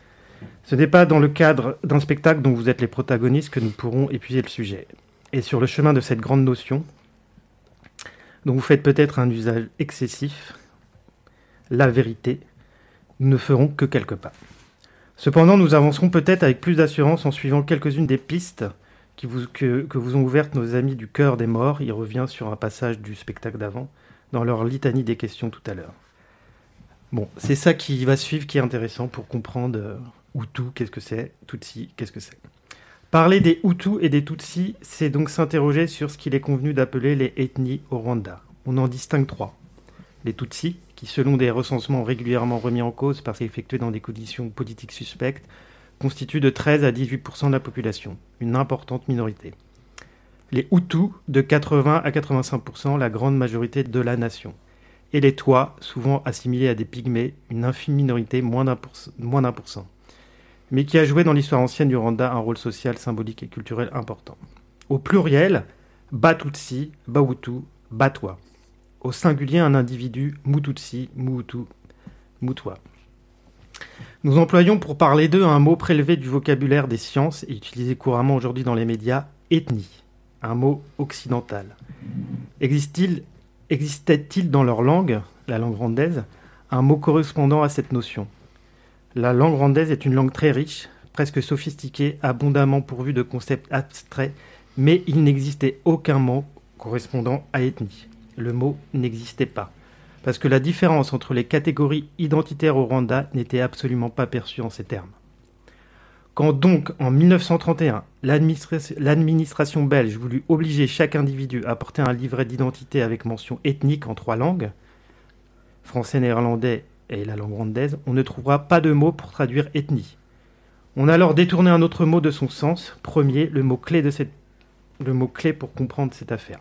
Ce n'est pas dans le cadre d'un spectacle dont vous êtes les protagonistes que nous pourrons épuiser le sujet. Et sur le chemin de cette grande notion, dont vous faites peut-être un usage excessif, la vérité, nous ne ferons que quelques pas. Cependant, nous avancerons peut-être avec plus d'assurance en suivant quelques-unes des pistes que vous ont ouvertes nos amis du Cœur des Morts. Il revient sur un passage du spectacle d'avant, dans leur litanie des questions tout à l'heure. Bon, c'est ça qui va suivre qui est intéressant pour comprendre Hutu, qu'est-ce que c'est, Tutsi, qu'est-ce que c'est. Parler des Hutus et des Tutsis, c'est donc s'interroger sur ce qu'il est convenu d'appeler les ethnies au Rwanda. On en distingue 3. Les Tutsis, qui selon des recensements régulièrement remis en cause parce qu'effectués dans des conditions politiques suspectes, constituent de 13 à 18% de la population, une importante minorité. Les Hutus, de 80 à 85%, la grande majorité de la nation. Et les Twa, souvent assimilés à des pygmées, une infime minorité, moins d'un pour cent, mais qui a joué dans l'histoire ancienne du Rwanda un rôle social, symbolique et culturel important. Au pluriel, Batutsi, Bahutu, Batwa. Au singulier, un individu, Mututsi, Muhutu, Mutwa. Nous employons pour parler d'eux un mot prélevé du vocabulaire des sciences et utilisé couramment aujourd'hui dans les médias, ethnie. un mot occidental. Existait-il dans leur langue, la langue rwandaise, un mot correspondant à cette notion? La langue rwandaise est une langue très riche, presque sophistiquée, abondamment pourvue de concepts abstraits, mais il n'existait aucun mot correspondant à ethnie. Le mot n'existait pas, parce que la différence entre les catégories identitaires au Rwanda n'était absolument pas perçue en ces termes. Quand donc, en 1931, l'administration belge voulut obliger chaque individu à porter un livret d'identité avec mention ethnique en 3 langues, français, néerlandais et la langue rwandaise, on ne trouvera pas de mot pour traduire ethnie. On a alors détourné un autre mot de son sens, premier, le mot clé pour comprendre cette affaire.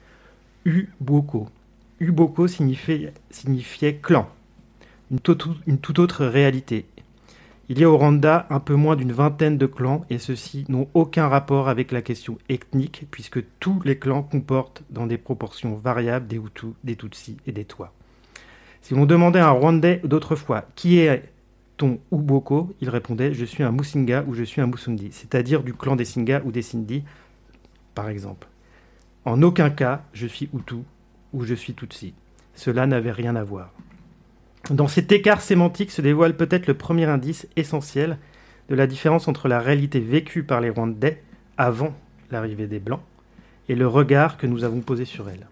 Uboko. Uboko signifiait clan, une toute autre réalité. Il y a au Rwanda un peu moins d'une vingtaine de clans et ceux-ci n'ont aucun rapport avec la question ethnique puisque tous les clans comportent dans des proportions variables des Hutus, des Tutsis et des Twa. Si l'on demandait à un Rwandais d'autrefois qui est ton Uboko, il répondait je suis un Musinga ou je suis un Musundi, c'est-à-dire du clan des Singa ou des Sindi, par exemple. En aucun cas je suis Hutu ou je suis Tutsi. Cela n'avait rien à voir. Dans cet écart sémantique se dévoile peut-être le premier indice essentiel de la différence entre la réalité vécue par les Rwandais avant l'arrivée des Blancs et le regard que nous avons posé sur elle.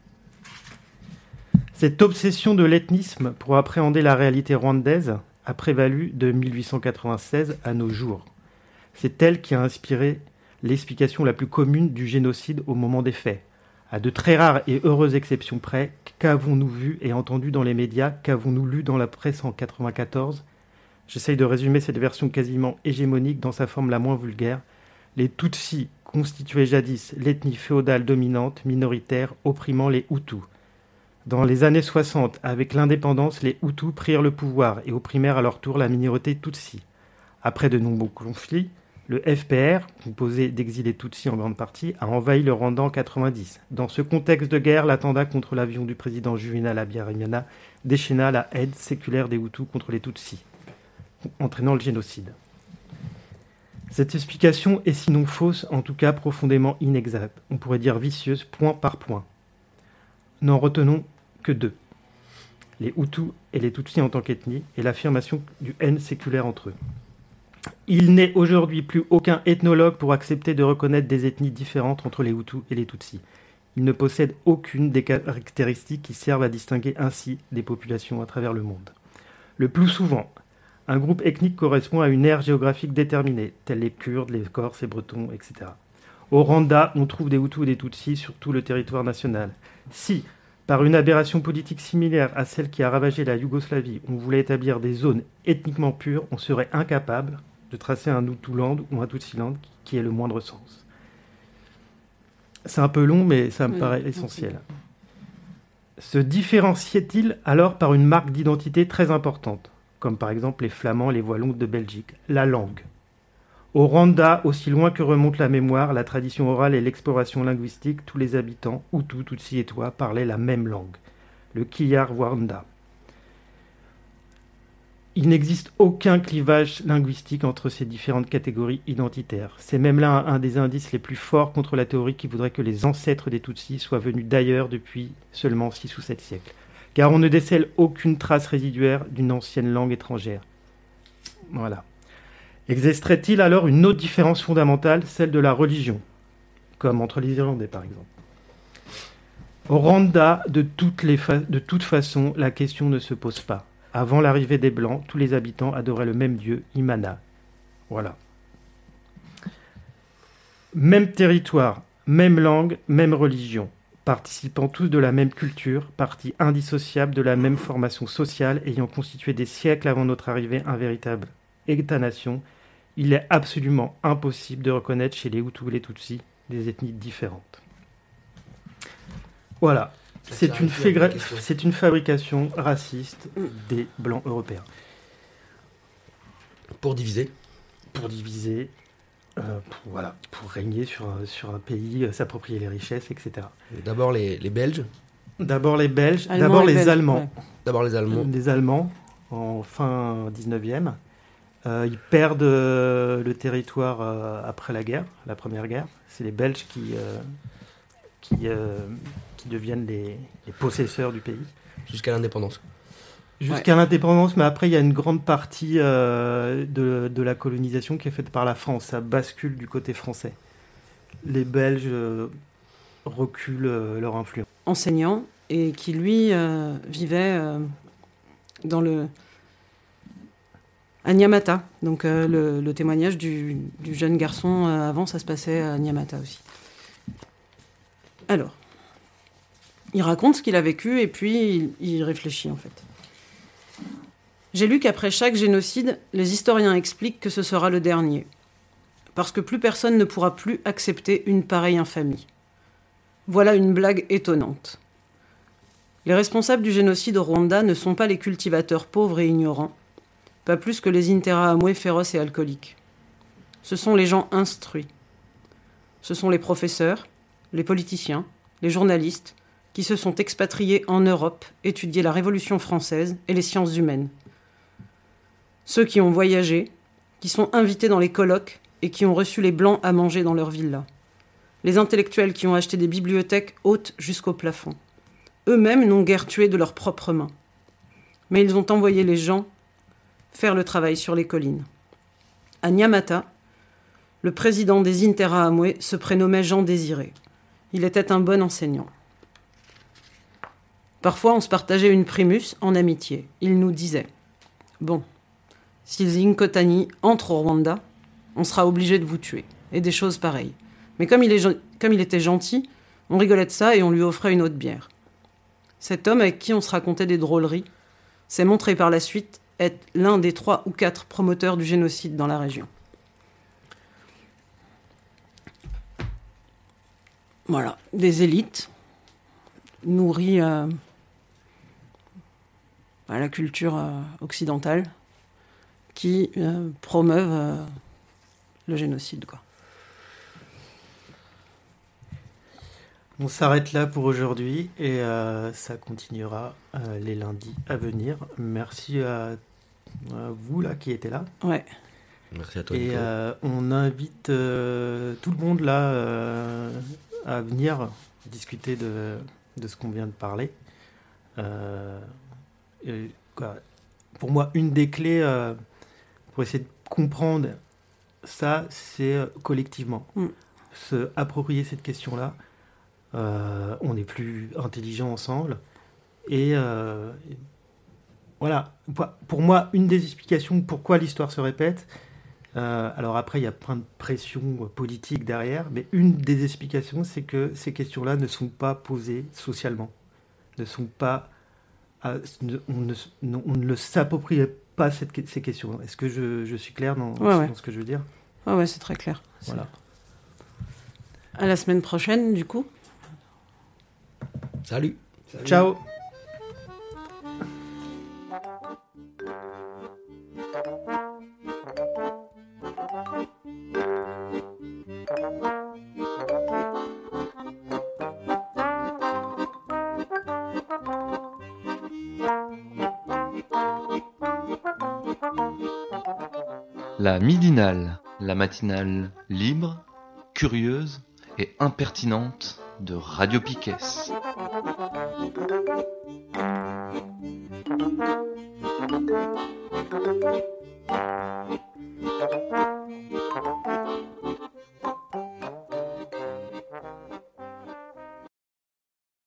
Cette obsession de l'ethnisme pour appréhender la réalité rwandaise a prévalu de 1896 à nos jours. C'est elle qui a inspiré l'explication la plus commune du génocide au moment des faits. À de très rares et heureuses exceptions près, qu'avons-nous vu et entendu dans les médias, qu'avons-nous lu dans la presse en 1994 ? J'essaye de résumer cette version quasiment hégémonique dans sa forme la moins vulgaire. Les Tutsis constituaient jadis l'ethnie féodale dominante, minoritaire, opprimant les Hutus. Dans les années 60, avec l'indépendance, les Hutus prirent le pouvoir et opprimèrent à leur tour la minorité Tutsi. Après de nombreux conflits, le FPR, composé d'exilés Tutsis en grande partie, a envahi le Rwanda en 1990. Dans ce contexte de guerre, l'attentat contre l'avion du président Juvenal Habyarimana déchaîna la haine séculaire des Hutus contre les Tutsis, entraînant le génocide. Cette explication est sinon fausse, en tout cas profondément inexacte. On pourrait dire vicieuse, point par point. N'en retenons que 2. Les Hutus et les Tutsis en tant qu'ethnie et l'affirmation du haine séculaire entre eux. Il n'est aujourd'hui plus aucun ethnologue pour accepter de reconnaître des ethnies différentes entre les Hutus et les Tutsis. Ils ne possèdent aucune des caractéristiques qui servent à distinguer ainsi des populations à travers le monde. Le plus souvent, un groupe ethnique correspond à une aire géographique déterminée, tels les Kurdes, les Corses, les Bretons, etc. Au Rwanda, on trouve des Hutus et des Tutsis sur tout le territoire national. Si, par une aberration politique similaire à celle qui a ravagé la Yougoslavie, on voulait établir des zones ethniquement pures, on serait incapable de tracer un Hutuland ou un Tutsiland qui ait le moindre sens. C'est un peu long, mais ça me paraît essentiel. Se différenciait-il alors par une marque d'identité très importante, comme par exemple les Flamands et les Wallons de Belgique, la langue. Au Rwanda, aussi loin que remonte la mémoire, la tradition orale et l'exploration linguistique, tous les habitants, Hutus, Tutsis et Twa, parlaient la même langue, le Kinyarwanda. Il n'existe aucun clivage linguistique entre ces différentes catégories identitaires. C'est même là un des indices les plus forts contre la théorie qui voudrait que les ancêtres des Tutsis soient venus d'ailleurs depuis seulement 6 ou 7 siècles. Car on ne décèle aucune trace résiduaire d'une ancienne langue étrangère. Voilà. Existerait-il alors une autre différence fondamentale, celle de la religion, comme entre les Irlandais par exemple? Au Rwanda, de toute façon, la question ne se pose pas. Avant l'arrivée des Blancs, tous les habitants adoraient le même dieu, Imana. Voilà. Même territoire, même langue, même religion, participant tous de la même culture, partie indissociable de la même formation sociale, ayant constitué des siècles avant notre arrivée un véritable État-nation, il est absolument impossible de reconnaître chez les Hutus et les Tutsis des ethnies différentes. Voilà. C'est une fabrication raciste des Blancs européens. Pour diviser. Pour diviser, pour régner sur un pays, s'approprier les richesses, etc. D'abord les Belges. D'abord les Belges, d'abord les Allemands. Ouais. D'abord les Allemands. Les Allemands, en fin 19e. Ils perdent le territoire après la guerre, la première guerre. C'est les Belges qui deviennent les possesseurs du pays. Jusqu'à l'indépendance. Jusqu'à l'indépendance, mais après, il y a une grande partie de la colonisation qui est faite par la France. Ça bascule du côté français. Les Belges reculent leur influence. Enseignant, et qui, lui, vivait à Nyamata. Donc, le témoignage du jeune garçon, avant, ça se passait à Nyamata aussi. Alors, il raconte ce qu'il a vécu, et puis il réfléchit, en fait. J'ai lu qu'après chaque génocide, les historiens expliquent que ce sera le dernier, parce que plus personne ne pourra plus accepter une pareille infamie. Voilà une blague étonnante. Les responsables du génocide au Rwanda ne sont pas les cultivateurs pauvres et ignorants, pas plus que les Interahamwe féroces et alcooliques. Ce sont les gens instruits. Ce sont les professeurs, les politiciens, les journalistes, qui se sont expatriés en Europe, étudier la Révolution française et les sciences humaines. Ceux qui ont voyagé, qui sont invités dans les colloques et qui ont reçu les Blancs à manger dans leur villa. Les intellectuels qui ont acheté des bibliothèques hautes jusqu'au plafond. Eux-mêmes n'ont guère tué de leurs propres mains. Mais ils ont envoyé les gens faire le travail sur les collines. À Nyamata, le président des Interahamwe se prénommait Jean Désiré. Il était un bon enseignant. Parfois, on se partageait une primus en amitié. Il nous disait « Bon, si les Inkotani entrent au Rwanda, on sera obligé de vous tuer. » Et des choses pareilles. Mais comme il était gentil, on rigolait de ça et on lui offrait une autre bière. Cet homme avec qui on se racontait des drôleries s'est montré par la suite être l'un des 3 ou 4 promoteurs du génocide dans la région. Voilà, des élites nourries à la culture occidentale qui promeuvent le génocide, quoi. On s'arrête là pour aujourd'hui et ça continuera les lundis à venir. Merci à vous là qui étiez là. Ouais. Merci à toi. Et on invite tout le monde là à venir discuter de ce qu'on vient de parler. Pour moi, une des clés pour essayer de comprendre ça, c'est collectivement. Se approprier cette question-là. On est plus intelligents ensemble. Et voilà. Pour moi, une des explications pourquoi l'histoire se répète, alors après, il y a plein de pressions politiques derrière, mais une des explications, c'est que ces questions-là ne sont pas posées socialement. Ne sont pas... on ne s'approprie pas ces questions. Est-ce que je suis clair dans ce que je veux dire ? Ouais, c'est très clair. Voilà. À la semaine prochaine, du coup. Salut. Ciao. La midinale, la matinale libre, curieuse et impertinente de Radio Piquet. Thank you.